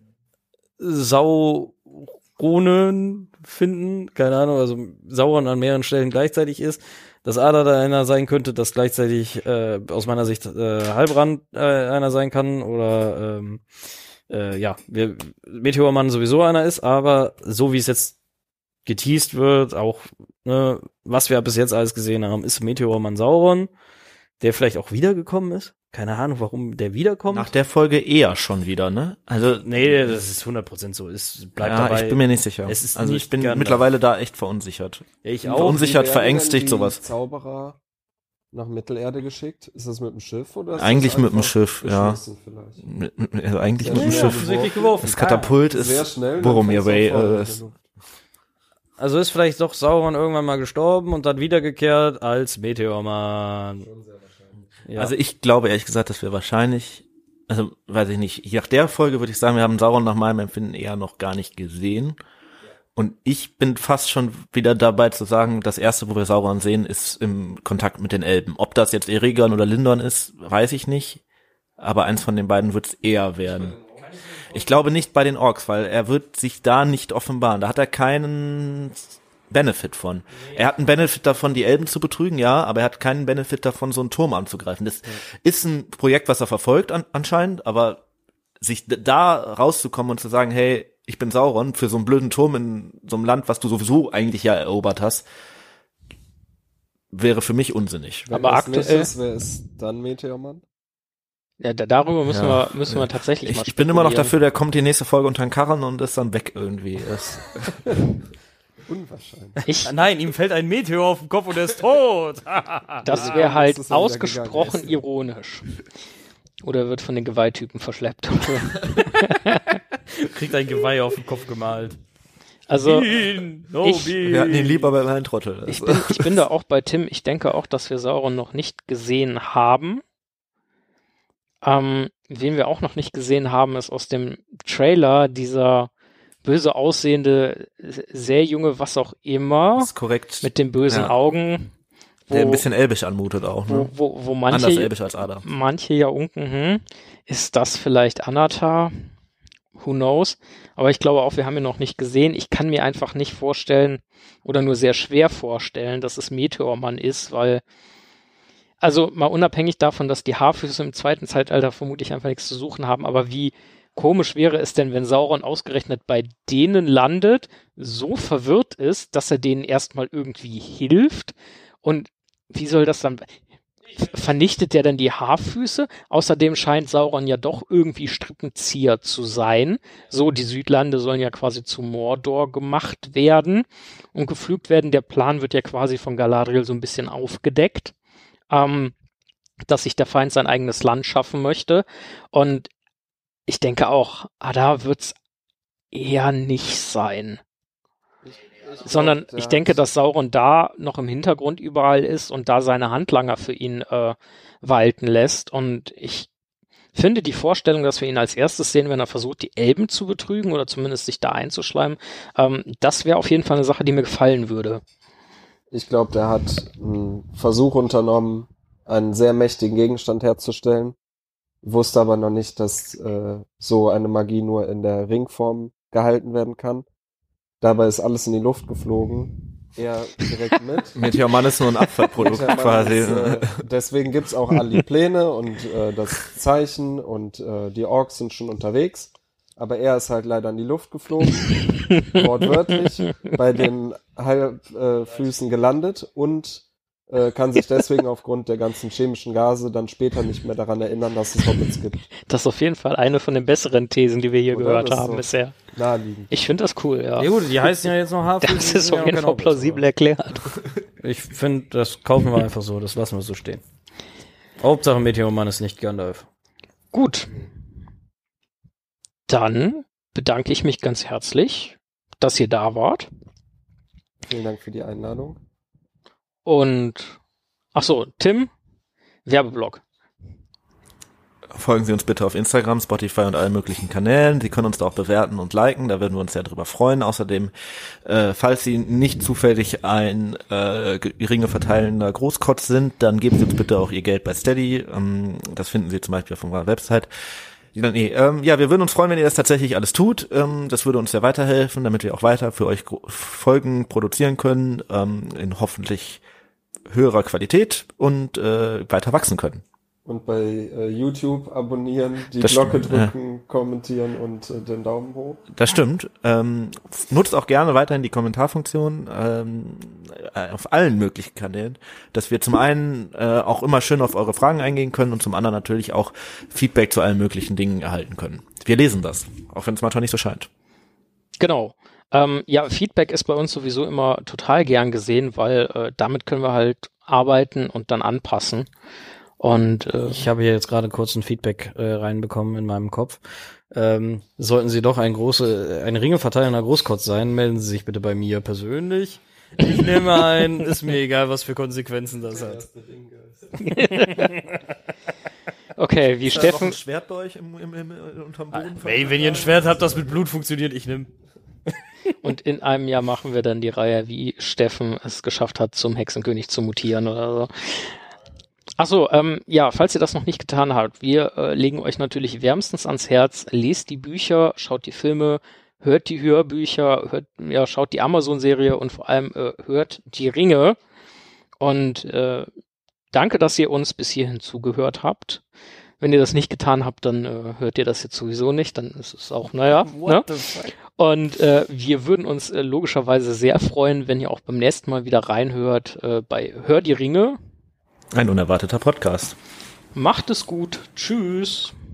Sauronen finden. Keine Ahnung, also Sauron an mehreren Stellen gleichzeitig ist. Dass Ada da einer sein könnte, dass gleichzeitig äh, aus meiner Sicht äh, Halbrand äh, einer sein kann oder ähm, äh, ja, wir, Meteormann sowieso einer ist, aber so wie es jetzt geteased wird, auch ne, was wir bis jetzt alles gesehen haben, ist Meteormann Sauron, der vielleicht auch wiedergekommen ist. Keine Ahnung, warum der wiederkommt. Nach der Folge eher schon wieder, ne? Also, nee, das ist hundert Prozent so. Es bleibt ja, dabei. ich bin mir nicht sicher. Es ist also nicht ich bin Gandalf. mittlerweile da echt verunsichert. Ja, ich auch. auch. Verunsichert, Wie werden verängstigt, denn die sowas. Zauberer nach Mittelerde geschickt? Ist das mit dem Schiff oder ist Eigentlich das mit dem einfach Schiff, ja. geschmissen vielleicht? Mit- mit- Also eigentlich Ja, mit dem ja, Schiff. offensichtlich geworfen. Das Katapult Sehr ist schnell. dann Boromir fällt's Way. auch vorne Äh, ist, genug. Also ist vielleicht doch Sauron irgendwann mal gestorben und dann wiedergekehrt als Meteormann. Ja. Also ich glaube ehrlich gesagt, dass wir wahrscheinlich, also weiß ich nicht, nach der Folge würde ich sagen, wir haben Sauron nach meinem Empfinden eher noch gar nicht gesehen. Und ich bin fast schon wieder dabei zu sagen, das erste, wo wir Sauron sehen, ist im Kontakt mit den Elben. Ob das jetzt Eregion oder Lindon ist, weiß ich nicht. Aber eins von den beiden wird es eher werden. Ich glaube nicht bei den Orks, weil er wird sich da nicht offenbaren. Da hat er keinen Benefit von. Er hat einen Benefit davon, die Elben zu betrügen, ja, aber er hat keinen Benefit davon, so einen Turm anzugreifen. Das ist ein Projekt, was er verfolgt an, anscheinend, aber sich d- da rauszukommen und zu sagen, hey, ich bin Sauron, für so einen blöden Turm in so einem Land, was du sowieso eigentlich ja erobert hast, wäre für mich unsinnig. Wenn Aber das nicht aktuell- ist, wer ist dann Meteormann? Ja, da, darüber müssen Ja, wir müssen wir tatsächlich mal Ich, ich bin immer noch spekulieren. dafür, der kommt die nächste Folge unter den Karren und ist dann weg irgendwie. Das, Unwahrscheinlich. Ich, Nein, ihm fällt ein Meteor auf den Kopf und er ist tot. das Ja, wäre halt das ist dann wieder ausgesprochen gegangen. ironisch. Oder wird von den Geweihtypen verschleppt. Kriegt ein Geweih auf den Kopf gemalt. Also Bean, no ich- Bean. Wir hatten ihn lieber bei meinen Trottel. ich bin, ich bin da auch bei Tim. Ich denke auch, dass wir Sauron noch nicht gesehen haben. Ähm, wen wir auch noch nicht gesehen haben, ist aus dem Trailer dieser böse aussehende, sehr junge, was auch immer, Das ist korrekt. mit den bösen Ja. Augen, wo, Der ein bisschen elbisch anmutet auch, wo, ne? wo, wo Anders manche, elbisch als Ada. manche ja unken, hm, ist das vielleicht Anatar? Who knows? Aber ich glaube auch, wir haben ihn noch nicht gesehen. Ich kann mir einfach nicht vorstellen oder nur sehr schwer vorstellen, dass es Meteormann ist, weil, also mal unabhängig davon, dass die Haarfüße im zweiten Zeitalter vermutlich einfach nichts zu suchen haben, aber wie komisch wäre es denn, wenn Sauron ausgerechnet bei denen landet, so verwirrt ist, dass er denen erstmal irgendwie hilft, und wie soll das dann, vernichtet der dann die Haarfüße? Außerdem scheint Sauron ja doch irgendwie Strippenzieher zu sein. So, die Südlande sollen ja quasi zu Mordor gemacht werden und gepflügt werden. Der Plan wird ja quasi von Galadriel so ein bisschen aufgedeckt, ähm, dass sich der Feind sein eigenes Land schaffen möchte. Und ich denke auch, ah, da wird's eher nicht sein. Sondern ich denke, dass Sauron da noch im Hintergrund überall ist und da seine Handlanger für ihn äh, walten lässt. Und ich finde die Vorstellung, dass wir ihn als erstes sehen, wenn er versucht, die Elben zu betrügen oder zumindest sich da einzuschleimen, ähm, das wäre auf jeden Fall eine Sache, die mir gefallen würde. Ich glaube, der hat einen Versuch unternommen, einen sehr mächtigen Gegenstand herzustellen, wusste aber noch nicht, dass äh, so eine Magie nur in der Ringform gehalten werden kann. Dabei ist alles in die Luft geflogen. Er direkt mit. Meteormann ist nur ein Abfallprodukt Der Mann quasi. ist, äh, deswegen gibt's auch all die Pläne und äh, das Zeichen und äh, die Orks sind schon unterwegs. Aber er ist halt leider in die Luft geflogen, wortwörtlich, bei den Halbfüßen äh, gelandet und äh, kann sich deswegen aufgrund der ganzen chemischen Gase dann später nicht mehr daran erinnern, dass es Hobbits gibt. Das ist auf jeden Fall eine von den besseren Thesen, die wir hier Oder? gehört Das ist haben so bisher. Naheliegend. Ich finde das cool, ja. Ja gut, die heißen ja jetzt noch Haarfüße. Das die ist sind auf ja jeden auch Fall kein plausibel Hobbits, erklärt. aber Ich finde, das kaufen wir einfach so, das lassen wir so stehen. Hauptsache Meteormann ist nicht Gandalf. Gut. Dann bedanke ich mich ganz herzlich, dass ihr da wart. Vielen Dank für die Einladung. Und, ach so, Tim, Werbeblock. Folgen Sie uns bitte auf Instagram, Spotify und allen möglichen Kanälen. Sie können uns da auch bewerten und liken, da würden wir uns sehr drüber freuen. Außerdem, äh, falls Sie nicht zufällig ein äh, geringe verteilender Großkotz sind, dann geben Sie uns bitte auch Ihr Geld bei Steady. Ähm, das finden Sie zum Beispiel auf unserer Website. Nee, ähm, ja, wir würden uns freuen, wenn ihr das tatsächlich alles tut. Ähm, das würde uns sehr weiterhelfen, damit wir auch weiter für euch Gro- Folgen produzieren können, ähm, in hoffentlich höherer Qualität und äh, weiter wachsen können. Und bei äh, YouTube abonnieren, die Das Glocke stimmt, drücken, kommentieren und äh, den Daumen hoch. Das stimmt. Ähm, nutzt auch gerne weiterhin die Kommentarfunktion ähm, äh, auf allen möglichen Kanälen, dass wir zum einen äh, auch immer schön auf eure Fragen eingehen können und zum anderen natürlich auch Feedback zu allen möglichen Dingen erhalten können. Wir lesen das, auch wenn es manchmal nicht so scheint. Genau. Ähm, ja, Feedback ist bei uns sowieso immer total gern gesehen, weil äh, damit können wir halt arbeiten und dann anpassen. Und äh, Ich habe hier jetzt gerade kurz ein Feedback äh, reinbekommen in meinem Kopf. Ähm, sollten Sie doch ein große, ein ringeverteilender Großkotz sein, melden Sie sich bitte bei mir persönlich. Ich nehme ein, ist mir egal, was für Konsequenzen das hat. okay, wie Steffen, Schwert bei euch im, im, im, unterm Boden? Ey, wenn ihr ein Schwert habt, das mit Blut funktioniert, ich nehme. und in einem Jahr machen wir dann die Reihe, wie Steffen es geschafft hat, zum Hexenkönig zu mutieren oder so. Ach so, ähm, ja, falls ihr das noch nicht getan habt, wir äh, legen euch natürlich wärmstens ans Herz, lest die Bücher, schaut die Filme, hört die Hörbücher, hört, ja, schaut die Amazon-Serie und vor allem äh, hört die Ringe. Und äh, danke, dass ihr uns bis hierhin zugehört habt. Wenn ihr das nicht getan habt, dann äh, hört ihr das jetzt sowieso nicht, dann ist es auch, naja. Ne? Und äh, wir würden uns äh, logischerweise sehr freuen, wenn ihr auch beim nächsten Mal wieder reinhört äh, bei Hör die Ringe. Ein unerwarteter Podcast. Macht es gut. Tschüss.